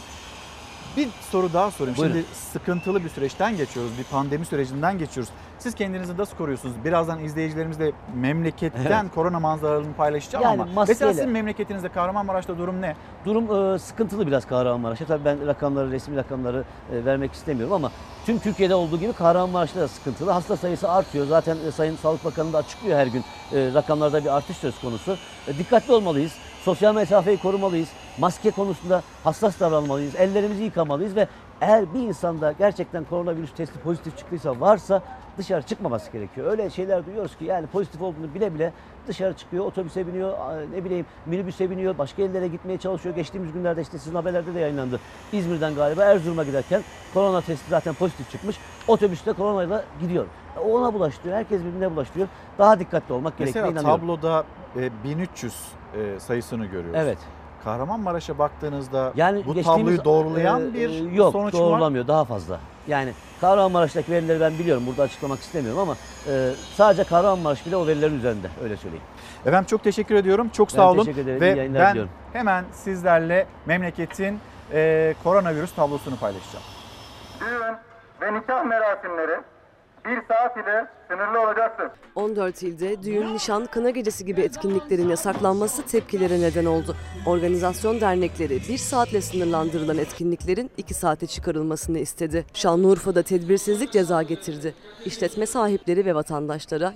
Bir soru daha sorayım. Buyurun. Şimdi sıkıntılı bir süreçten geçiyoruz. Bir pandemi sürecinden geçiyoruz. Siz kendinizi nasıl koruyorsunuz? Birazdan izleyicilerimizle memleketten korona manzaralarını paylaşacağım yani ama maskeyle. mesela sizin memleketinizde Kahramanmaraş'ta durum ne? Durum sıkıntılı biraz Kahramanmaraş'ta. Tabii ben rakamları, resmi rakamları vermek istemiyorum ama tüm Türkiye'de olduğu gibi Kahramanmaraş'ta da sıkıntılı. Hasta sayısı artıyor. Zaten Sayın Sağlık Bakanı da açıklıyor her gün. Rakamlarda bir artış söz konusu. Dikkatli olmalıyız. Sosyal mesafeyi korumalıyız. Maske konusunda hassas davranmalıyız. Ellerimizi yıkamalıyız ve eğer bir insanda gerçekten koronavirüs testi pozitif çıktıysa, varsa dışarı çıkmaması gerekiyor. Öyle şeyler duyuyoruz ki yani pozitif olduğunu bile bile dışarı çıkıyor, otobüse biniyor, ne bileyim minibüse biniyor, başka yerlere gitmeye çalışıyor. Geçtiğimiz günlerde işte sizin haberlerde de yayınlandı. İzmir'den galiba Erzurum'a giderken korona testi zaten pozitif çıkmış. Otobüste koronayla gidiyor. Ona bulaştırıyor, herkes birbirine bulaştırıyor. Daha dikkatli olmak gerektiğine inanıyorum. Mesela tabloda 1300 sayısını görüyoruz. Evet. Kahramanmaraş'a baktığınızda yani bu tabloyu doğrulayan bir yok, sonuç mu? doğrulamıyor, daha fazla. Yani Kahramanmaraş'taki verileri ben biliyorum, burada açıklamak istemiyorum ama sadece Kahramanmaraş bile o verilerin üzerinde, öyle söyleyeyim. Efendim çok teşekkür ediyorum, çok sağ olun. Teşekkür ederim, ve ben diliyorum. hemen sizlerle memleketin koronavirüs tablosunu paylaşacağım. Düğün ve nikah merasimleri 1 saat ile sınırlı olacaktır. 14 ilde düğün, nişan, kına gecesi gibi etkinliklerin yasaklanması tepkilere neden oldu. Organizasyon dernekleri 1 saatle sınırlandırılan etkinliklerin 2 saate çıkarılmasını istedi. Şanlıurfa'da tedbirsizlik ceza getirdi. İşletme sahipleri ve vatandaşlara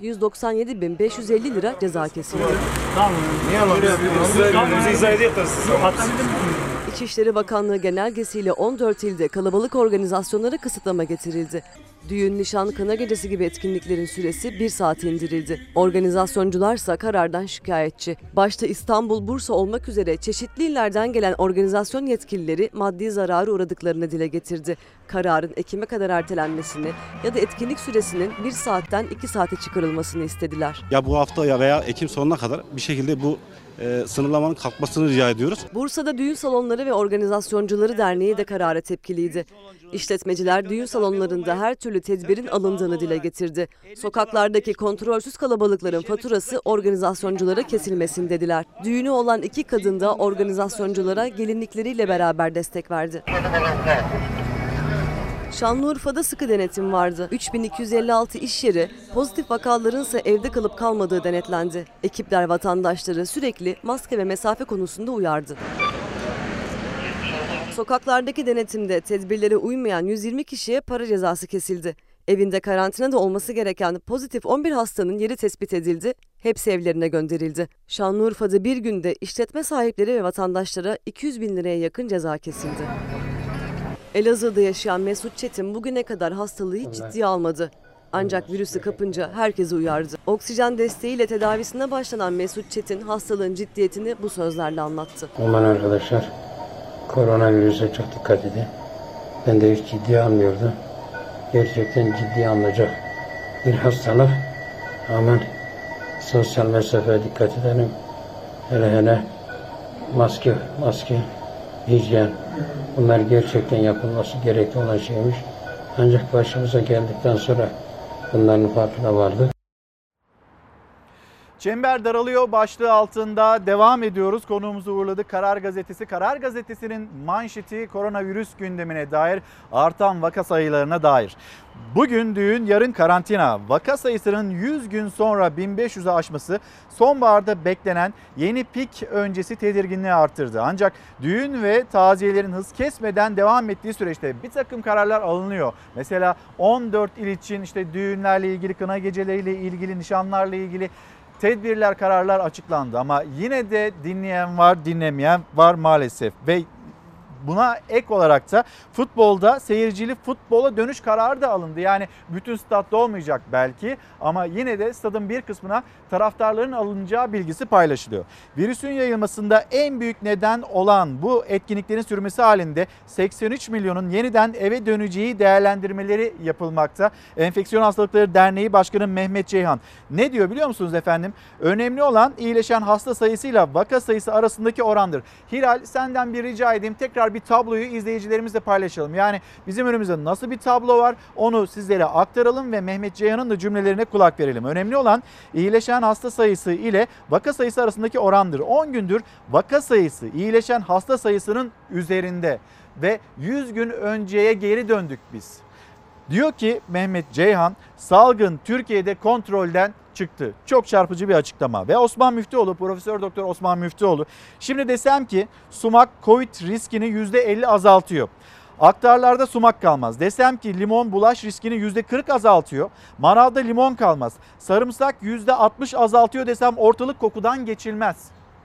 197.550 lira ceza kesildi. İçişleri Bakanlığı genelgesiyle 14 ilde kalabalık organizasyonlara kısıtlama getirildi. Düğün, nişan, kına gecesi gibi etkinliklerin süresi 1 saate indirildi. Organizasyoncularsa karardan şikayetçi. Başta İstanbul, Bursa olmak üzere çeşitli illerden gelen organizasyon yetkilileri maddi zararı uğradıklarını dile getirdi. Kararın Ekim'e kadar ertelenmesini ya da etkinlik süresinin 1 saatten 2 saate çıkarılmasını istediler. Ya bu hafta ya veya Ekim sonuna kadar bir şekilde bu sınırlamanın kalkmasını rica ediyoruz. Bursa'da Düğün Salonları ve Organizasyoncuları Derneği de karara tepkiliydi. İşletmeciler düğün salonlarında her türlü tedbirin alındığını dile getirdi. Sokaklardaki kontrolsüz kalabalıkların faturası organizasyonculara kesilmesin dediler. Düğünü olan 2 kadın da organizasyonculara gelinlikleriyle beraber destek verdi. Şanlıurfa'da sıkı denetim vardı. 3256 iş yeri, pozitif vakaların ise evde kalıp kalmadığı denetlendi. Ekipler vatandaşları sürekli maske ve mesafe konusunda uyardı. Sokaklardaki denetimde tedbirlere uymayan 120 kişiye para cezası kesildi. Evinde karantinada olması gereken pozitif 11 hastanın yeri tespit edildi, hepsi evlerine gönderildi. Şanlıurfa'da bir günde işletme sahipleri ve vatandaşlara 200 bin liraya yakın ceza kesildi. Elazığ'da yaşayan Mesut Çetin bugüne kadar hastalığı hiç ciddiye almadı. Ancak virüsü kapınca herkesi uyardı. Oksijen desteğiyle tedavisine başlanan Mesut Çetin hastalığın ciddiyetini bu sözlerle anlattı. Aman arkadaşlar, koronavirüse çok dikkat edin. Ben de hiç ciddiye almıyordum. Gerçekten ciddiye alınacak bir hastalık. Aman sosyal mesafeye dikkat edelim. Hele maske, hijyen. Bunlar gerçekten yapılması gerekli olan şeymiş. Ancak başımıza geldikten sonra bunların farkına vardık. Çember daralıyor başlığı altında devam ediyoruz. Konuğumuzu uğurladı Karar Gazetesi. Karar Gazetesi'nin manşeti koronavirüs gündemine dair, artan vaka sayılarına dair. Bugün düğün, yarın karantina. Vaka sayısının 100 gün sonra 1500'ü aşması sonbaharda beklenen yeni pik öncesi tedirginliği arttırdı. Ancak düğün ve taziyelerin hız kesmeden devam ettiği süreçte bir takım kararlar alınıyor. Mesela 14 il için işte düğünlerle ilgili, kına geceleriyle ilgili, nişanlarla ilgili tedbirler, kararlar açıklandı. Ama yine de dinleyen var, dinlemeyen var maalesef. Ve buna ek olarak da futbolda seyircili futbola dönüş kararı da alındı. Yani bütün statta olmayacak belki ama yine de stadın bir kısmına taraftarların alınacağı bilgisi paylaşılıyor. Virüsün yayılmasında en büyük neden olan bu etkinliklerin sürmesi halinde 83 milyonun yeniden eve döneceği değerlendirmeleri yapılmakta. Enfeksiyon Hastalıkları Derneği Başkanı Mehmet Ceyhan ne diyor biliyor musunuz efendim? Önemli olan iyileşen hasta sayısıyla vaka sayısı arasındaki orandır. Hilal, senden bir rica edeyim, tekrar bir tabloyu izleyicilerimizle paylaşalım. Yani bizim önümüzde nasıl bir tablo var onu sizlere aktaralım ve Mehmet Ceyhan'ın da cümlelerine kulak verelim. Önemli olan iyileşen hasta sayısı ile vaka sayısı arasındaki orandır. 10 gündür vaka sayısı iyileşen hasta sayısının üzerinde ve 100 gün önceye geri döndük biz. Diyor ki Mehmet Ceyhan, salgın Türkiye'de kontrolden çıktı. Çok çarpıcı bir açıklama. Ve Osman Müftüoğlu, Profesör Doktor Osman Müftüoğlu, şimdi desem ki sumak Covid riskini %50 azaltıyor. Aktarlarda sumak kalmaz. Desem ki limon bulaş riskini %40 azaltıyor. Manavda limon kalmaz. Sarımsak %60 azaltıyor desem ortalık kokudan geçilmez.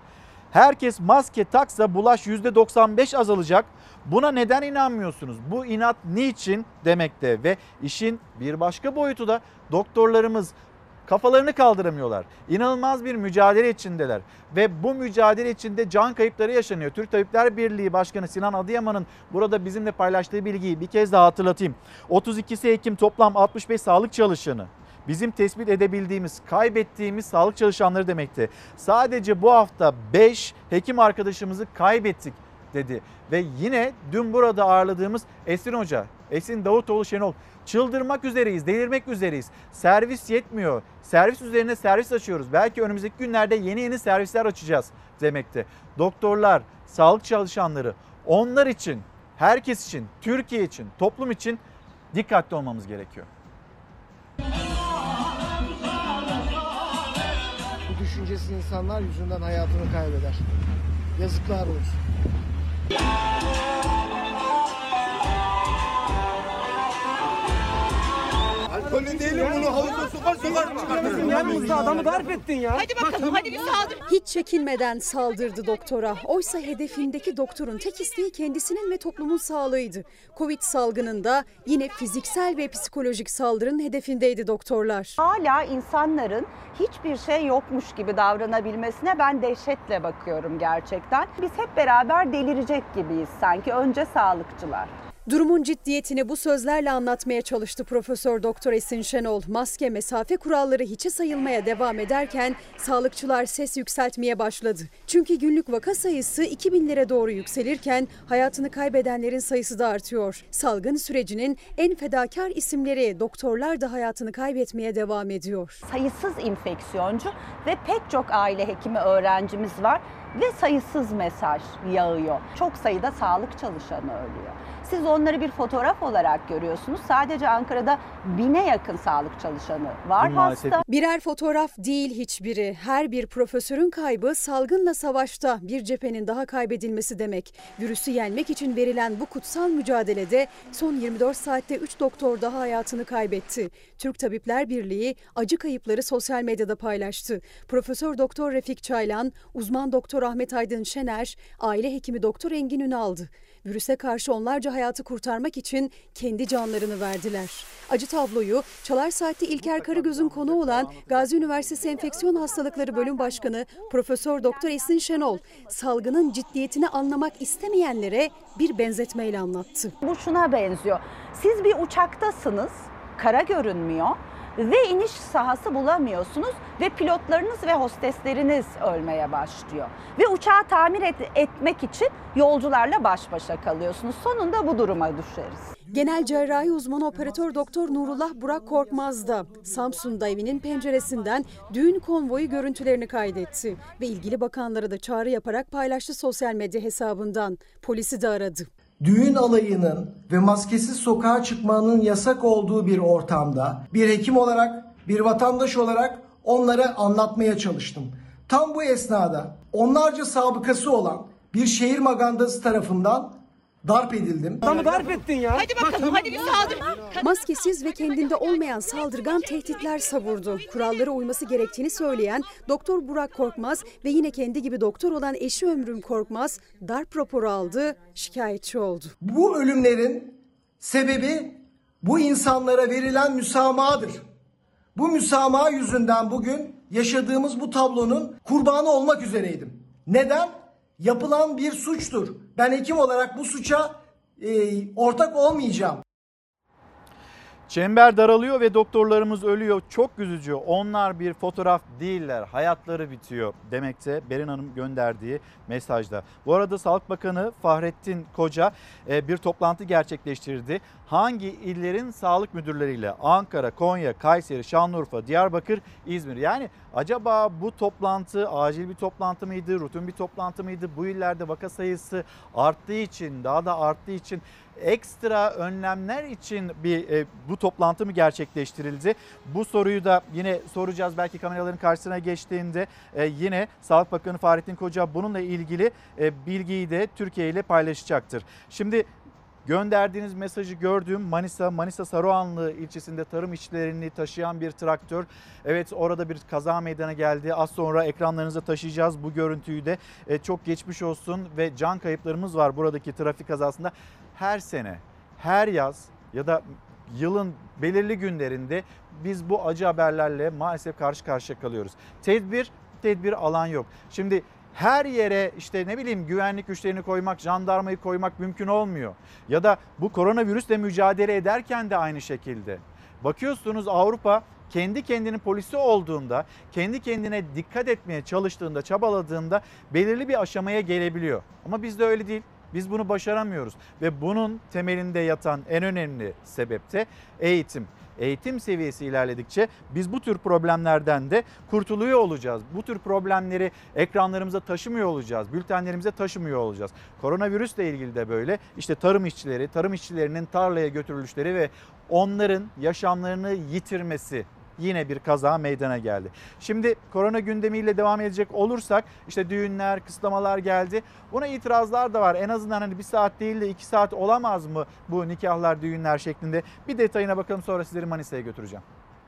Herkes maske taksa bulaş %95 azalacak. Buna neden inanmıyorsunuz? Bu inat niçin demekte ve işin bir başka boyutu da doktorlarımız kafalarını kaldıramıyorlar. İnanılmaz bir mücadele içindeler ve bu mücadele içinde can kayıpları yaşanıyor. Türk Tabipler Birliği Başkanı Sinan Adıyaman'ın burada bizimle paylaştığı bilgiyi bir kez daha hatırlatayım. 32'si hekim, toplam 65 sağlık çalışanı. Bizim tespit edebildiğimiz, kaybettiğimiz sağlık çalışanları demekti. Sadece bu hafta 5 hekim arkadaşımızı kaybettik dedi. Ve yine dün burada ağırladığımız Esin Hoca, Esin Davutoğlu Şenol, çıldırmak üzereyiz, delirmek üzereyiz. Servis yetmiyor. Servis üzerine servis açıyoruz. Belki önümüzdeki günlerde yeni servisler açacağız demekte. Doktorlar, sağlık çalışanları, onlar için, herkes için, Türkiye için, toplum için dikkatli olmamız gerekiyor. Bu düşüncesiz insanlar yüzünden hayatını kaybeder. Yazıklar olsun. Alkollü değilim, bunu havuza sokar çıkartırım. Yanımızda adamı darp ettin ya. Hadi bakalım, hadi bir saldır. Hiç çekinmeden saldırdı doktora. Oysa hedefindeki doktorun tek isteği kendisinin ve toplumun sağlığıydı. Covid salgınında yine fiziksel ve psikolojik saldırının hedefindeydi doktorlar. Hala insanların hiçbir şey yokmuş gibi davranabilmesine ben dehşetle bakıyorum gerçekten. Biz hep beraber delirecek gibiyiz sanki, önce sağlıkçılar. Durumun ciddiyetini bu sözlerle anlatmaya çalıştı Profesör Doktor Esin Şenol. Maske, mesafe kuralları hiçe sayılmaya devam ederken sağlıkçılar ses yükseltmeye başladı. Çünkü günlük vaka sayısı 2000'lere doğru yükselirken hayatını kaybedenlerin sayısı da artıyor. Salgın sürecinin en fedakar isimleri, doktorlar da hayatını kaybetmeye devam ediyor. Sayısız infeksiyoncu ve pek çok aile hekimi öğrencimiz var ve sayısız mesaj yağıyor. Çok sayıda sağlık çalışanı ölüyor. Siz onları bir fotoğraf olarak görüyorsunuz. Sadece Ankara'da 1000'e yakın sağlık çalışanı var hasta. Birer fotoğraf değil hiçbiri. Her bir profesörün kaybı salgınla savaşta bir cephenin daha kaybedilmesi demek. Virüsü yenmek için verilen bu kutsal mücadelede son 24 saatte 3 doktor daha hayatını kaybetti. Türk Tabipler Birliği acı kayıpları sosyal medyada paylaştı. Profesör Doktor Refik Çaylan, uzman doktor Ahmet Aydın Şener, aile hekimi Doktor Engin Ünal'dı. Virüse karşı onlarca hayatı kurtarmak için kendi canlarını verdiler. Acı tabloyu Çalar Saat'te İlker Karagöz'ün konuğu olan Gazi Üniversitesi Enfeksiyon Hastalıkları Bölüm Başkanı Profesör Doktor Esin Şenol, salgının ciddiyetini anlamak istemeyenlere bir benzetmeyle anlattı. Bu şuna benziyor. Siz bir uçaktasınız, kara görünmüyor. ve iniş sahası bulamıyorsunuz ve pilotlarınız ve hostesleriniz ölmeye başlıyor. Ve uçağı tamir etmek için yolcularla baş başa kalıyorsunuz. Sonunda bu duruma düşeriz. Genel cerrahi uzmanı operatör doktor Nurullah Burak Korkmaz da Samsun'da evinin penceresinden düğün konvoyu görüntülerini kaydetti ve ilgili bakanlara da çağrı yaparak paylaştı sosyal medya hesabından. Polisi de aradı. Düğün alayının ve maskesiz sokağa çıkmanın yasak olduğu bir ortamda bir hekim olarak, bir vatandaş olarak onlara anlatmaya çalıştım. Tam bu esnada onlarca sabıkası olan bir şehir magandası tarafından darp edildim. Adamı darp ettin ya. Hadi bakalım, hadi bir saldır. Maskesiz ve kendinde olmayan saldırgan tehditler savurdu. Kurallara uyması gerektiğini söyleyen Doktor Burak Korkmaz ve yine kendi gibi doktor olan eşi Ömrüm Korkmaz darp raporu aldı, şikayetçi oldu. Bu ölümlerin sebebi bu insanlara verilen müsamahadır. Bu müsamaha yüzünden bugün yaşadığımız bu tablonun kurbanı olmak üzereydim. Neden? Yapılan bir suçtur. Ben hekim olarak bu suça ortak olmayacağım. Çember daralıyor ve doktorlarımız ölüyor. Çok üzücü. Onlar bir fotoğraf değiller. Hayatları bitiyor demekte Berin Hanım gönderdiği mesajda. Bu arada Sağlık Bakanı Fahrettin Koca bir toplantı gerçekleştirdi. Hangi illerin sağlık müdürleriyle? Ankara, Konya, Kayseri, Şanlıurfa, Diyarbakır, İzmir. Yani acaba bu toplantı acil bir toplantı mıydı? Rutin bir toplantı mıydı? Bu illerde vaka sayısı arttığı için, daha da arttığı için ekstra önlemler için bu toplantı mı gerçekleştirildi? Bu soruyu da yine soracağız belki kameraların karşısına geçtiğinde. Yine Sağlık Bakanı Fahrettin Koca bununla ilgili bilgiyi de Türkiye ile paylaşacaktır. Şimdi gönderdiğiniz mesajı gördüğüm Manisa Saruhanlı ilçesinde tarım işçilerini taşıyan bir traktör. Evet, orada bir kaza meydana geldi. Az sonra ekranlarınıza taşıyacağız bu görüntüyü de. Çok geçmiş olsun ve can kayıplarımız var buradaki trafik kazasında. Her sene, her yaz ya da yılın belirli günlerinde biz bu acı haberlerle maalesef karşı karşıya kalıyoruz. Tedbir alan yok. Şimdi her yere işte ne bileyim güvenlik güçlerini koymak, jandarmayı koymak mümkün olmuyor. Ya da bu koronavirüsle mücadele ederken de aynı şekilde. Bakıyorsunuz Avrupa kendi kendinin polisi olduğunda, kendi kendine dikkat etmeye çalıştığında, çabaladığında belirli bir aşamaya gelebiliyor. Ama bizde öyle değil. Biz bunu başaramıyoruz ve bunun temelinde yatan en önemli sebep de eğitim. Eğitim seviyesi ilerledikçe biz bu tür problemlerden de kurtuluyor olacağız. Bu tür problemleri ekranlarımıza taşımıyor olacağız, bültenlerimize taşımıyor olacağız. Koronavirüsle ilgili de böyle. İşte tarım işçilerinin tarlaya götürülüşleri ve onların yaşamlarını yitirmesi. Yine bir kaza meydana geldi. Şimdi korona gündemiyle devam edecek olursak işte düğünler, kısıtlamalar geldi. Buna itirazlar da var. En azından hani 1 saat değil de 2 saat olamaz mı bu nikahlar, düğünler şeklinde? Bir detayına bakalım, sonra sizleri Manisa'ya götüreceğim.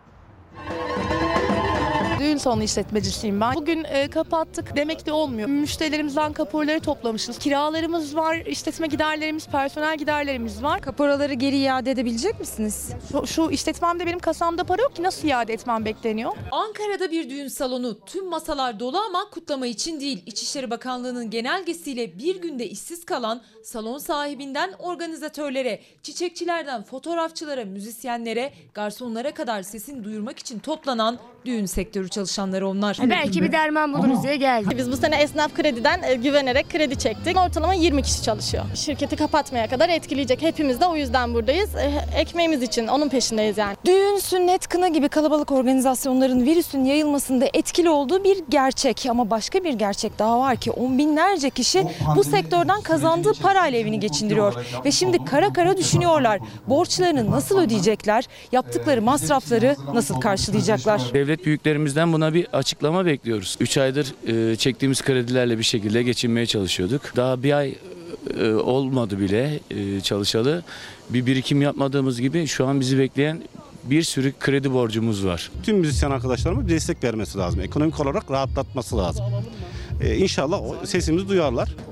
Düğün salonu işletmecisiyim ben. Bugün kapattık demek de olmuyor. Müşterilerimizden kaporaları toplamışız. Kiralarımız var, işletme giderlerimiz, personel giderlerimiz var. Kaporaları geri iade edebilecek misiniz? Şu işletmemde benim kasamda para yok ki, nasıl iade etmem bekleniyor? Ankara'da bir düğün salonu. Tüm masalar dolu ama kutlama için değil. İçişleri Bakanlığı'nın genelgesiyle bir günde işsiz kalan salon sahibinden organizatörlere, çiçekçilerden fotoğrafçılara, müzisyenlere, garsonlara kadar sesini duyurmak için toplanan düğün sektörü çalışanları onlar. Belki bir derman buluruz diye geldik. Biz bu sene esnaf krediden güvenerek kredi çektik. Ortalama 20 kişi çalışıyor. Şirketi kapatmaya kadar etkileyecek. Hepimiz de o yüzden buradayız. Ekmeğimiz için onun peşindeyiz yani. Düğün, sünnet, kına gibi kalabalık organizasyonların virüsün yayılmasında etkili olduğu bir gerçek. Ama başka bir gerçek daha var ki on binlerce kişi bu sektörden kazandığı parayla evini geçindiriyor. Ve şimdi kara kara düşünüyorlar. Borçlarını nasıl ödeyecekler? Yaptıkları masrafları nasıl karşılayacaklar? Devlet büyüklerimizden buna bir açıklama bekliyoruz. 3 aydır çektiğimiz kredilerle bir şekilde geçinmeye çalışıyorduk. Daha bir ay olmadı bile çalışalı. Bir birikim yapmadığımız gibi şu an bizi bekleyen bir sürü kredi borcumuz var. Tüm müzisyen arkadaşlarıma bir destek vermesi lazım. Ekonomik olarak rahatlatması lazım. İnşallah sesimizi duyarlar.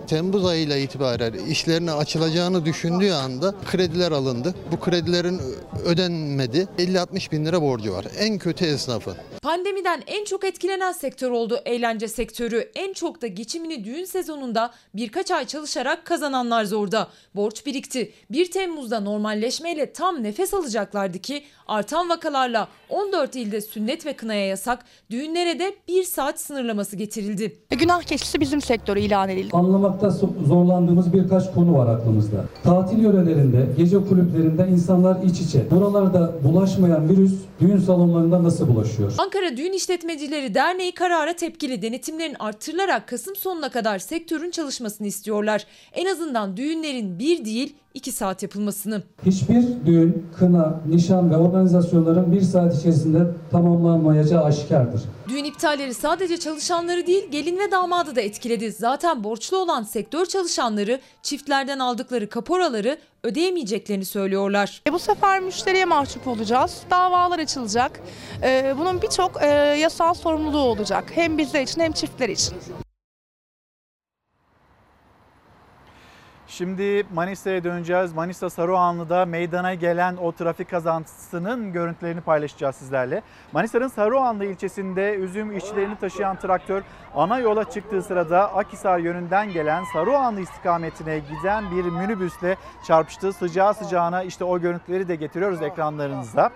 Temmuz ayıyla itibaren işlerine açılacağını düşündüğü anda krediler alındı. Bu kredilerin ödenmedi. 50-60 bin lira borcu var. En kötü esnafın. Pandemiden en çok etkilenen sektör oldu eğlence sektörü. En çok da geçimini düğün sezonunda birkaç ay çalışarak kazananlar zorda. Borç birikti. 1 Temmuz'da normalleşmeyle tam nefes alacaklardı ki artan vakalarla 14 ilde sünnet ve kınaya yasak, düğünlere de 1 saat sınırlaması getirildi. Günah keçisi bizim sektörü ilan edildi. Anlamakta zorlandığımız birkaç konu var aklımızda. Tatil yörelerinde, gece kulüplerinde insanlar iç içe. Buralarda bulaşmayan virüs düğün salonlarında nasıl bulaşıyor? Ankara Düğün İşletmecileri Derneği karara tepkili, denetimlerin artırılarak Kasım sonuna kadar sektörün çalışmasını istiyorlar. En azından düğünlerin 1 değil 2 saat yapılmasını. Hiçbir düğün, kına, nişan ve organizasyonların 1 saat içerisinde tamamlanmayacağı aşikardır. Düğün iptalleri sadece çalışanları değil, gelin ve damadı da etkiledi. Zaten borçlu olan sektör çalışanları çiftlerden aldıkları kaporaları ödeyemeyeceklerini söylüyorlar. Bu sefer müşteriye mahcup olacağız. Davalar açılacak. Bunun birçok yasal sorumluluğu olacak. Hem bizler için hem çiftler için. Şimdi Manisa'ya döneceğiz. Manisa Saruhanlı'da meydana gelen o trafik kazasının görüntülerini paylaşacağız sizlerle. Manisa'nın Saruhanlı ilçesinde üzüm işçilerini taşıyan traktör ana yola çıktığı sırada Akhisar yönünden gelen Saruhanlı istikametine giden bir minibüsle çarpıştı. Sıcağı sıcağına işte o görüntüleri de getiriyoruz ekranlarınıza.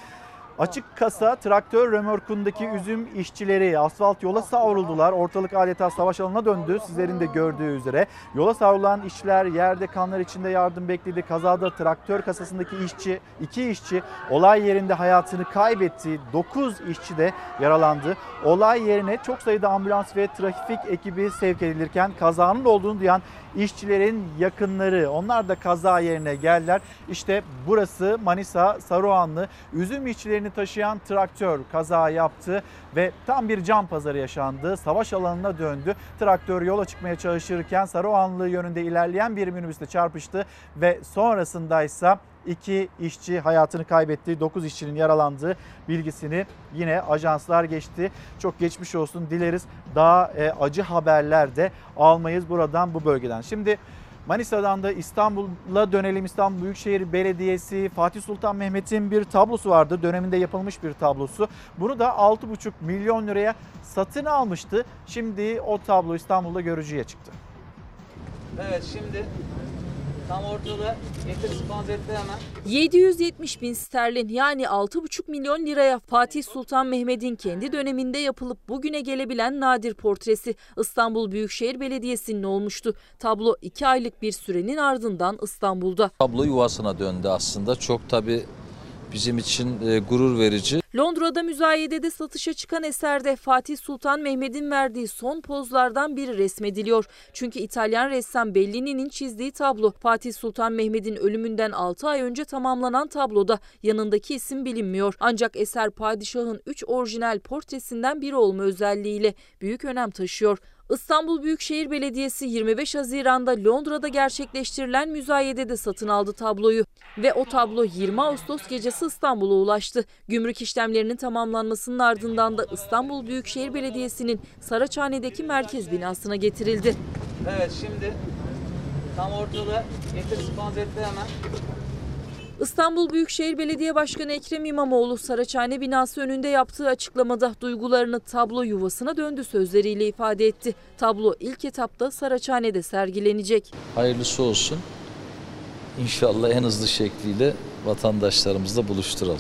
Açık kasa traktör römorkundaki üzüm işçileri asfalt yola savruldular. Ortalık adeta savaş alanına döndü. Sizlerin de gördüğü üzere. Yola savrulan işçiler yerde kanlar içinde yardım bekledi. Kazada traktör kasasındaki iki işçi olay yerinde hayatını kaybetti. 9 işçi de yaralandı. Olay yerine çok sayıda ambulans ve trafik ekibi sevk edilirken kazanın olduğunu duyan işçilerin yakınları, onlar da kaza yerine geldiler. İşte burası Manisa Saruhanlı. Üzüm işçilerini taşıyan traktör kaza yaptı ve tam bir can pazarı yaşandı. Savaş alanına döndü. Traktör yola çıkmaya çalışırken Saruhanlı yönünde ilerleyen bir minibüsle çarpıştı ve sonrasındaysa 2 işçi hayatını kaybetti. 9 işçinin yaralandığı bilgisini yine ajanslar geçti. Çok geçmiş olsun dileriz. Daha acı haberler de almayız buradan, bu bölgeden. Şimdi Manisa'dan da İstanbul'a dönelim. İstanbul Büyükşehir Belediyesi Fatih Sultan Mehmet'in bir tablosu vardı. Döneminde yapılmış bir tablosu. Bunu da 6,5 milyon liraya satın almıştı. Şimdi o tablo İstanbul'da görücüye çıktı. Evet, şimdi tam ortada, getir sponsorette hemen. 770 bin sterlin yani 6,5 milyon liraya Fatih Sultan Mehmet'in kendi döneminde yapılıp bugüne gelebilen nadir portresi İstanbul Büyükşehir Belediyesi'nin olmuştu. Tablo 2 aylık bir sürenin ardından İstanbul'da. Tablo yuvasına döndü aslında. Çok tabii bizim için gurur verici. Londra'da müzayedede satışa çıkan eserde Fatih Sultan Mehmet'in verdiği son pozlardan biri resmediliyor. Çünkü İtalyan ressam Bellini'nin çizdiği tablo. Fatih Sultan Mehmet'in ölümünden 6 ay önce tamamlanan tabloda yanındaki isim bilinmiyor. Ancak eser padişahın 3 orijinal portresinden biri olma özelliğiyle büyük önem taşıyor. İstanbul Büyükşehir Belediyesi 25 Haziran'da Londra'da gerçekleştirilen müzayedede satın aldı tabloyu. Ve o tablo 20 Ağustos gecesi İstanbul'a ulaştı. Gümrük işlemlerinin tamamlanmasının ardından da İstanbul Büyükşehir Belediyesi'nin Saraçhane'deki merkez binasına getirildi. Evet, şimdi tam ortada, getir sponsorette hemen. İstanbul Büyükşehir Belediye Başkanı Ekrem İmamoğlu Saraçhane binası önünde yaptığı açıklamada duygularını tablo yuvasına döndü sözleriyle ifade etti. Tablo ilk etapta Saraçhane'de sergilenecek. Hayırlısı olsun. İnşallah en hızlı şekliyle vatandaşlarımızla buluşturalım.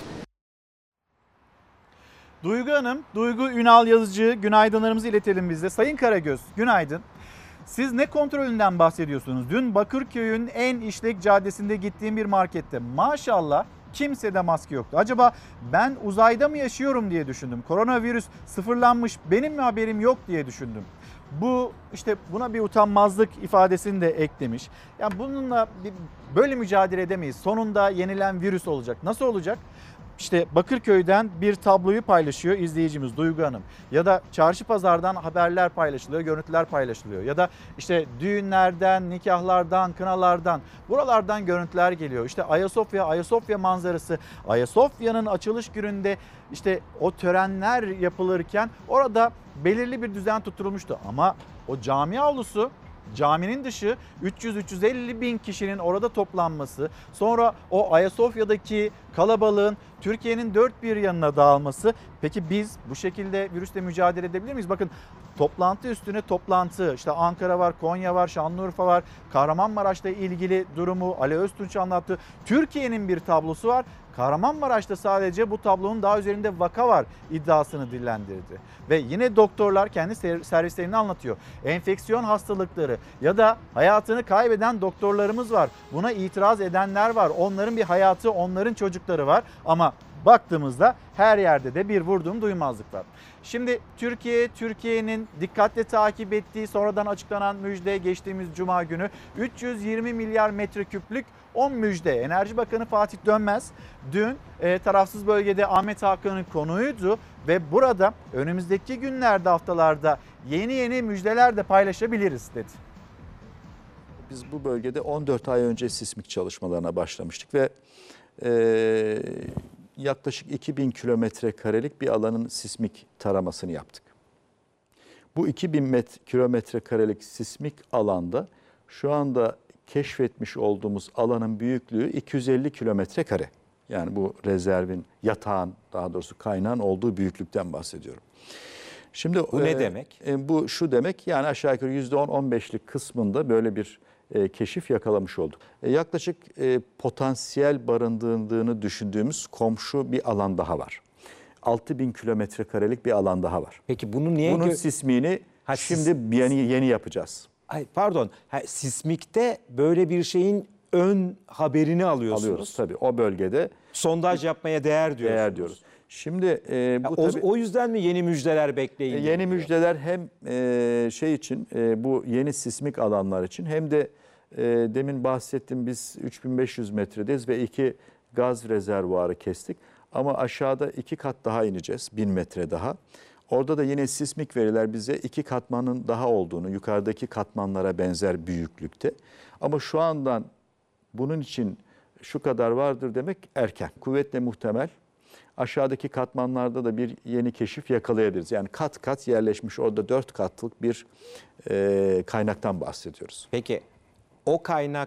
Duygu Hanım, Duygu Ünal Yazıcı günaydınlarımızı iletelim biz de. Sayın Karagöz, günaydın. Siz ne kontrolünden bahsediyorsunuz? Dün Bakırköy'ün en işlek caddesinde gittiğim bir markette maşallah kimsede maske yoktu. Acaba ben uzayda mı yaşıyorum diye düşündüm. Koronavirüs sıfırlanmış, benim mi haberim yok diye düşündüm. Bu işte buna bir utanmazlık ifadesini de eklemiş. Yani bununla böyle mücadele edemeyiz. Sonunda yenilen virüs olacak. Nasıl olacak? İşte Bakırköy'den bir tabloyu paylaşıyor izleyicimiz Duygu Hanım. Ya da çarşı pazardan haberler paylaşılıyor, görüntüler paylaşılıyor. Ya da işte düğünlerden, nikahlardan, kınalardan, buralardan görüntüler geliyor. İşte Ayasofya manzarası. Ayasofya'nın açılış gününde işte o törenler yapılırken orada belirli bir düzen tutturulmuştu. Ama o cami avlusu caminin dışı 300-350 bin kişinin orada toplanması, sonra o Ayasofya'daki kalabalığın Türkiye'nin dört bir yanına dağılması. Peki biz bu şekilde virüsle mücadele edebilir miyiz? Bakın toplantı üstüne toplantı, işte Ankara var, Konya var, Şanlıurfa var, Kahramanmaraş'la ilgili durumu Ali Öztunç anlattı. Türkiye'nin bir tablosu var. Kahramanmaraş'ta sadece bu tablonun daha üzerinde vaka var iddiasını dillendirdi. Ve yine doktorlar kendi servislerini anlatıyor. Enfeksiyon hastalıkları ya da hayatını kaybeden doktorlarımız var. Buna itiraz edenler var. Onların bir hayatı, onların çocukları var. Ama baktığımızda her yerde de bir vurduğum duymazlık var. Şimdi Türkiye'nin dikkatle takip ettiği sonradan açıklanan müjde geçtiğimiz Cuma günü 320 milyar metreküplük 10 müjde. Enerji Bakanı Fatih Dönmez dün tarafsız bölgede Ahmet Hakan'ın konuğuydu ve burada önümüzdeki günlerde, haftalarda yeni müjdeler de paylaşabiliriz dedi. Biz bu bölgede 14 ay önce sismik çalışmalarına başlamıştık ve yaklaşık 2000 kilometre karelik bir alanın sismik taramasını yaptık. Bu 2000 kilometre karelik sismik alanda şu anda keşfetmiş olduğumuz alanın büyüklüğü 250 kilometre kare. Yani bu rezervin, yatağın, daha doğrusu kaynağın olduğu büyüklükten bahsediyorum. Şimdi bu ne demek? Bu şu demek, yani aşağı yukarı %10-15'lik kısmında böyle bir keşif yakalamış olduk. Yaklaşık potansiyel barındırdığını düşündüğümüz komşu bir alan daha var. 6000 kilometre karelik bir alan daha var. Peki bunu niye? Bunun sismini şimdi yeni yapacağız. Ay, pardon, sismikte böyle bir şeyin ön haberini alıyorsunuz. Alıyoruz tabii, o bölgede. Sondaj yapmaya değer diyorsunuz. Değer diyoruz. Şimdi o yüzden mi yeni müjdeler bekleyin? Yeni müjdeler hem bu yeni sismik alanlar için hem de demin bahsettim, biz 3500 metredeyiz ve 2 gaz rezervuarı kestik. Ama aşağıda 2 kat daha ineceğiz, 1000 metre daha. Orada da yine sismik veriler bize 2 katmanın daha olduğunu, yukarıdaki katmanlara benzer büyüklükte. Ama şu andan bunun için şu kadar vardır demek erken. Kuvvetle muhtemel aşağıdaki katmanlarda da bir yeni keşif yakalayabiliriz. Yani kat kat yerleşmiş orada 4 katlık bir kaynaktan bahsediyoruz. Peki o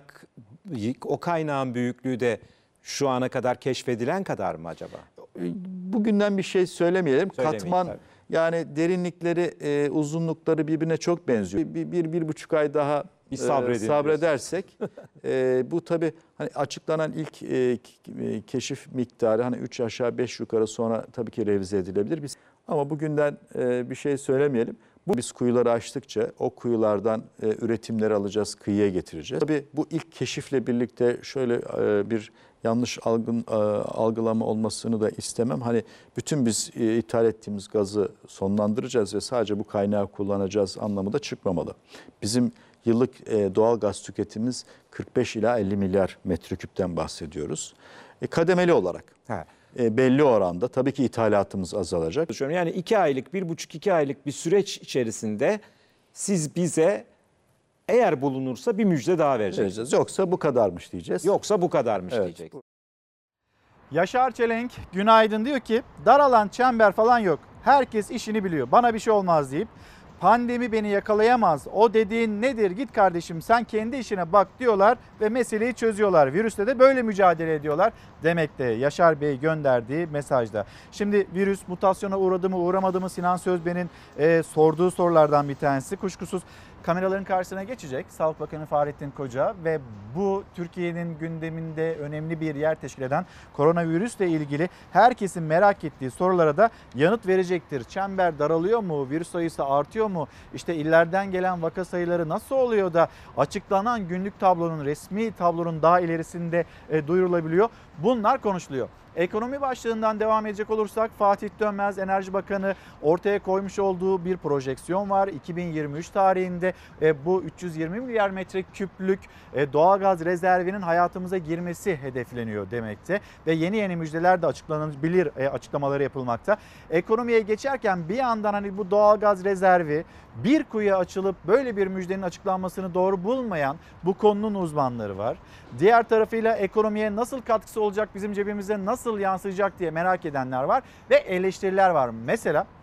kaynağın büyüklüğü de şu ana kadar keşfedilen kadar mı acaba? Bugünden bir şey söylemeyelim. Katman tabii. yani derinlikleri, uzunlukları birbirine çok benziyor. Bir buçuk ay daha sabredersek bu tabii hani açıklanan ilk keşif miktarı hani 3 aşağı 5 yukarı, sonra tabii ki revize edilebilir. Ama bugünden bir şey söylemeyelim. Biz kuyuları açtıkça o kuyulardan üretimleri alacağız, kıyıya getireceğiz. Tabii bu ilk keşifle birlikte şöyle bir yanlış algılama olmasını da istemem. Hani bütün biz ithal ettiğimiz gazı sonlandıracağız ve sadece bu kaynağı kullanacağız anlamı da çıkmamalı. Bizim yıllık doğal gaz tüketimimiz 45 ila 50 milyar metreküpten bahsediyoruz. Kademeli olarak. Belli oranda tabii ki ithalatımız azalacak. Yani 2 aylık, 1,5-2 aylık bir süreç içerisinde siz bize eğer bulunursa bir müjde daha vereceksiniz. Yoksa bu kadarmış diyeceğiz. Yoksa bu kadarmış diyecek. Yaşar Çelenk günaydın diyor ki daralan çember falan yok. Herkes işini biliyor. Bana bir şey olmaz deyip pandemi beni yakalayamaz. O dediğin nedir? Git kardeşim sen kendi işine bak diyorlar ve meseleyi çözüyorlar. Virüsle de böyle mücadele ediyorlar demekte Yaşar Bey gönderdiği mesajda. Şimdi virüs mutasyona uğradı mı uğramadı mı Sinan Sözben'in sorduğu sorulardan bir tanesi. Kuşkusuz kameraların karşısına geçecek Sağlık Bakanı Fahrettin Koca ve bu Türkiye'nin gündeminde önemli bir yer teşkil eden koronavirüsle ilgili herkesin merak ettiği sorulara da yanıt verecektir. Çember daralıyor mu? Virüs sayısı artıyor mu? İşte illerden gelen vaka sayıları nasıl oluyor da açıklanan günlük tablonun, resmi tablonun daha ilerisinde duyurulabiliyor? Bunlar konuşuluyor. Ekonomi başlığından devam edecek olursak Fatih Dönmez Enerji Bakanı ortaya koymuş olduğu bir projeksiyon var. 2023 tarihinde bu 320 milyar metreküplük doğalgaz rezervinin hayatımıza girmesi hedefleniyor demekte. Ve yeni müjdeler de açıklanabilir açıklamaları yapılmakta. Ekonomiye geçerken bir yandan hani bu doğalgaz rezervi bir kuyuya açılıp böyle bir müjdenin açıklanmasını doğru bulmayan bu konunun uzmanları var. Diğer tarafıyla ekonomiye nasıl katkısı olacak, bizim cebimize nasıl yansıyacak diye merak edenler var ve eleştiriler var. Mesela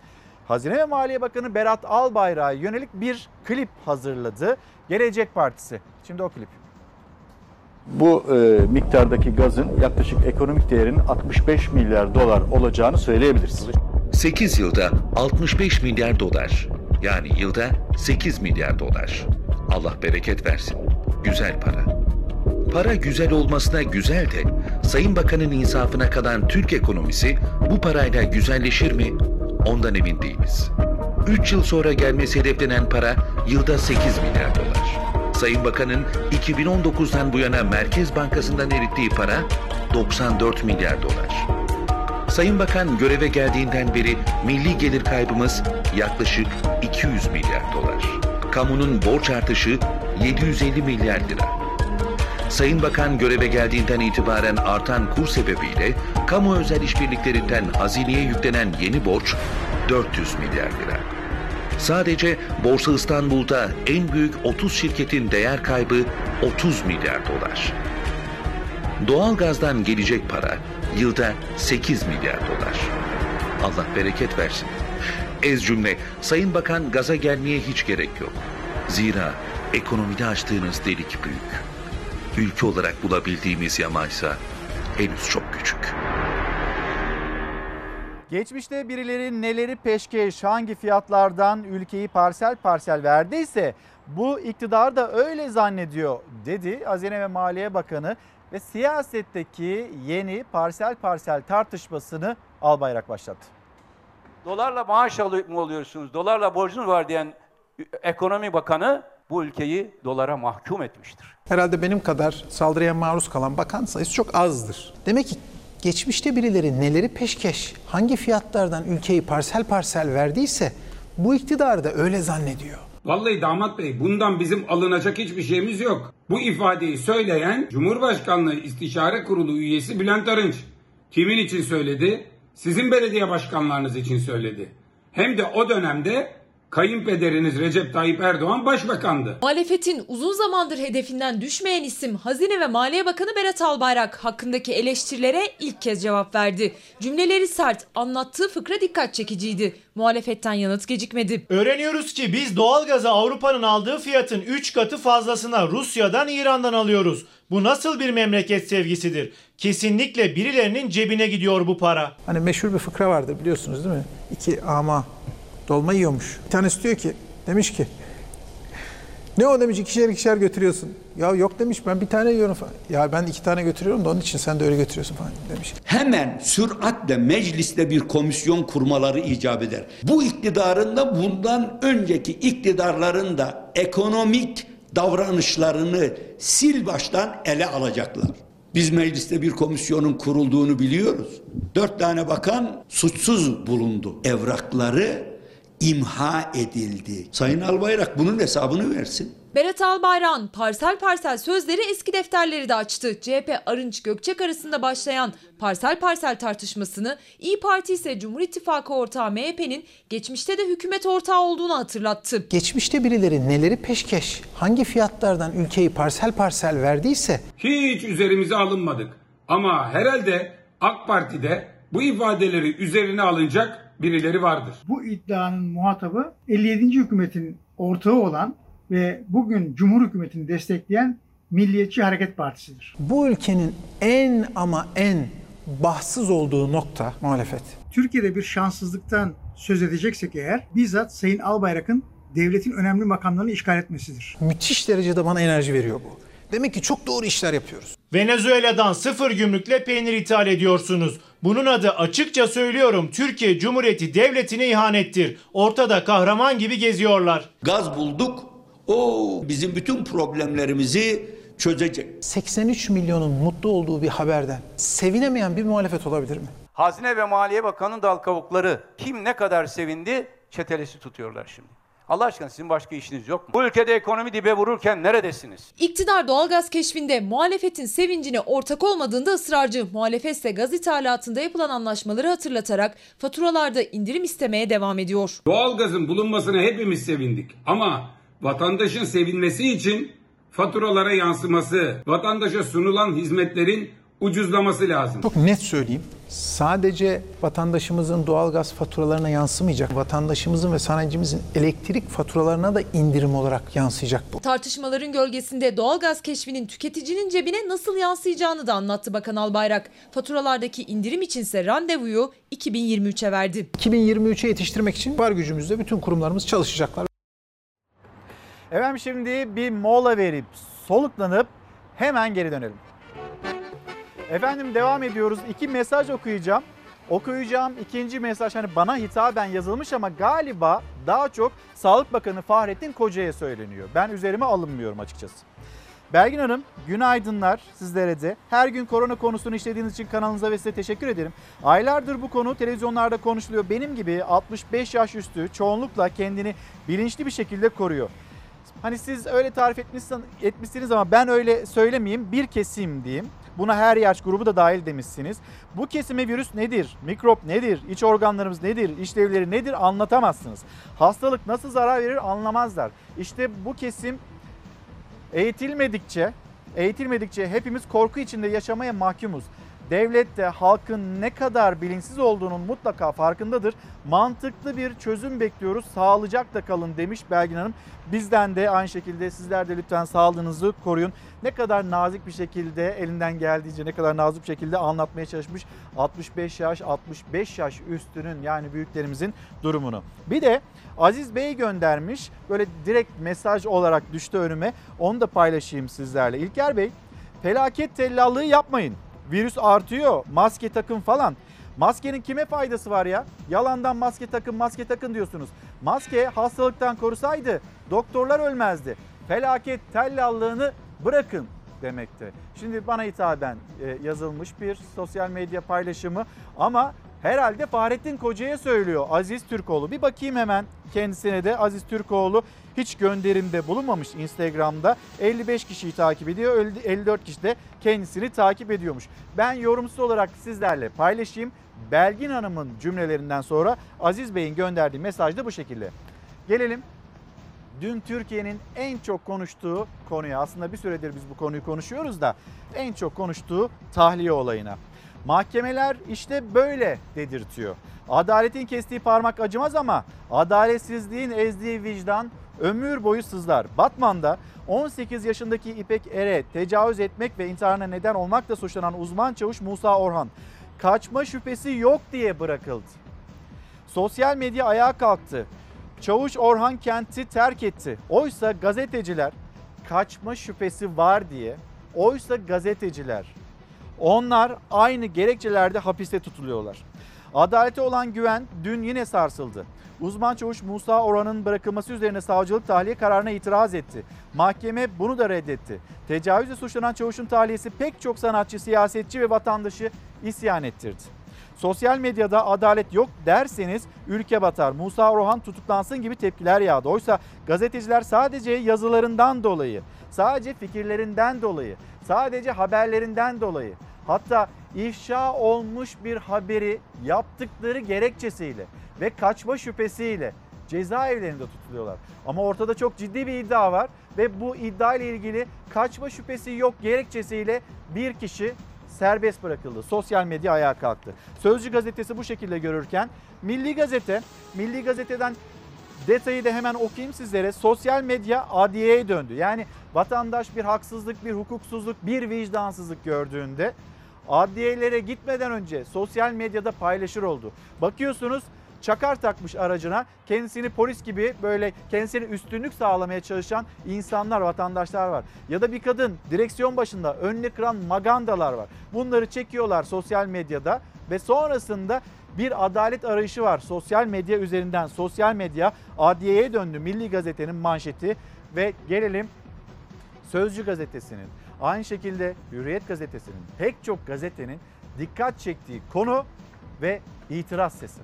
Hazine ve Maliye Bakanı Berat Albayrak'a yönelik bir klip hazırladı. Gelecek Partisi. Şimdi o klip. Bu miktardaki gazın yaklaşık ekonomik değerinin 65 milyar dolar olacağını söyleyebiliriz. 8 yılda 65 milyar dolar. Yani yılda 8 milyar dolar. Allah bereket versin. Güzel para. Para güzel olmasına güzel de Sayın Bakan'ın insafına kalan Türk ekonomisi bu parayla güzelleşir mi? Ondan emin değiliz. 3 yıl sonra gelmesi hedeflenen para yılda 8 milyar dolar. Sayın Bakan'ın 2019'dan bu yana Merkez Bankası'ndan erittiği para 94 milyar dolar. Sayın Bakan göreve geldiğinden beri milli gelir kaybımız yaklaşık 200 milyar dolar. Kamunun borç artışı 750 milyar lira. Sayın Bakan göreve geldiğinden itibaren artan kur sebebiyle kamu özel işbirliklerinden hazineye yüklenen yeni borç 400 milyar lira. Sadece Borsa İstanbul'da en büyük 30 şirketin değer kaybı 30 milyar dolar. Doğalgazdan gelecek para yılda 8 milyar dolar. Allah bereket versin. Ez cümle, Sayın Bakan gaza gelmeye hiç gerek yok. Zira ekonomide açtığınız delik büyük. Ülke olarak bulabildiğimiz yamaysa henüz çok küçük. Geçmişte birileri neleri peşkeş, hangi fiyatlardan ülkeyi parsel parsel verdiyse bu iktidar da öyle zannediyor dedi Hazine ve Maliye Bakanı ve siyasetteki yeni parsel parsel tartışmasını Albayrak başlattı. Dolarla maaş mı oluyorsunuz, dolarla borcunuz var diyen Ekonomi Bakanı bu ülkeyi dolara mahkum etmiştir. Herhalde benim kadar saldırıya maruz kalan bakan sayısı çok azdır. Demek ki geçmişte birileri neleri peşkeş, hangi fiyatlardan ülkeyi parsel parsel verdiyse bu iktidar da öyle zannediyor. Vallahi damat bey, bundan bizim alınacak hiçbir şeyimiz yok. Bu ifadeyi söyleyen Cumhurbaşkanlığı İstişare Kurulu üyesi Bülent Arınç. Kimin için söyledi? Sizin belediye başkanlarınız için söyledi. Hem de o dönemde kayınpederiniz Recep Tayyip Erdoğan başbakandı. Muhalefetin uzun zamandır hedefinden düşmeyen isim Hazine ve Maliye Bakanı Berat Albayrak hakkındaki eleştirilere ilk kez cevap verdi. Cümleleri sert, anlattığı fıkra dikkat çekiciydi. Muhalefetten yanıt gecikmedi. Öğreniyoruz ki biz doğalgazı Avrupa'nın aldığı fiyatın 3 katı fazlasına Rusya'dan, İran'dan alıyoruz. Bu nasıl bir memleket sevgisidir? Kesinlikle birilerinin cebine gidiyor bu para. Hani meşhur bir fıkra vardır biliyorsunuz değil mi? İki ama dolma yiyormuş. Bir tanesi diyor ki, demiş ki, ne o demiş, ikişer götürüyorsun. Ya yok demiş, ben bir tane yiyorum falan. Ya ben 2 tane götürüyorum da onun için sen de öyle götürüyorsun falan demiş. Hemen süratle mecliste bir komisyon kurmaları icap eder. Bu iktidarın da bundan önceki iktidarların da ekonomik davranışlarını sil baştan ele alacaklar. Biz mecliste bir komisyonun kurulduğunu biliyoruz. 4 tane bakan suçsuz bulundu. Evrakları imha edildi. Sayın Albayrak bunun hesabını versin. Berat Albayrak'ın parsel parsel sözleri eski defterleri de açtı. CHP Arınç Gökçek arasında başlayan parsel parsel tartışmasını İYİ Parti ise Cumhur İttifakı ortağı MHP'nin geçmişte de hükümet ortağı olduğunu hatırlattı. Geçmişte birileri neleri peşkeş, hangi fiyatlardan ülkeyi parsel parsel verdiyse Hiç üzerimize alınmadık. Ama herhalde AK Parti'de bu ifadeleri üzerine alınacak birileri vardır. Bu iddianın muhatabı 57. hükümetin ortağı olan ve bugün Cumhur hükümetini destekleyen Milliyetçi Hareket Partisi'dir. Bu ülkenin en ama en bahtsız olduğu nokta muhalefet. Türkiye'de bir şanssızlıktan söz edeceksek eğer bizzat Sayın Albayrak'ın devletin önemli makamlarını işgal etmesidir. Müthiş derecede bana enerji veriyor bu. Demek ki çok doğru işler yapıyoruz. Venezuela'dan 0 gümrükle peynir ithal ediyorsunuz. Bunun adı, açıkça söylüyorum, Türkiye Cumhuriyeti Devleti'ne ihanettir. Ortada kahraman gibi geziyorlar. Gaz bulduk. O bizim bütün problemlerimizi çözecek. 83 milyonun mutlu olduğu bir haberden sevinemeyen bir muhalefet olabilir mi? Hazine ve Maliye Bakanı'nın dal kavukları kim ne kadar sevindi çetelesi tutuyorlar şimdi. Allah aşkına sizin başka işiniz yok mu? Bu ülkede ekonomi dibe vururken neredesiniz? İktidar doğalgaz keşfinde muhalefetin sevincine ortak olmadığında ısrarcı. Muhalefet ise gaz ithalatında yapılan anlaşmaları hatırlatarak faturalarda indirim istemeye devam ediyor. Doğalgazın bulunmasına hepimiz sevindik. Ama vatandaşın sevinmesi için faturalara yansıması, vatandaşa sunulan hizmetlerin ucuzlaması lazım. Çok net söyleyeyim. Sadece vatandaşımızın doğalgaz faturalarına yansımayacak. Vatandaşımızın ve sanayicimizin elektrik faturalarına da indirim olarak yansıyacak bu. Tartışmaların gölgesinde doğalgaz keşfinin tüketicinin cebine nasıl yansıyacağını da anlattı Bakan Albayrak. Faturalardaki indirim içinse randevuyu 2023'e verdi. 2023'e yetiştirmek için var gücümüzle bütün kurumlarımız çalışacaklar. Efendim şimdi bir mola verip soluklanıp hemen geri dönelim. Efendim devam ediyoruz. 2 mesaj okuyacağım. Okuyacağım ikinci mesaj hani bana hitaben yazılmış ama galiba daha çok Sağlık Bakanı Fahrettin Koca'ya söyleniyor. Ben üzerime alınmıyorum açıkçası. Belgin Hanım, günaydınlar sizlere de. Her gün korona konusunu işlediğiniz için kanalınıza ve size teşekkür ederim. Aylardır bu konu televizyonlarda konuşuluyor. Benim gibi 65 yaş üstü çoğunlukla kendini bilinçli bir şekilde koruyor. Hani siz öyle tarif etmişsiniz ama ben öyle söylemeyeyim, bir kesim diyeyim. Buna her yaş grubu da dahil demişsiniz. Bu kesime virüs nedir, mikrop nedir, iç organlarımız nedir, işlevleri nedir anlatamazsınız. Hastalık nasıl zarar verir anlamazlar. İşte bu kesim eğitilmedikçe hepimiz korku içinde yaşamaya mahkumuz. Devlet de halkın ne kadar bilinçsiz olduğunun mutlaka farkındadır. Mantıklı bir çözüm bekliyoruz. Sağlıcakla kalın demiş Belgin Hanım. Bizden de aynı şekilde sizler de lütfen sağlığınızı koruyun. Ne kadar nazik bir şekilde elinden geldiğince ne kadar nazik bir şekilde anlatmaya çalışmış 65 yaş üstünün yani büyüklerimizin durumunu. Bir de Aziz Bey göndermiş böyle direkt mesaj olarak düştü önüme. Onu da paylaşayım sizlerle. İlker Bey felaket tellallığı yapmayın. Virüs artıyor, maske takın falan. Maskenin kime faydası var ya? Yalandan maske takın diyorsunuz. Maske hastalıktan korusaydı doktorlar ölmezdi. Felaket tellallığını bırakın demekte. Şimdi bana hitaben yazılmış bir sosyal medya paylaşımı ama herhalde Fahrettin Koca'ya söylüyor Aziz Türkoğlu. Bir bakayım hemen kendisine de. Aziz Türkoğlu hiç gönderimde bulunmamış Instagram'da. 55 kişiyi takip ediyor. 54 kişi de kendisini takip ediyormuş. Ben yorumsuz olarak sizlerle paylaşayım. Belgin Hanım'ın cümlelerinden sonra Aziz Bey'in gönderdiği mesaj da bu şekilde. Gelelim dün Türkiye'nin en çok konuştuğu konuya. Aslında bir süredir biz bu konuyu konuşuyoruz da en çok konuştuğu tahliye olayına. Mahkemeler işte böyle dedirtiyor. Adaletin kestiği parmak acımaz ama adaletsizliğin ezdiği vicdan ömür boyu sızlar. Batman'da 18 yaşındaki İpek Er'e tecavüz etmek ve intiharına neden olmakla suçlanan uzman çavuş Musa Orhan kaçma şüphesi yok diye bırakıldı. Sosyal medya ayağa kalktı. Çavuş Orhan kenti terk etti. Oysa gazeteciler kaçma şüphesi var diye, onlar aynı gerekçelerde hapiste tutuluyorlar. Adalete olan güven dün yine sarsıldı. Uzman çavuş Musa Orhan'ın bırakılması üzerine savcılık tahliye kararına itiraz etti. Mahkeme bunu da reddetti. Tecavüzle suçlanan çavuşun tahliyesi pek çok sanatçı, siyasetçi ve vatandaşı isyan ettirdi. Sosyal medyada adalet yok derseniz ülke batar. Musa Orhan tutuklansın gibi tepkiler yağdı. Oysa gazeteciler sadece yazılarından dolayı, sadece fikirlerinden dolayı, sadece haberlerinden dolayı, hatta ifşa olmuş bir haberi yaptıkları gerekçesiyle ve kaçma şüphesiyle cezaevlerinde tutuluyorlar. Ama ortada çok ciddi bir iddia var ve bu iddia ile ilgili kaçma şüphesi yok gerekçesiyle bir kişi serbest bırakıldı. Sosyal medya ayağa kalktı. Sözcü gazetesi bu şekilde görürken Milli Gazete'den detayı da hemen okuyayım sizlere. Sosyal medya adliyeye döndü. Yani vatandaş bir haksızlık, bir hukuksuzluk, bir vicdansızlık gördüğünde adliyelere gitmeden önce sosyal medyada paylaşır oldu. Bakıyorsunuz çakar takmış aracına, kendisini polis gibi böyle kendisine üstünlük sağlamaya çalışan insanlar, vatandaşlar var. Ya da bir kadın direksiyon başında önüne kıran magandalar var. Bunları çekiyorlar sosyal medyada ve sonrasında bir adalet arayışı var sosyal medya üzerinden. Sosyal medya adliyeye döndü. Milli Gazete'nin manşeti ve gelelim Sözcü Gazetesi'nin, aynı şekilde Hürriyet Gazetesi'nin, pek çok gazetenin dikkat çektiği konu ve itiraz sesi.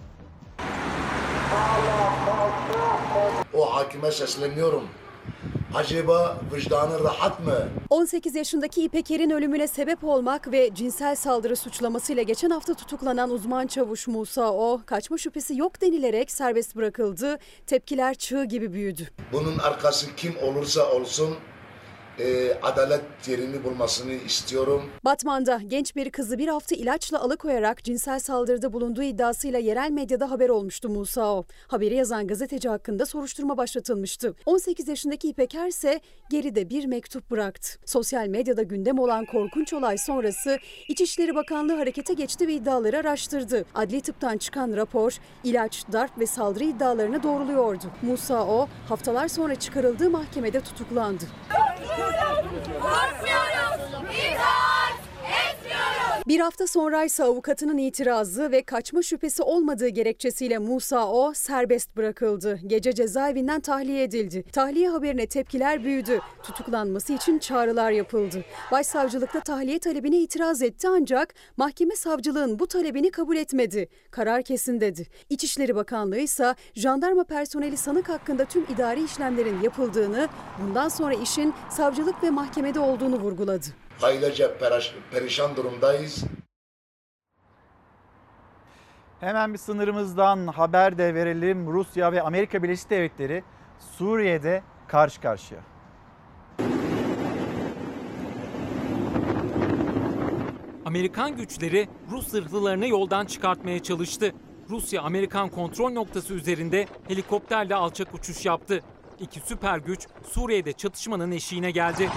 O hakime sesleniyorum. Acaba vicdanı rahat mı? 18 yaşındaki İpek Er'in ölümüne sebep olmak ve cinsel saldırı suçlamasıyla geçen hafta tutuklanan uzman çavuş Musa O, kaçma şüphesi yok denilerek serbest bırakıldı. Tepkiler çığ gibi büyüdü. Bunun arkası kim olursa olsun adalet yerini bulmasını istiyorum. Batman'da genç bir kızı bir hafta ilaçla alıkoyarak cinsel saldırıda bulunduğu iddiasıyla yerel medyada haber olmuştu Musa O. Haberi yazan gazeteci hakkında soruşturma başlatılmıştı. 18 yaşındaki İpeker ise geride bir mektup bıraktı. Sosyal medyada gündem olan korkunç olay sonrası İçişleri Bakanlığı harekete geçti ve iddiaları araştırdı. Adli tıptan çıkan rapor ilaç, darp ve saldırı iddialarını doğruluyordu. Musa O haftalar sonra çıkarıldığı mahkemede tutuklandı. Bir hafta sonraysa avukatının itirazı ve kaçma şüphesi olmadığı gerekçesiyle Musa O serbest bırakıldı. Gece cezaevinden tahliye edildi. Tahliye haberine tepkiler büyüdü. Tutuklanması için çağrılar yapıldı. Başsavcılıkta tahliye talebine itiraz etti ancak mahkeme savcılığın bu talebini kabul etmedi. Karar kesin dedi. İçişleri Bakanlığı ise jandarma personeli sanık hakkında tüm idari işlemlerin yapıldığını, bundan sonra işin savcılık ve mahkemede olduğunu vurguladı. Ailece perişan durumdayız. Hemen bir sınırımızdan haber de verelim. Rusya ve Amerika Birleşik Devletleri Suriye'de karşı karşıya. Amerikan güçleri Rus zırhlılarını yoldan çıkartmaya çalıştı. Rusya Amerikan kontrol noktası üzerinde helikopterle alçak uçuş yaptı. İki süper güç Suriye'de çatışmanın eşiğine geldi.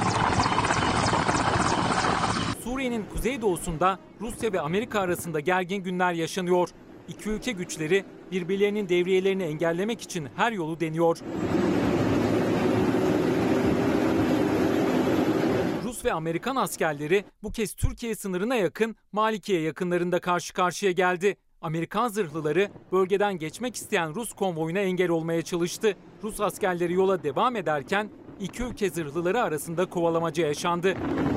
Suriye'nin kuzeydoğusunda Rusya ve Amerika arasında gergin günler yaşanıyor. İki ülke güçleri birbirlerinin devriyelerini engellemek için her yolu deniyor. Rus ve Amerikan askerleri bu kez Türkiye sınırına yakın Malikiye yakınlarında karşı karşıya geldi. Amerikan zırhlıları bölgeden geçmek isteyen Rus konvoyuna engel olmaya çalıştı. Rus askerleri yola devam ederken iki ülke zırhlıları arasında kovalamaca yaşandı.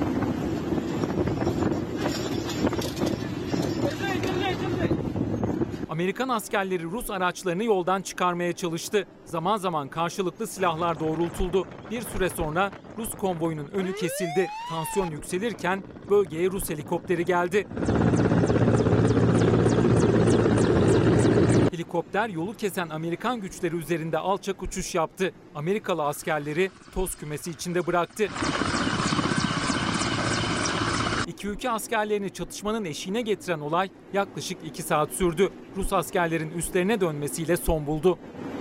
Amerikan askerleri Rus araçlarını yoldan çıkarmaya çalıştı. Zaman zaman karşılıklı silahlar doğrultuldu. Bir süre sonra Rus konvoyunun önü kesildi. Tansiyon yükselirken bölgeye Rus helikopteri geldi. Helikopter yolu kesen Amerikan güçleri üzerinde alçak uçuş yaptı. Amerikalı askerleri toz kümesi içinde bıraktı. İki ülke askerlerini çatışmanın eşiğine getiren olay yaklaşık 2 saat sürdü. Rus askerlerin üstlerine dönmesiyle son buldu.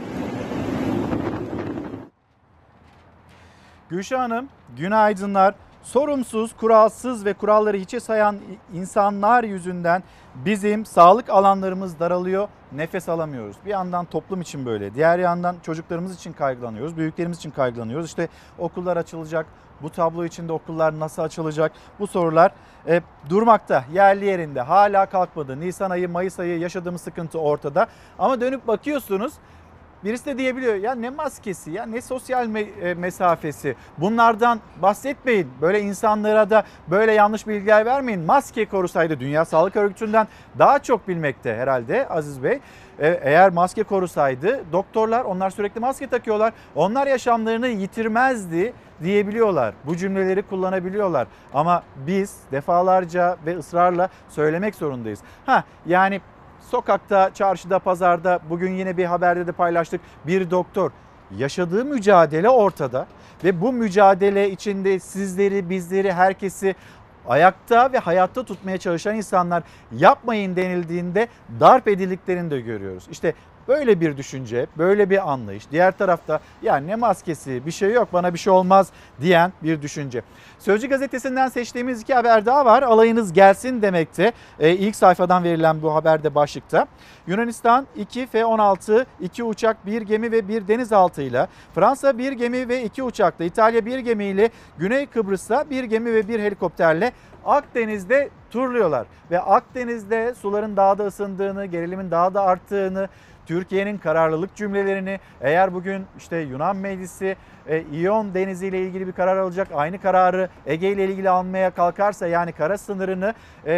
Gülşah Hanım, günaydınlar. Sorumsuz, kuralsız ve kuralları hiçe sayan insanlar yüzünden bizim sağlık alanlarımız daralıyor, nefes alamıyoruz. Bir yandan toplum için böyle, diğer yandan çocuklarımız için kaygılanıyoruz, büyüklerimiz için kaygılanıyoruz. İşte okullar açılacak, bu tablo içinde okullar nasıl açılacak? Bu sorular durmakta, yerli yerinde, hala kalkmadı. Nisan ayı, Mayıs ayı yaşadığımız sıkıntı ortada. Ama dönüp bakıyorsunuz, birisi de diyebiliyor ya ne maskesi ya ne sosyal mesafesi, bunlardan bahsetmeyin. Böyle insanlara da böyle yanlış bilgiler vermeyin. Maske korusaydı Dünya Sağlık Örgütü'nden daha çok bilmekte herhalde Aziz Bey. Eğer maske korusaydı doktorlar, onlar sürekli maske takıyorlar, onlar yaşamlarını yitirmezdi diyebiliyorlar. Bu cümleleri kullanabiliyorlar. Ama biz defalarca ve ısrarla söylemek zorundayız. Yani sokakta, çarşıda, pazarda, bugün yine bir haberde de paylaştık. Bir doktor, yaşadığı mücadele ortada ve bu mücadele içinde sizleri, bizleri, herkesi ayakta ve hayatta tutmaya çalışan insanlar yapmayın denildiğinde darp edildiklerini de görüyoruz. İşte böyle bir düşünce, böyle bir anlayış. Diğer tarafta ya ne maskesi, bir şey yok, bana bir şey olmaz diyen bir düşünce. Sözcü gazetesinden seçtiğimiz 2 haber daha var. Alayınız gelsin demekte. İlk sayfadan verilen bu haberde başlıkta. Yunanistan 2 F-16, 2 uçak, 1 gemi ve 1 denizaltıyla, Fransa 1 gemi ve 2 uçakla, İtalya 1 gemiyle, Güney Kıbrıs'ta 1 gemi ve 1 helikopterle Akdeniz'de turluyorlar. Ve Akdeniz'de suların daha da ısındığını, gerilimin daha da arttığını, Türkiye'nin kararlılık cümlelerini, eğer bugün işte Yunan Meclisi İyon Denizi ile ilgili bir karar alacak, aynı kararı Ege ile ilgili almaya kalkarsa, yani kara sınırını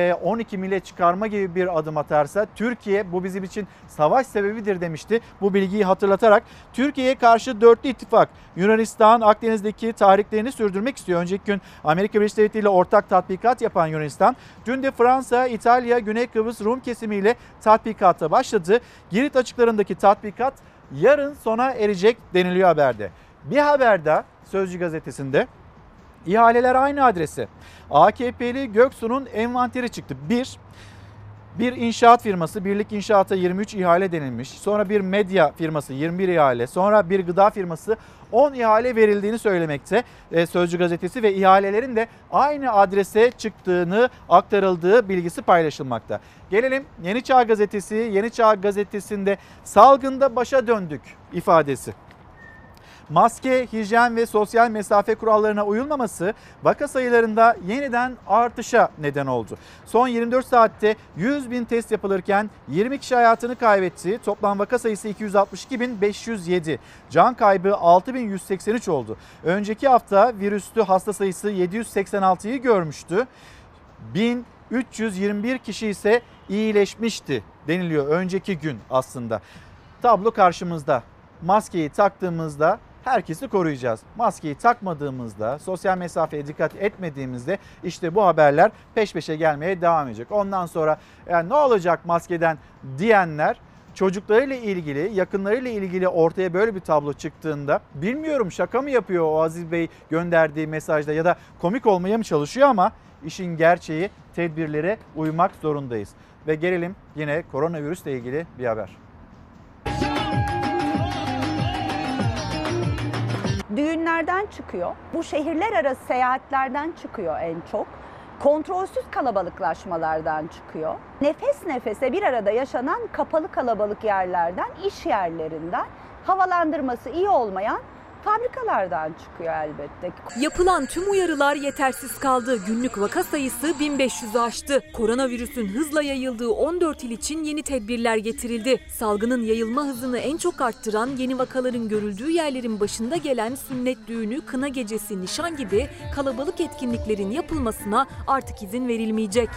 12 mile çıkarma gibi bir adım atarsa, Türkiye bu bizim için savaş sebebidir demişti. Bu bilgiyi hatırlatarak Türkiye'ye karşı dörtlü ittifak Yunanistan Akdeniz'deki tahriklerini sürdürmek istiyor. Önceki gün Amerika Birleşik Devletleri ile ortak tatbikat yapan Yunanistan, dün de Fransa, İtalya, Güney Kıbrıs Rum kesimiyle tatbikata başladı. Girit açıklarındaki tatbikat yarın sona erecek deniliyor haberde. Bir haber daha Sözcü gazetesinde. İhaleler aynı adrese. AKP'li Göksu'nun envanteri çıktı. Bir inşaat firması, Birlik İnşaat'a 23 ihale denilmiş. Sonra bir medya firması 21 ihale. Sonra bir gıda firması 10 ihale verildiğini söylemekte Sözcü gazetesi ve ihalelerin de aynı adrese çıktığını, aktarıldığı bilgisi paylaşılmakta. Gelelim Yeni Çağ gazetesi. Yeni Çağ gazetesinde salgında başa döndük ifadesi. Maske, hijyen ve sosyal mesafe kurallarına uyulmaması vaka sayılarında yeniden artışa neden oldu. Son 24 saatte 100.000 test yapılırken 20 kişi hayatını kaybetti. Toplam vaka sayısı 262.507. Can kaybı 6.183 oldu. Önceki hafta virüslü hasta sayısı 786'yı görmüştü. 1321 kişi ise iyileşmişti deniliyor önceki gün aslında. Tablo karşımızda. Maskeyi taktığımızda herkesi koruyacağız. Maskeyi takmadığımızda, sosyal mesafeye dikkat etmediğimizde işte bu haberler peş peşe gelmeye devam edecek. Ondan sonra yani ne olacak maskeden diyenler çocuklarıyla ilgili, yakınlarıyla ilgili ortaya böyle bir tablo çıktığında bilmiyorum şaka mı yapıyor o Aziz Bey gönderdiği mesajda ya da komik olmaya mı çalışıyor ama işin gerçeği tedbirlere uymak zorundayız. Ve gelelim yine koronavirüsle ilgili bir haber. Düğünlerden çıkıyor. Bu şehirler arası seyahatlerden çıkıyor en çok. Kontrolsüz kalabalıklaşmalardan çıkıyor. Nefes nefese bir arada yaşanan kapalı kalabalık yerlerden, iş yerlerinden, havalandırması iyi olmayan fabrikalardan çıkıyor elbette. Yapılan tüm uyarılar yetersiz kaldı. Günlük vaka sayısı 1500'ü aştı. Koronavirüsün hızla yayıldığı 14 il için yeni tedbirler getirildi. Salgının yayılma hızını en çok arttıran yeni vakaların görüldüğü yerlerin başında gelen sünnet düğünü, kına gecesi, nişan gibi kalabalık etkinliklerin yapılmasına artık izin verilmeyecek.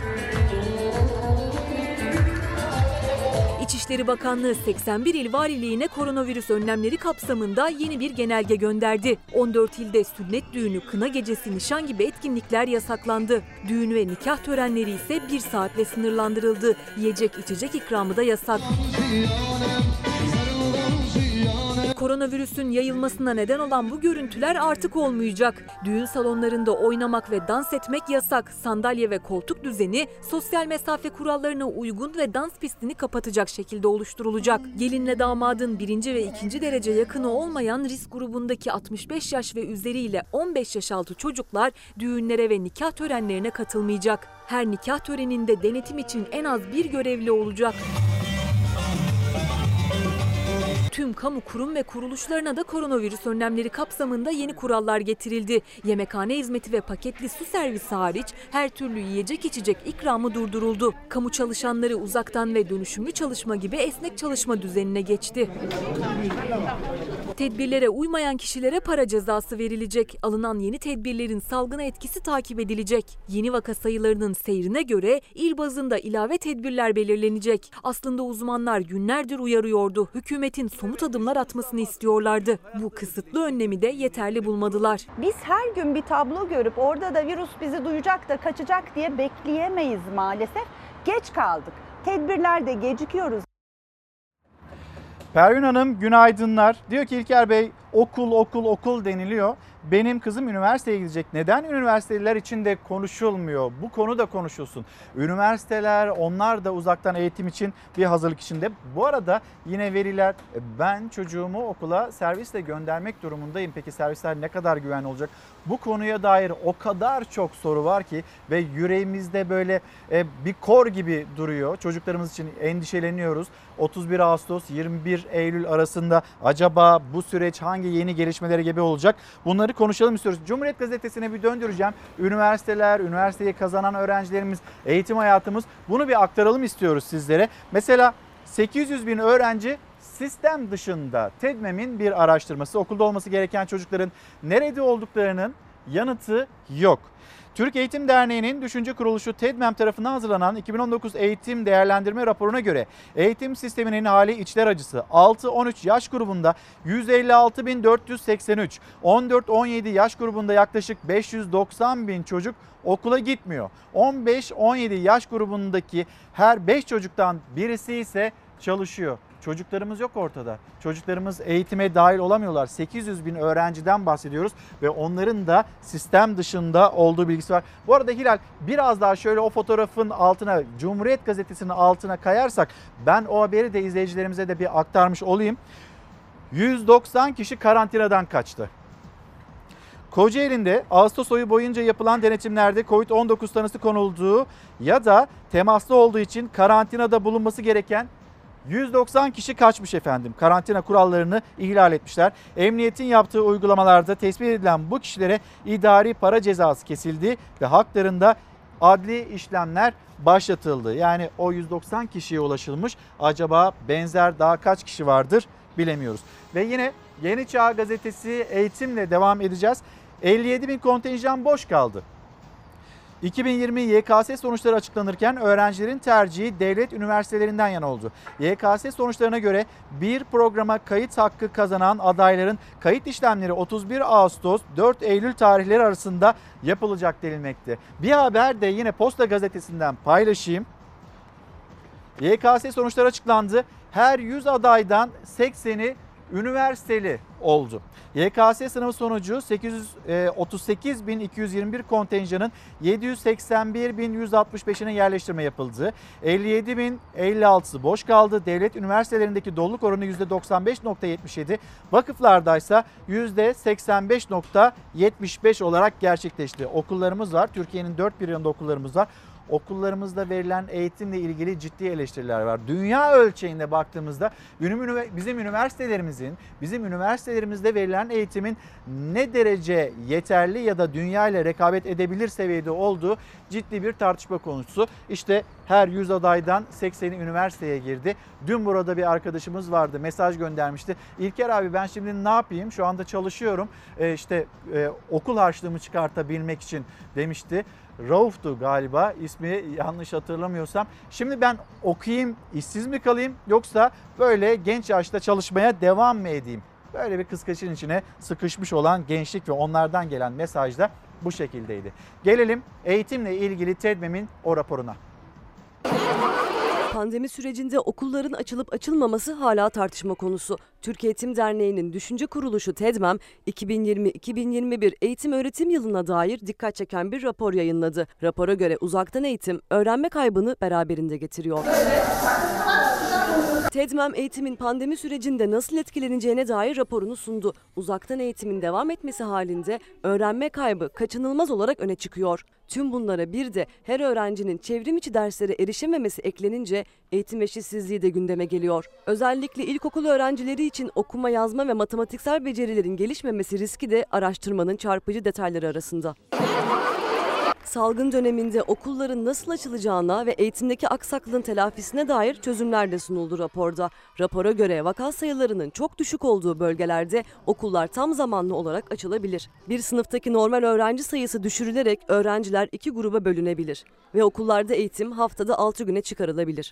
İçişleri Bakanlığı 81 il valiliğine koronavirüs önlemleri kapsamında yeni bir genelge gönderdi. 14 ilde sünnet düğünü, kına gecesi, nişan gibi etkinlikler yasaklandı. Düğün ve nikah törenleri ise 1 saatle sınırlandırıldı. Yiyecek içecek ikramı da yasak. Koronavirüsün yayılmasına neden olan bu görüntüler artık olmayacak. Düğün salonlarında oynamak ve dans etmek yasak. Sandalye ve koltuk düzeni sosyal mesafe kurallarına uygun ve dans pistini kapatacak şekilde oluşturulacak. Gelinle damadın 1. ve 2. derece yakını olmayan risk grubundaki 65 yaş ve üzeriyle 15 yaş altı çocuklar düğünlere ve nikah törenlerine katılmayacak. Her nikah töreninde denetim için en az bir görevli olacak. Tüm kamu kurum ve kuruluşlarına da koronavirüs önlemleri kapsamında yeni kurallar getirildi. Yemekhane hizmeti ve paketli su servisi hariç her türlü yiyecek içecek ikramı durduruldu. Kamu çalışanları uzaktan ve dönüşümlü çalışma gibi esnek çalışma düzenine geçti. Tedbirlere uymayan kişilere para cezası verilecek. Alınan yeni tedbirlerin salgına etkisi takip edilecek. Yeni vaka sayılarının seyrine göre il bazında ilave tedbirler belirlenecek. Aslında uzmanlar günlerdir uyarıyordu. Hükümetin somut adımlar atmasını istiyorlardı. Bu kısıtlı önlemi de yeterli bulmadılar. Biz her gün bir tablo görüp orada da virüs bizi duyacak da kaçacak diye bekleyemeyiz maalesef. Geç kaldık. Tedbirlerde gecikiyoruz. Pervin Hanım günaydınlar. Diyor ki İlker Bey okul deniliyor. Benim kızım üniversiteye gidecek. Neden üniversiteliler için de konuşulmuyor? Bu konu da konuşulsun. Üniversiteler onlar da uzaktan eğitim için bir hazırlık içinde. Bu arada yine veriler ben çocuğumu okula servisle göndermek durumundayım. Peki servisler ne kadar güvenli olacak? Bu konuya dair o kadar çok soru var ki ve yüreğimizde böyle bir kor gibi duruyor. Çocuklarımız için endişeleniyoruz. 31 Ağustos 21 Eylül arasında acaba bu süreç hangi yeni gelişmelere gebe olacak? Bunları konuşalım istiyoruz. Cumhuriyet Gazetesi'ne bir döndüreceğim. Üniversiteler, üniversiteyi kazanan öğrencilerimiz, eğitim hayatımız bunu bir aktaralım istiyoruz sizlere. Mesela 800.000 öğrenci sistem dışında. TEDMEM'in bir araştırması okulda olması gereken çocukların nerede olduklarının yanıtı yok. Türk Eğitim Derneği'nin düşünce kuruluşu TEDMEM tarafından hazırlanan 2019 eğitim değerlendirme raporuna göre eğitim sisteminin hali içler acısı. 6-13 yaş grubunda 156.483, 14-17 yaş grubunda yaklaşık 590.000 çocuk okula gitmiyor. 15-17 yaş grubundaki her 5 çocuktan birisi ise çalışıyor. Çocuklarımız yok ortada. Çocuklarımız eğitime dahil olamıyorlar. 800 bin öğrenciden bahsediyoruz ve onların da sistem dışında olduğu bilgisi var. Bu arada Hilal, biraz daha şöyle o fotoğrafın altına, Cumhuriyet Gazetesi'nin altına kayarsak ben o haberi de izleyicilerimize de bir aktarmış olayım. 190 kişi karantinadan kaçtı. Kocaeli'nde Ağustos ayı boyunca yapılan denetimlerde Covid-19 tanısı konulduğu ya da temaslı olduğu için karantinada bulunması gereken 190 kişi kaçmış efendim. Karantina kurallarını ihlal etmişler. Emniyetin yaptığı uygulamalarda tespit edilen bu kişilere idari para cezası kesildi ve haklarında adli işlemler başlatıldı. Yani o 190 kişiye ulaşılmış. Acaba benzer daha kaç kişi vardır bilemiyoruz. Ve yine Yeni Çağ Gazetesi eğitimle devam edeceğiz. 57 bin kontenjan boş kaldı. 2020 YKS sonuçları açıklanırken öğrencilerin tercihi devlet üniversitelerinden yana oldu. YKS sonuçlarına göre bir programa kayıt hakkı kazanan adayların kayıt işlemleri 31 Ağustos 4 Eylül tarihleri arasında yapılacak denilmekte. Bir haber de yine Posta Gazetesi'nden paylaşayım. YKS sonuçları açıklandı. Her 100 adaydan 80'i üniversiteli oldu. YKS sınavı sonucu 838.221 kontenjanın 781.165'ine yerleştirme yapıldı. 57.056'sı boş kaldı. Devlet üniversitelerindeki doluluk oranı %95.77, vakıflardaysa %85.75 olarak gerçekleşti. Okullarımız var. Türkiye'nin dört bir yanında okullarımız var. Okullarımızda verilen eğitimle ilgili ciddi eleştiriler var. Dünya ölçeğinde baktığımızda bizim üniversitelerimizde verilen eğitimin ne derece yeterli ya da dünya ile rekabet edebilir seviyede olduğu ciddi bir tartışma konusu. İşte her 100 adaydan 80'i üniversiteye girdi. Dün burada bir arkadaşımız vardı, mesaj göndermişti. İlker abi ben şimdi ne yapayım? Şu anda çalışıyorum. Okul harçlığımı çıkartabilmek için demişti. Rauf'tu galiba ismi, yanlış hatırlamıyorsam. Şimdi ben okuyayım, işsiz mi kalayım yoksa böyle genç yaşta çalışmaya devam mı edeyim? Böyle bir kıskaçın içine sıkışmış olan gençlik ve onlardan gelen mesaj da bu şekildeydi. Gelelim eğitimle ilgili TEDMEM'in o raporuna. Pandemi sürecinde okulların açılıp açılmaması hala tartışma konusu. Türkiye Eğitim Derneği'nin düşünce kuruluşu TEDMEM, 2020-2021 eğitim öğretim yılına dair dikkat çeken bir rapor yayınladı. Rapora göre uzaktan eğitim öğrenme kaybını beraberinde getiriyor. TEDMEM eğitimin pandemi sürecinde nasıl etkileneceğine dair raporunu sundu. Uzaktan eğitimin devam etmesi halinde öğrenme kaybı kaçınılmaz olarak öne çıkıyor. Tüm bunlara bir de her öğrencinin çevrim içi derslere erişememesi eklenince eğitim eşitsizliği de gündeme geliyor. Özellikle ilkokul öğrencileri için okuma, yazma ve matematiksel becerilerin gelişmemesi riski de araştırmanın çarpıcı detayları arasında. Salgın döneminde okulların nasıl açılacağına ve eğitimdeki aksaklığın telafisine dair çözümler de sunuldu raporda. Rapora göre vaka sayılarının çok düşük olduğu bölgelerde okullar tam zamanlı olarak açılabilir. Bir sınıftaki normal öğrenci sayısı düşürülerek öğrenciler 2 gruba bölünebilir ve okullarda eğitim haftada 6 güne çıkarılabilir.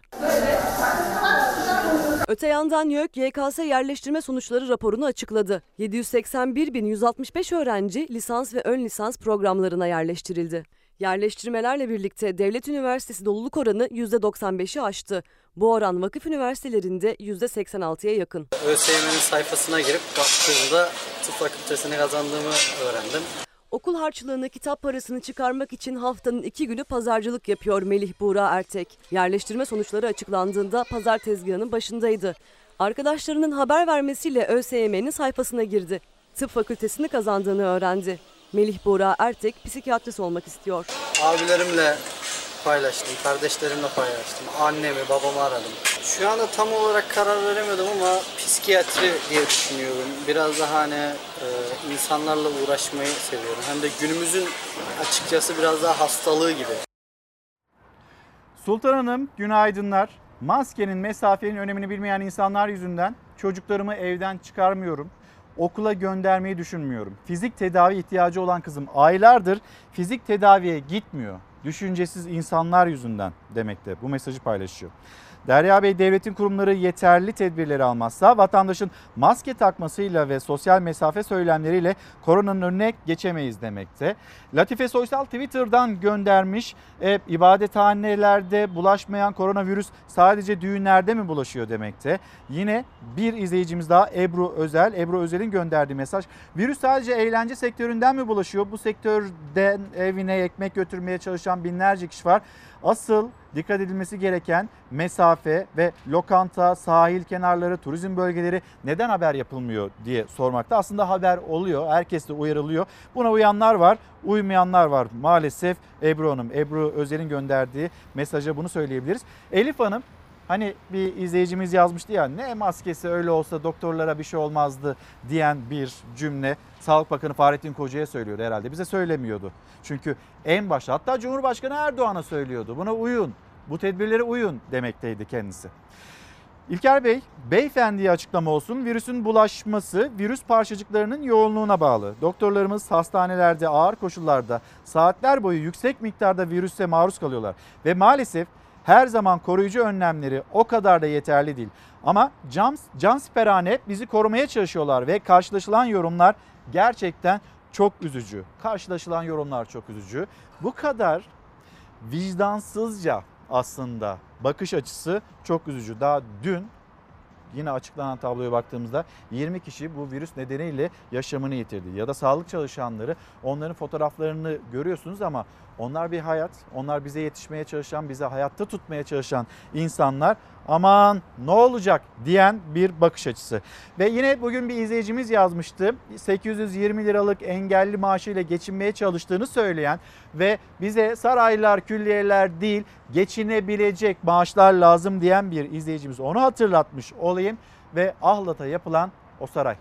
Öte yandan YÖK, YKS yerleştirme sonuçları raporunu açıkladı. 781.165 öğrenci lisans ve ön lisans programlarına yerleştirildi. Yerleştirmelerle birlikte devlet üniversitesi doluluk oranı %95'i aştı. Bu oran vakıf üniversitelerinde %86'ya yakın. ÖSYM'nin sayfasına girip baktığımda tıp fakültesini kazandığımı öğrendim. Okul harçlığını, kitap parasını çıkarmak için haftanın 2 günü pazarcılık yapıyor Melih Buğra Ertek. Yerleştirme sonuçları açıklandığında pazar tezgahının başındaydı. Arkadaşlarının haber vermesiyle ÖSYM'nin sayfasına girdi. Tıp fakültesini kazandığını öğrendi. Melih Buğra Ertek psikiyatrist olmak istiyor. Abilerimle paylaştım, kardeşlerimle paylaştım, annemi, babamı aradım. Şu anda tam olarak karar veremedim ama psikiyatri diye düşünüyorum. Biraz daha insanlarla uğraşmayı seviyorum. Hem de günümüzün açıkçası biraz daha hastalığı gibi. Sultan Hanım günaydınlar. Maskenin, mesafenin önemini bilmeyen insanlar yüzünden çocuklarımı evden çıkarmıyorum. Okula göndermeyi düşünmüyorum. Fizik tedavi ihtiyacı olan kızım aylardır fizik tedaviye gitmiyor. Düşüncesiz insanlar yüzünden demekte. Bu mesajı paylaşıyor. Derya Bey, devletin kurumları yeterli tedbirleri almazsa vatandaşın maske takmasıyla ve sosyal mesafe söylemleriyle koronanın önüne geçemeyiz demekte. Latife Soysal Twitter'dan göndermiş. İbadethanelerde bulaşmayan koronavirüs sadece düğünlerde mi bulaşıyor demekte. Yine bir izleyicimiz daha Ebru Özel. Ebru Özel'in gönderdiği mesaj. Virüs sadece eğlence sektöründen mi bulaşıyor? Bu sektörden evine ekmek götürmeye çalışan binlerce kişi var. Asıl dikkat edilmesi gereken mesafe ve lokanta, sahil kenarları, turizm bölgeleri neden haber yapılmıyor diye sormakta. Aslında haber oluyor, herkes de uyarılıyor. Buna uyanlar var, uymayanlar var maalesef. Ebru Hanım, Ebru Özel'in gönderdiği mesaja bunu söyleyebiliriz. Elif Hanım, hani bir izleyicimiz yazmıştı ya, ne maskesi, öyle olsa doktorlara bir şey olmazdı diyen bir cümle Sağlık Bakanı Fahrettin Koca'ya söylüyordu herhalde. Bize söylemiyordu. Çünkü en başta, hatta Cumhurbaşkanı Erdoğan'a söylüyordu. Buna uyun, bu tedbirlere uyun demekteydi kendisi. İlker Bey, beyefendiye açıklama olsun. Virüsün bulaşması virüs parçacıklarının yoğunluğuna bağlı. Doktorlarımız hastanelerde ağır koşullarda saatler boyu yüksek miktarda virüse maruz kalıyorlar. Ve maalesef her zaman koruyucu önlemleri o kadar da yeterli değil. Ama cansiperane bizi korumaya çalışıyorlar ve karşılaşılan yorumlar gerçekten çok üzücü. Karşılaşılan yorumlar çok üzücü. Bu kadar vicdansızca aslında bakış açısı çok üzücü. Daha dün yine açıklanan tabloya baktığımızda 20 kişi bu virüs nedeniyle yaşamını yitirdi. Ya da sağlık çalışanları, onların fotoğraflarını görüyorsunuz ama onlar bir hayat, onlar bize yetişmeye çalışan, bize hayatta tutmaya çalışan insanlar. Aman ne olacak diyen bir bakış açısı. Ve yine bugün bir izleyicimiz yazmıştı. 820 liralık engelli maaşıyla geçinmeye çalıştığını söyleyen ve bize saraylar, külliyeler değil, geçinebilecek maaşlar lazım diyen bir izleyicimiz. Onu hatırlatmış olayım ve Ahlat'a yapılan o saray.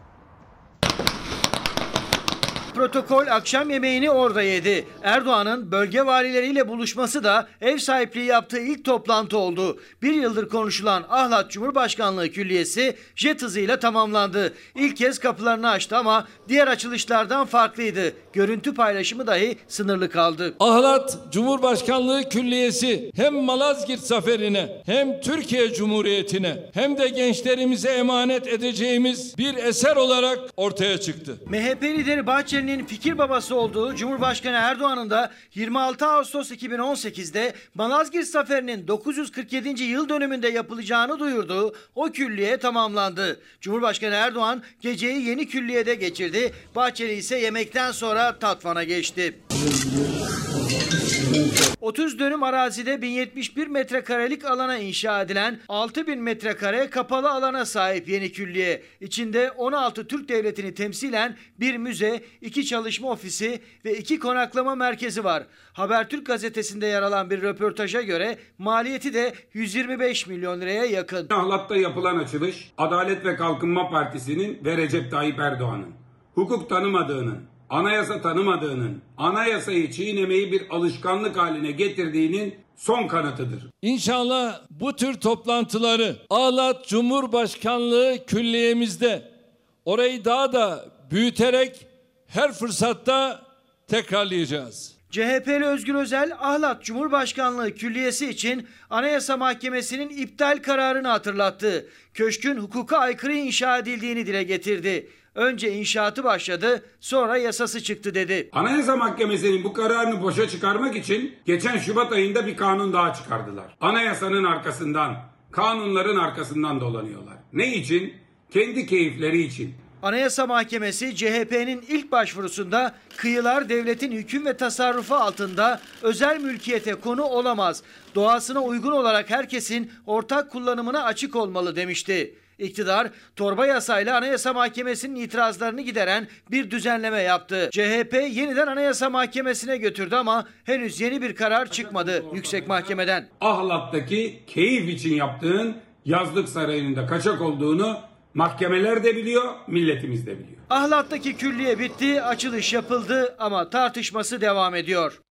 Protokol akşam yemeğini orada yedi. Erdoğan'ın bölge valileriyle buluşması da ev sahipliği yaptığı ilk toplantı oldu. Bir yıldır konuşulan Ahlat Cumhurbaşkanlığı Külliyesi jet hızıyla tamamlandı. İlk kez kapılarını açtı ama diğer açılışlardan farklıydı. Görüntü paylaşımı dahi sınırlı kaldı. Ahlat Cumhurbaşkanlığı Külliyesi hem Malazgirt zaferine hem Türkiye Cumhuriyeti'ne hem de gençlerimize emanet edeceğimiz bir eser olarak ortaya çıktı. MHP lideri Bahçeli'nin fikir babası olduğu Cumhurbaşkanı Erdoğan'ın da 26 Ağustos 2018'de Malazgirt Zaferi'nin 947. yıl dönümünde yapılacağını duyurduğu o külliye tamamlandı. Cumhurbaşkanı Erdoğan geceyi yeni külliyede geçirdi. Bahçeli ise yemekten sonra Tatvan'a geçti. 30 dönüm arazide 1071 metrekarelik alana inşa edilen 6000 metrekare kapalı alana sahip yeni külliye. İçinde 16 Türk Devleti'ni temsilen bir müze, 2 çalışma ofisi ve 2 konaklama merkezi var. Habertürk gazetesinde yer alan bir röportaja göre maliyeti de 125 milyon liraya yakın. Ahlat'ta yapılan açılış Adalet ve Kalkınma Partisi'nin ve Recep Tayyip Erdoğan'ın hukuk tanımadığının, anayasa tanımadığının, anayasayı çiğnemeyi bir alışkanlık haline getirdiğinin son kanıtıdır. İnşallah bu tür toplantıları Ahlat Cumhurbaşkanlığı Külliyemizde orayı daha da büyüterek her fırsatta tekrarlayacağız. CHP'li Özgür Özel, Ahlat Cumhurbaşkanlığı Külliyesi için Anayasa Mahkemesi'nin iptal kararını hatırlattı. Köşkün hukuka aykırı inşa edildiğini dile getirdi. Önce inşaatı başladı, sonra yasası çıktı dedi. Anayasa Mahkemesi'nin bu kararını boşa çıkarmak için geçen Şubat ayında bir kanun daha çıkardılar. Anayasanın arkasından, kanunların arkasından dolanıyorlar. Ne için? Kendi keyifleri için. Anayasa Mahkemesi CHP'nin ilk başvurusunda kıyılar devletin hüküm ve tasarrufu altında özel mülkiyete konu olamaz. Doğasına uygun olarak herkesin ortak kullanımına açık olmalı demişti. İktidar torba yasayla Anayasa Mahkemesi'nin itirazlarını gideren bir düzenleme yaptı. CHP yeniden Anayasa Mahkemesi'ne götürdü ama henüz yeni bir karar çıkmadı Yüksek Mahkeme'den. Ahlat'taki keyif için yaptığın yazlık sarayının da kaçak olduğunu mahkemeler de biliyor, milletimiz de biliyor. Ahlat'taki külliye bitti, açılış yapıldı ama tartışması devam ediyor.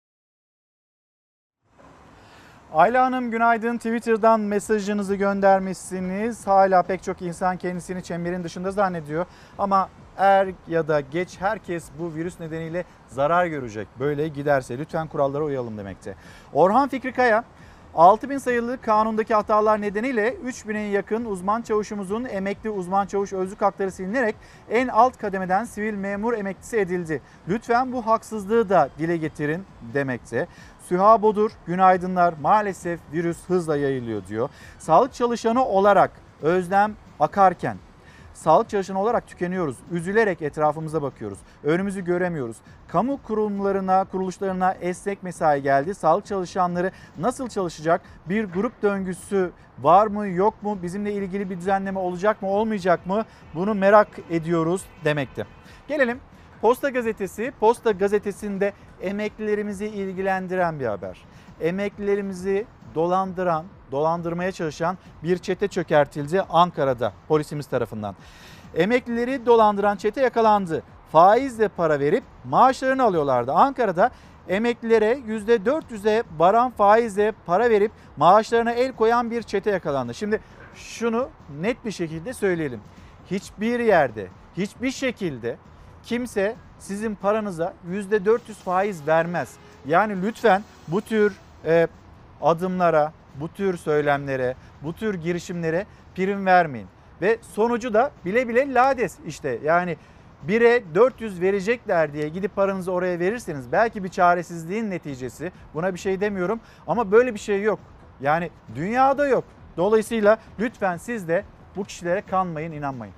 Ayla Hanım günaydın. Twitter'dan mesajınızı göndermişsiniz. Hala pek çok insan kendisini çemberin dışında zannediyor. Ama er ya da geç herkes bu virüs nedeniyle zarar görecek. Böyle giderse lütfen kurallara uyalım demekte. Orhan Fikri Kaya, 6000 sayılı kanundaki hatalar nedeniyle 3000'e yakın uzman çavuşumuzun emekli uzman çavuş özlük hakları silinerek en alt kademeden sivil memur emeklisi edildi. Lütfen bu haksızlığı da dile getirin demekte. Süha Bodur, günaydınlar, maalesef virüs hızla yayılıyor diyor. Sağlık çalışanı olarak Özlem Akarken, sağlık çalışanı olarak tükeniyoruz. Üzülerek etrafımıza bakıyoruz. Önümüzü göremiyoruz. Kamu kurumlarına, kuruluşlarına esnek mesai geldi. Sağlık çalışanları nasıl çalışacak? Bir grup döngüsü var mı, yok mu? Bizimle ilgili bir düzenleme olacak mı, olmayacak mı? Bunu merak ediyoruz demekti. Gelelim Posta Gazetesi. Posta Gazetesi'nde emeklilerimizi ilgilendiren bir haber. Emeklilerimizi dolandırmaya çalışan bir çete çökertildi Ankara'da polisimiz tarafından. Emeklileri dolandıran çete yakalandı. Faizle para verip maaşlarını alıyorlardı. Ankara'da emeklilere %400'e varan faizle para verip maaşlarına el koyan bir çete yakalandı. Şimdi şunu net bir şekilde söyleyelim. Hiçbir yerde, hiçbir şekilde kimse sizin paranıza %400 faiz vermez. Yani lütfen bu tür adımlara, bu tür söylemlere, bu tür girişimlere prim vermeyin. Ve sonucu da bile bile lades işte. Yani 1'e 400 verecekler diye gidip paranızı oraya verirseniz belki bir çaresizliğin neticesi, buna bir şey demiyorum ama böyle bir şey yok. Yani dünyada yok. Dolayısıyla lütfen siz de bu kişilere kanmayın, inanmayın.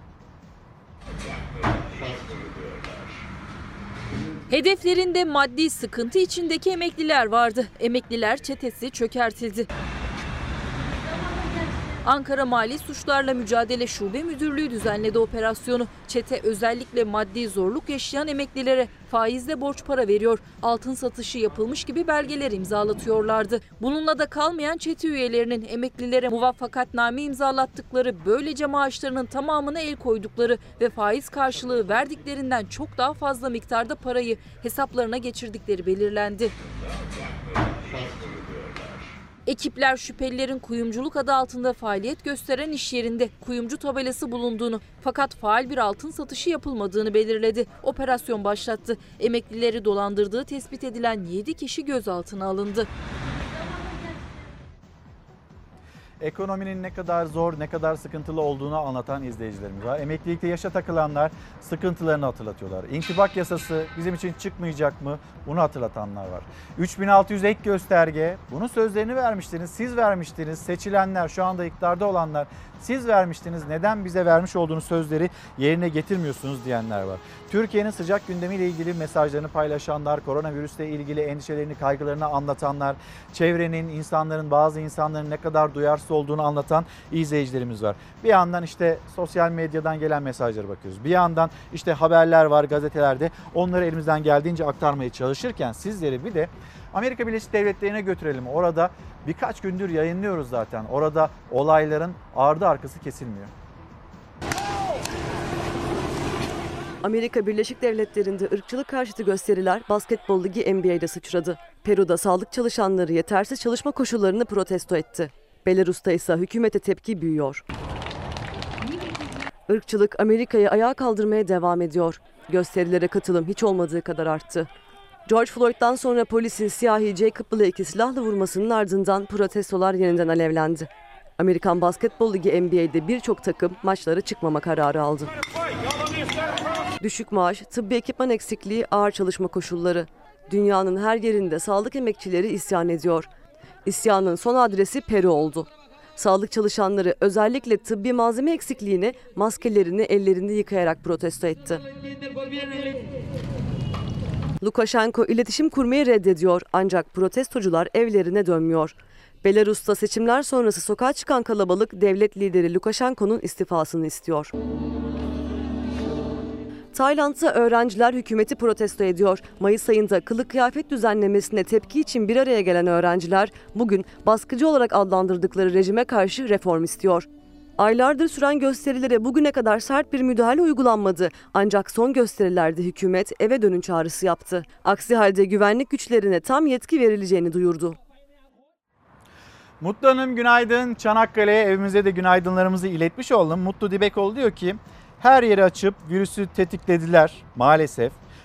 Hedeflerinde maddi sıkıntı içindeki emekliler vardı. Emekliler çetesi çökertildi. Ankara Mali Suçlarla Mücadele Şube Müdürlüğü düzenledi operasyonu. Çete özellikle maddi zorluk yaşayan emeklilere faizle borç para veriyor. Altın satışı yapılmış gibi belgeler imzalatıyorlardı. Bununla da kalmayan çete üyelerinin emeklilere muvaffakatname imzalattıkları, böylece maaşlarının tamamına el koydukları ve faiz karşılığı verdiklerinden çok daha fazla miktarda parayı hesaplarına geçirdikleri belirlendi. Ekipler şüphelilerin kuyumculuk adı altında faaliyet gösteren iş yerinde kuyumcu tabelası bulunduğunu fakat faal bir altın satışı yapılmadığını belirledi. Operasyon başlattı. Emeklileri dolandırdığı tespit edilen 7 kişi gözaltına alındı. Ekonominin ne kadar zor, ne kadar sıkıntılı olduğunu anlatan izleyicilerimiz var. Emeklilikte yaşa takılanlar sıkıntılarını hatırlatıyorlar. İntibak yasası bizim için çıkmayacak mı? Bunu hatırlatanlar var. 3600 ek gösterge, bunun sözlerini vermiştiniz, siz vermiştiniz. Seçilenler, şu anda iktidarda olanlar siz vermiştiniz. Neden bize vermiş olduğunuz sözleri yerine getirmiyorsunuz diyenler var. Türkiye'nin sıcak gündemiyle ilgili mesajlarını paylaşanlar, koronavirüsle ilgili endişelerini, kaygılarını anlatanlar, çevrenin, insanların, bazı insanların ne kadar duyarsız olduğunu anlatan izleyicilerimiz var. Bir yandan işte sosyal medyadan gelen mesajlara bakıyoruz. Bir yandan işte haberler var gazetelerde. Onları elimizden geldiğince aktarmaya çalışırken sizleri bir de Amerika Birleşik Devletleri'ne götürelim. Orada birkaç gündür yayınlıyoruz zaten. Orada olayların ardı arkası kesilmiyor. Amerika Birleşik Devletleri'nde ırkçılık karşıtı gösteriler basketbol ligi NBA'de sıçradı. Peru'da sağlık çalışanları yetersiz çalışma koşullarını protesto etti. Belarus'ta ise hükümete tepki büyüyor. Irkçılık Amerika'yı ayağa kaldırmaya devam ediyor. Gösterilere katılım hiç olmadığı kadar arttı. George Floyd'dan sonra polisin siyahi Jacob Blake'i silahla vurmasının ardından protestolar yeniden alevlendi. Amerikan Basketbol Ligi NBA'de birçok takım maçlara çıkmama kararı aldı. Düşük maaş, tıbbi ekipman eksikliği, ağır çalışma koşulları. Dünyanın her yerinde sağlık emekçileri isyan ediyor. İsyanın son adresi Peru oldu. Sağlık çalışanları özellikle tıbbi malzeme eksikliğini, maskelerini ellerini yıkayarak protesto etti. Lukashenko iletişim kurmayı reddediyor ancak protestocular evlerine dönmüyor. Belarus'ta seçimler sonrası sokağa çıkan kalabalık devlet lideri Lukashenko'nun istifasını istiyor. Tayland'da öğrenciler hükümeti protesto ediyor. Mayıs ayında kılık kıyafet düzenlemesine tepki için bir araya gelen öğrenciler bugün baskıcı olarak adlandırdıkları rejime karşı reform istiyor. Aylardır süren gösterilere bugüne kadar sert bir müdahale uygulanmadı. Ancak son gösterilerde hükümet eve dönün çağrısı yaptı. Aksi halde güvenlik güçlerine tam yetki verileceğini duyurdu. Mutlu Hanım günaydın. Çanakkale'ye evimize de günaydınlarımızı iletmiş oldum. Mutlu Dibekoğlu diyor ki her yeri açıp virüsü tetiklediler maalesef.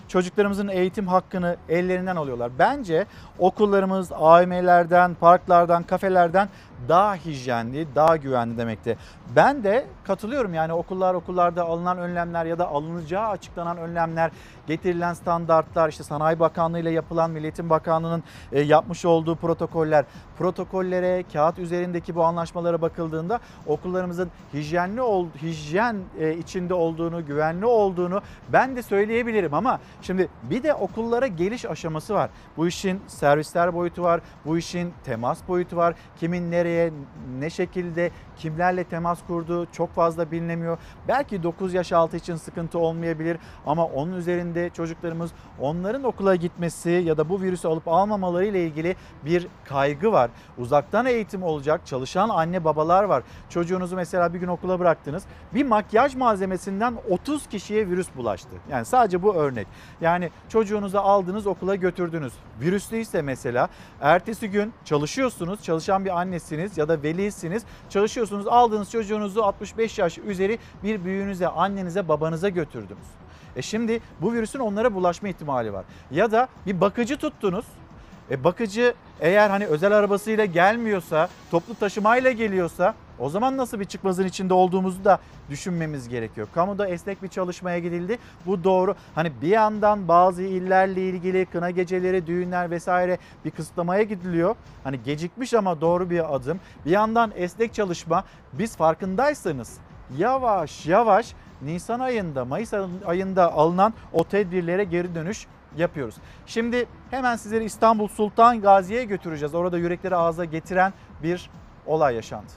çocuklarımızın eğitim hakkını ellerinden alıyorlar. Bence okullarımız AVM'lerden, parklardan, kafelerden daha hijyenli, daha güvenli demekti. Ben de katılıyorum, yani okullarda alınan önlemler ya da alınacağı açıklanan önlemler, getirilen standartlar, işte Sanayi Bakanlığı ile yapılan, Milli Eğitim Bakanlığı'nın yapmış olduğu protokollere, kağıt üzerindeki bu anlaşmalara bakıldığında okullarımızın hijyen içinde olduğunu, güvenli olduğunu ben de söyleyebilirim. Ama şimdi bir de okullara geliş aşaması var. Bu işin servisler boyutu var, bu işin temas boyutu var. Kimin nereye, ne şekilde, kimlerle temas kurduğu çok fazla bilinemiyor. Belki 9 yaş altı için sıkıntı olmayabilir ama onun üzerinde çocuklarımız, onların okula gitmesi ya da bu virüsü alıp almamaları ile ilgili bir kaygı var. Uzaktan eğitim olacak, çalışan anne babalar var. Çocuğunuzu mesela bir gün okula bıraktınız. Bir makyaj malzemesinden 30 kişiye virüs bulaştı. Yani sadece bu örnek. Yani çocuğunuzu aldınız, okula götürdünüz. Virüslüyse mesela ertesi gün çalışıyorsunuz, çalışan bir annesiniz ya da velisiniz, çalışıyorsunuz, aldığınız çocuğunuzu 65 yaş üzeri bir büyüğünüze, annenize, babanıza götürdünüz. Şimdi bu virüsün onlara bulaşma ihtimali var. Ya da bir bakıcı tuttunuz. Bakıcı eğer hani özel arabasıyla gelmiyorsa, toplu taşımayla geliyorsa o zaman nasıl bir çıkmazın içinde olduğumuzu da düşünmemiz gerekiyor. Kamuda esnek bir çalışmaya gidildi. Bu doğru. Hani bir yandan bazı illerle ilgili kına geceleri, düğünler vesaire bir kısıtlamaya gidiliyor. Hani gecikmiş ama doğru bir adım. Bir yandan esnek çalışma. Biz farkındaysanız yavaş yavaş Nisan ayında, Mayıs ayında alınan o tedbirlere geri dönüş yapıyoruz. Şimdi hemen sizleri İstanbul Sultan Gazi'ye götüreceğiz. Orada yürekleri ağza getiren bir olay yaşandı.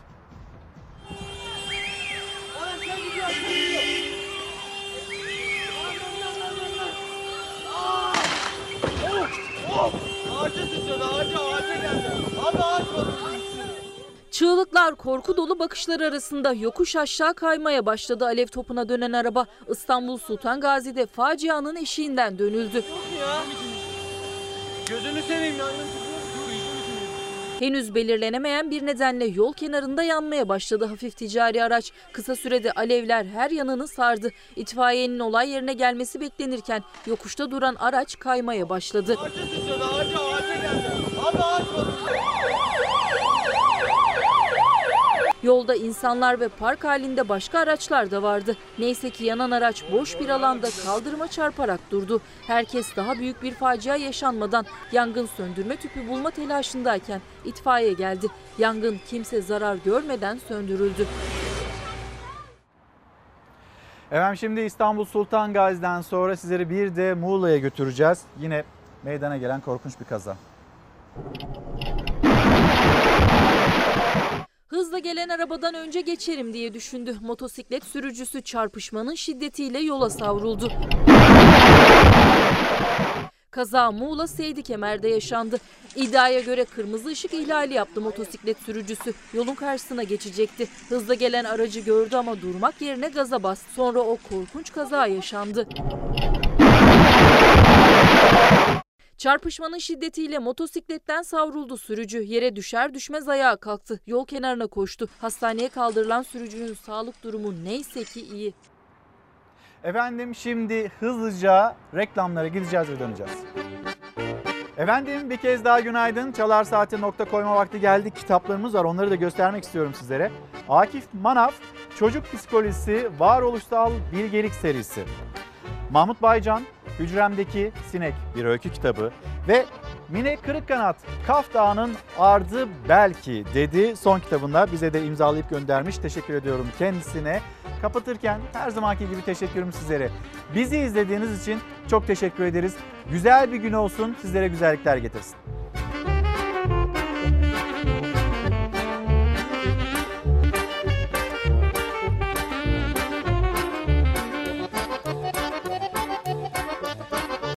Çığlıklar, korku dolu bakışlar arasında yokuş aşağı kaymaya başladı alev topuna dönen araba. İstanbul Sultan Gazi'de facianın eşiğinden dönüldü. Gözünü seveyim ya. Henüz belirlenemeyen bir nedenle yol kenarında yanmaya başladı hafif ticari araç. Kısa sürede alevler her yanını sardı. İtfaiyenin olay yerine gelmesi beklenirken yokuşta duran araç kaymaya başladı. Yolda insanlar ve park halinde başka araçlar da vardı. Neyse ki yanan araç boş bir alanda kaldırıma çarparak durdu. Herkes daha büyük bir facia yaşanmadan yangın söndürme tüpü bulma telaşındayken itfaiye geldi. Yangın kimse zarar görmeden söndürüldü. Efendim şimdi İstanbul Sultan Gazi'den sonra sizleri bir de Muğla'ya götüreceğiz. Yine meydana gelen korkunç bir kaza. Hızla gelen arabadan önce geçerim diye düşündü. Motosiklet sürücüsü çarpışmanın şiddetiyle yola savruldu. Kaza Muğla Seydikemer'de yaşandı. İddiaya göre kırmızı ışık ihlali yaptı motosiklet sürücüsü. Yolun karşısına geçecekti. Hızla gelen aracı gördü ama durmak yerine gaza bastı. Sonra o korkunç kaza yaşandı. Çarpışmanın şiddetiyle motosikletten savruldu sürücü. Yere düşer düşmez ayağa kalktı. Yol kenarına koştu. Hastaneye kaldırılan sürücünün sağlık durumu neyse ki iyi. Efendim şimdi hızlıca reklamlara gideceğiz ve döneceğiz. Efendim bir kez daha günaydın. Çalar Saat'e nokta koyma vakti geldi. Kitaplarımız var. Onları da göstermek istiyorum sizlere. Akif Manaf, Çocuk Psikolojisi, Varoluşsal Bilgelik serisi. Mahmut Baycan, Hücremdeki Sinek bir öykü kitabı ve Mine Kırıkkanat, Kaf Dağı'nın Ardı Belki dedi son kitabında bize de imzalayıp göndermiş. Teşekkür ediyorum kendisine. Kapatırken her zamanki gibi teşekkürüm sizlere. Bizi izlediğiniz için çok teşekkür ederiz. Güzel bir gün olsun, sizlere güzellikler getirsin.